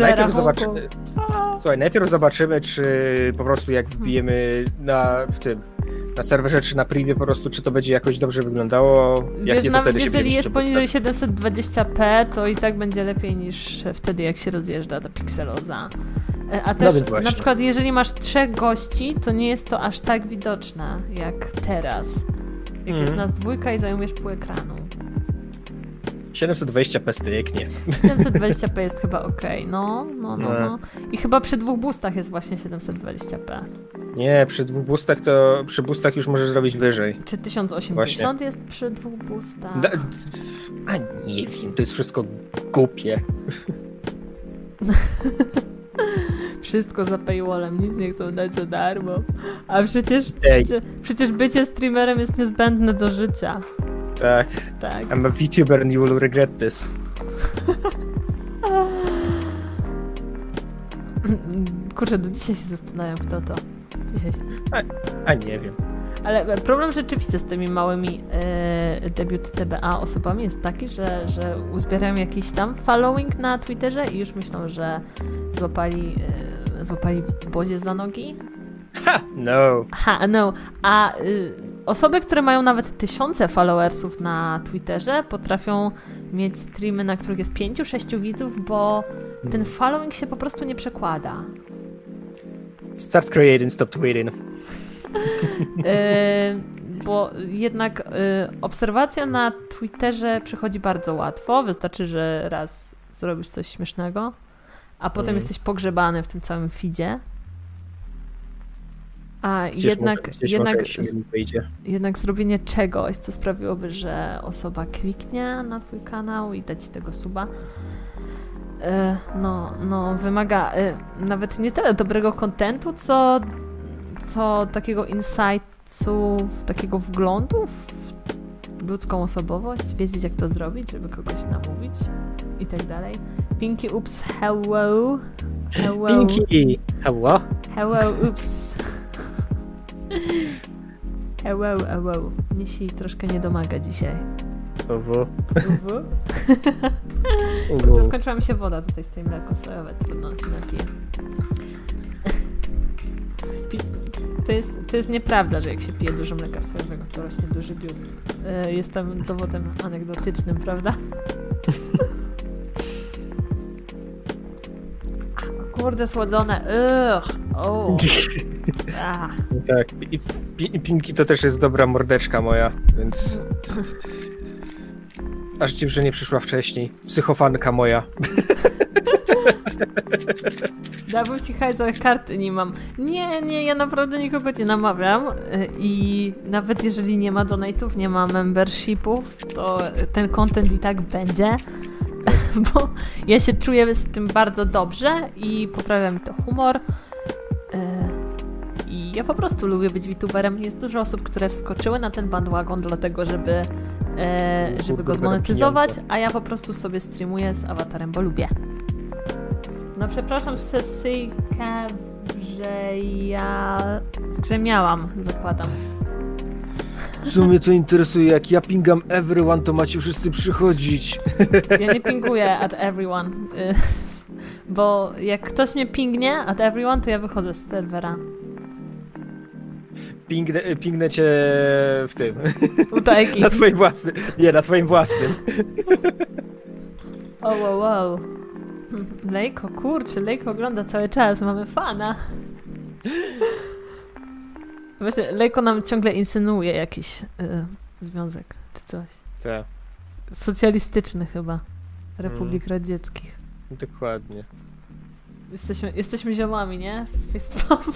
najpierw zobaczymy, czy po prostu jak wbijemy na serwerze, czy na privie po prostu, czy to będzie jakoś dobrze wyglądało. Wiesz, nie, nawet jeżeli jest poniżej 720p, to i tak będzie lepiej niż wtedy, jak się rozjeżdża ta pikseloza. A też na przykład jeżeli masz 3 gości, to nie jest to aż tak widoczne jak teraz. Jak jest nas 2 i zajmujesz pół ekranu. 720p styknie. 720p jest chyba okej. No. I chyba przy 2 boostach jest właśnie 720p. Nie, przy boostach już możesz zrobić wyżej. Czy 1080 właśnie jest przy 2 boostach? A nie wiem, to jest wszystko głupie. Wszystko za paywallem, nic nie chcą dać za darmo. A przecież bycie streamerem jest niezbędne do życia. Tak. Tak. I'm a VTuber and you will regret this. Kurczę, do dzisiaj się zastanawiam, kto to. A nie wiem. Ale problem rzeczywiście z tymi małymi debiut TBA osobami jest taki, że uzbierają jakiś tam following na Twitterze i już myślą, że złapali bozie za nogi. No. A osoby, które mają nawet 1000 followersów na Twitterze, potrafią mieć streamy, na których jest 5-6 widzów, bo ten following się po prostu nie przekłada. Start creating, stop tweeting. Bo jednak obserwacja na Twitterze przychodzi bardzo łatwo. Wystarczy, że raz zrobisz coś śmiesznego, a potem jesteś pogrzebany w tym całym feedzie. A jednak zrobienie czegoś, co sprawiłoby, że osoba kliknie na twój kanał i da ci tego suba, wymaga nawet nie tyle dobrego kontentu, co takiego insightu, takiego wglądu w ludzką osobowość, wiedzieć jak to zrobić, żeby kogoś namówić i tak dalej. Pinky, ups, hello. Pinky, hello. Hello, ups. Hello. Mnie się troszkę nie domaga dzisiaj. To skończyła mi się woda tutaj z tej mleko sojowe, trudno się napiję. To jest nieprawda, że jak się pije dużo mleka sojowego, to rośnie duży biust. Jestem dowodem anegdotycznym, prawda? Kurde, słodzone. Tak, i Pinki to też jest dobra mordeczka moja, więc... Aż dziw, że nie przyszła wcześniej. Psychofanka moja. Dałbym ci hajs, ale karty nie mam. Nie, ja naprawdę nikogo nie namawiam i nawet jeżeli nie ma donate'ów, nie ma membershipów, to ten content i tak będzie, bo ja się czuję z tym bardzo dobrze i poprawia mi to humor. I ja po prostu lubię być VTuberem. Jest dużo osób, które wskoczyły na ten bandwagon dlatego, żeby go zmonetyzować, a ja po prostu sobie streamuję z awatarem, bo lubię. No przepraszam sesyjkę, że miałam, zakładam. Co mnie to interesuje, jak ja pingam everyone, to macie wszyscy przychodzić. Ja nie pinguję at everyone, bo jak ktoś mnie pingnie at everyone, to ja wychodzę z serwera. Pingnę cię w tym. Utajki. Na twoim własnym. Nie, na twoim własnym. Wow. Lejko, kurczę, Lejko ogląda cały czas, mamy fana. Właśnie Lejko nam ciągle insynuuje jakiś związek, czy coś. Tak. Socjalistyczny chyba. Republik Radzieckich. Dokładnie. Jesteśmy ziomami, nie? Fist bump.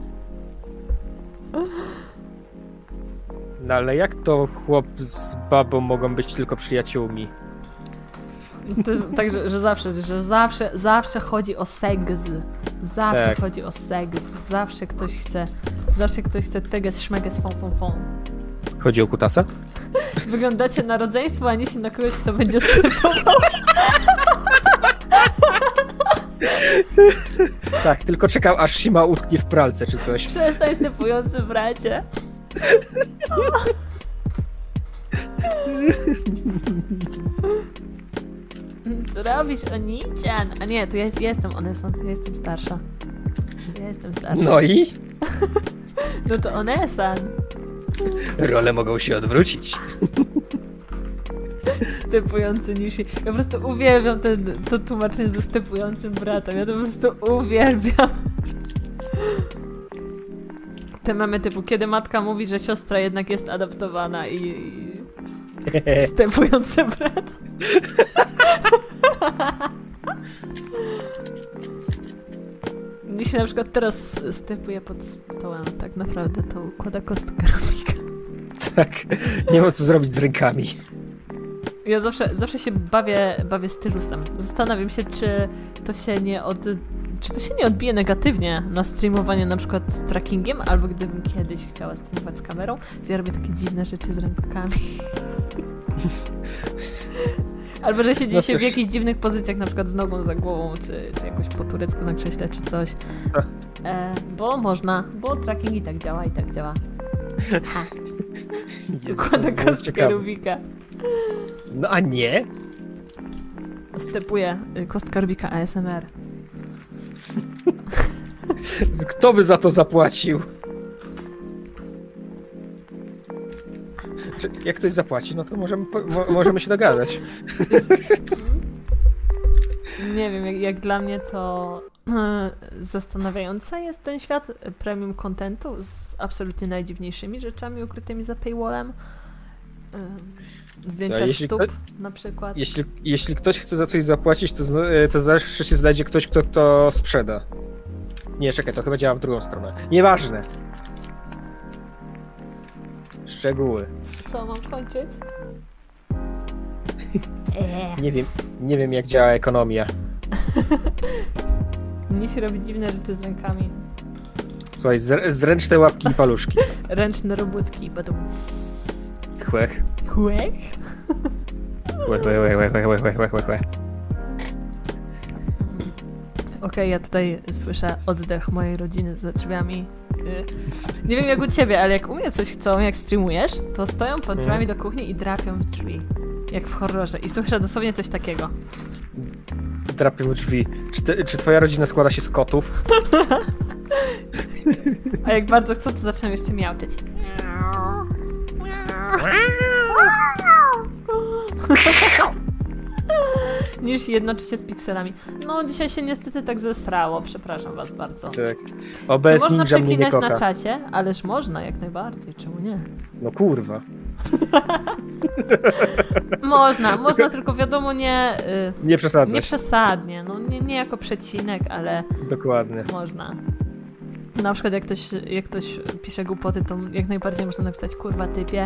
No ale jak to chłop z babą mogą być tylko przyjaciółmi? To jest tak, że zawsze chodzi o seks. Zawsze chodzi o seks. Zawsze ktoś chce teges, szmeges, fon. Chodzi o kutasa? Wyglądacie na rodzeństwo, a nie się na kogoś, kto będzie stypował. Tak, tylko czekał, aż Sima utknie w pralce czy coś. Przestań, stypujący bracie. Co robisz, Onician? A nie, to ja jestem Onesan, ja jestem starsza. No i? No to Onesan. Role mogą się odwrócić. Stypujący Nishi. Ja po prostu uwielbiam to tłumaczenie ze stypującym bratem. Ja to po prostu uwielbiam. Te memy typu, kiedy matka mówi, że siostra jednak jest adoptowana i stypujący brat. Jeśli na przykład teraz stepuje pod stołem, tak naprawdę to układa kostkę Rubika. Tak, nie ma co zrobić z rękami. Ja zawsze się bawię stylusem. Zastanawiam się, czy to się nie odbije negatywnie na streamowanie na przykład z trackingiem, albo gdybym kiedyś chciała streamować z kamerą, to ja robię takie dziwne rzeczy z rękami. Albo że siedzi się w jakichś dziwnych pozycjach, na przykład z nogą za głową, czy jakoś po turecku na krześle, czy coś. Bo można, bo tracking i tak działa. Ha. Układa kostkę Rubika. No a nie? Stepuje kostka Rubika ASMR. Kto by za to zapłacił? Jak ktoś zapłaci, no to możemy się dogadać. Nie wiem, jak dla mnie to zastanawiający jest ten świat premium contentu z absolutnie najdziwniejszymi rzeczami ukrytymi za paywallem. Zdjęcia stóp na przykład. Jeśli ktoś chce za coś zapłacić, to zawsze się znajdzie ktoś, kto to sprzeda. Nie, czekaj, to chyba działa w drugą stronę. Nieważne. Szczegóły. Co, mam kończyć? Nie wiem jak działa ekonomia. Mnie się robi dziwne rzeczy z rękami. Słuchaj, zręczne łapki i paluszki. Ręczne robótki, będą... Chłech. Chłech? Chłech. Okej, ja tutaj słyszę oddech mojej rodziny za drzwiami. Nie wiem jak u ciebie, ale jak u mnie coś chcą, jak streamujesz, to stoją pod drzwiami do kuchni i drapią w drzwi. Jak w horrorze. I słyszę dosłownie coś takiego. Drapią w drzwi. Czy twoja rodzina składa się z kotów? A jak bardzo chcą, to zaczną jeszcze miauczyć. Niż jednoczy się z pikselami. No, dzisiaj się niestety tak zestrało. Przepraszam was bardzo. Tak. Czy można przeklinać na czacie? Ależ można, jak najbardziej. Czemu nie? No kurwa. Można, tylko wiadomo nie... nie przesadzać. Nie przesadnie. No, nie jako przecinek, ale... Dokładnie. Można. Na przykład jak ktoś pisze głupoty, to jak najbardziej można napisać kurwa typie.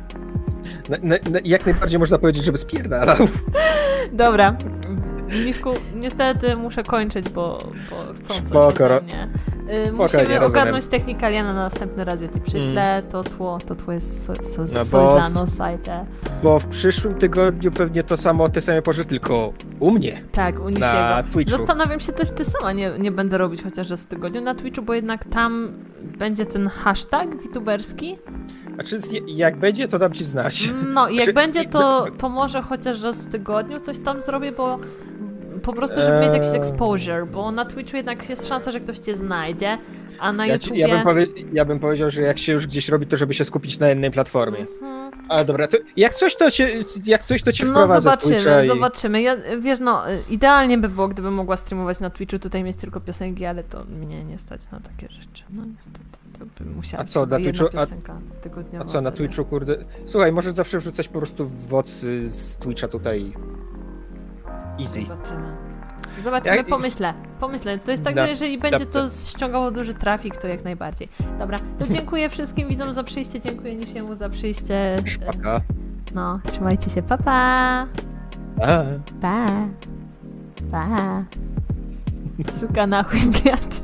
Jak najbardziej można powiedzieć, żeby spierdalał. Dobra. Miszku, niestety muszę kończyć, bo chcą coś ode mnie. Musimy ogarnąć technikalia na następny raz, ja ci przyślę to tło jest Soizano sajcie. Bo w przyszłym tygodniu pewnie to samo o tej samej porze, tylko u mnie. Tak, u Nisiego. Na Twitchu. Zastanawiam się też, czy sama nie będę robić chociaż raz w tygodniu na Twitchu, bo jednak tam będzie ten hashtag wituberski. Znaczy, jak będzie, to dam ci znać. No i jak będzie, to może chociaż raz w tygodniu coś tam zrobię, bo po prostu, żeby mieć jakiś exposure, bo na Twitchu jednak jest szansa, że ktoś cię znajdzie, a na YouTubie... Ja bym powiedział, że jak się już gdzieś robi, to żeby się skupić na jednej platformie. Ale dobra, to jak coś to cię wprowadza w Twitcha zobaczymy. Wiesz, idealnie by było, gdybym mogła streamować na Twitchu, tutaj mieć tylko piosenki, ale to mnie nie stać na takie rzeczy. No niestety, to bym musiała być na jedna piosenka tygodniowa. A co, na Twitchu, kurde... Słuchaj, możesz zawsze wrzucać po prostu wocy z Twitcha tutaj. Easy. Zobaczymy, pomyślę. To jest tak, że jeżeli będzie to ściągało duży trafik, to jak najbardziej. Dobra, to dziękuję wszystkim widzom za przyjście, dziękuję Nisiemu za przyjście. Szpaka. No, trzymajcie się, pa pa! Pa! Pa! Suka na chuj, bliat.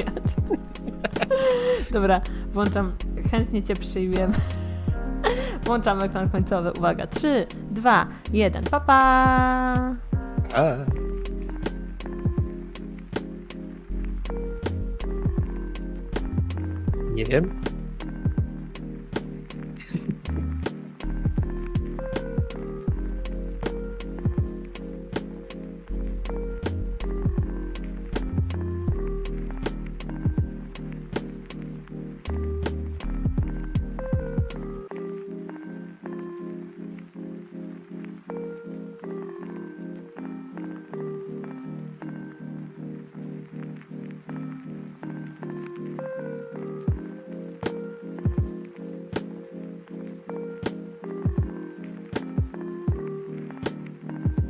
Dobra, włączam, chętnie cię przyjmiem. Włączam ekran końcowy, uwaga, 3, 2, 1, pa pa! Nie wiem.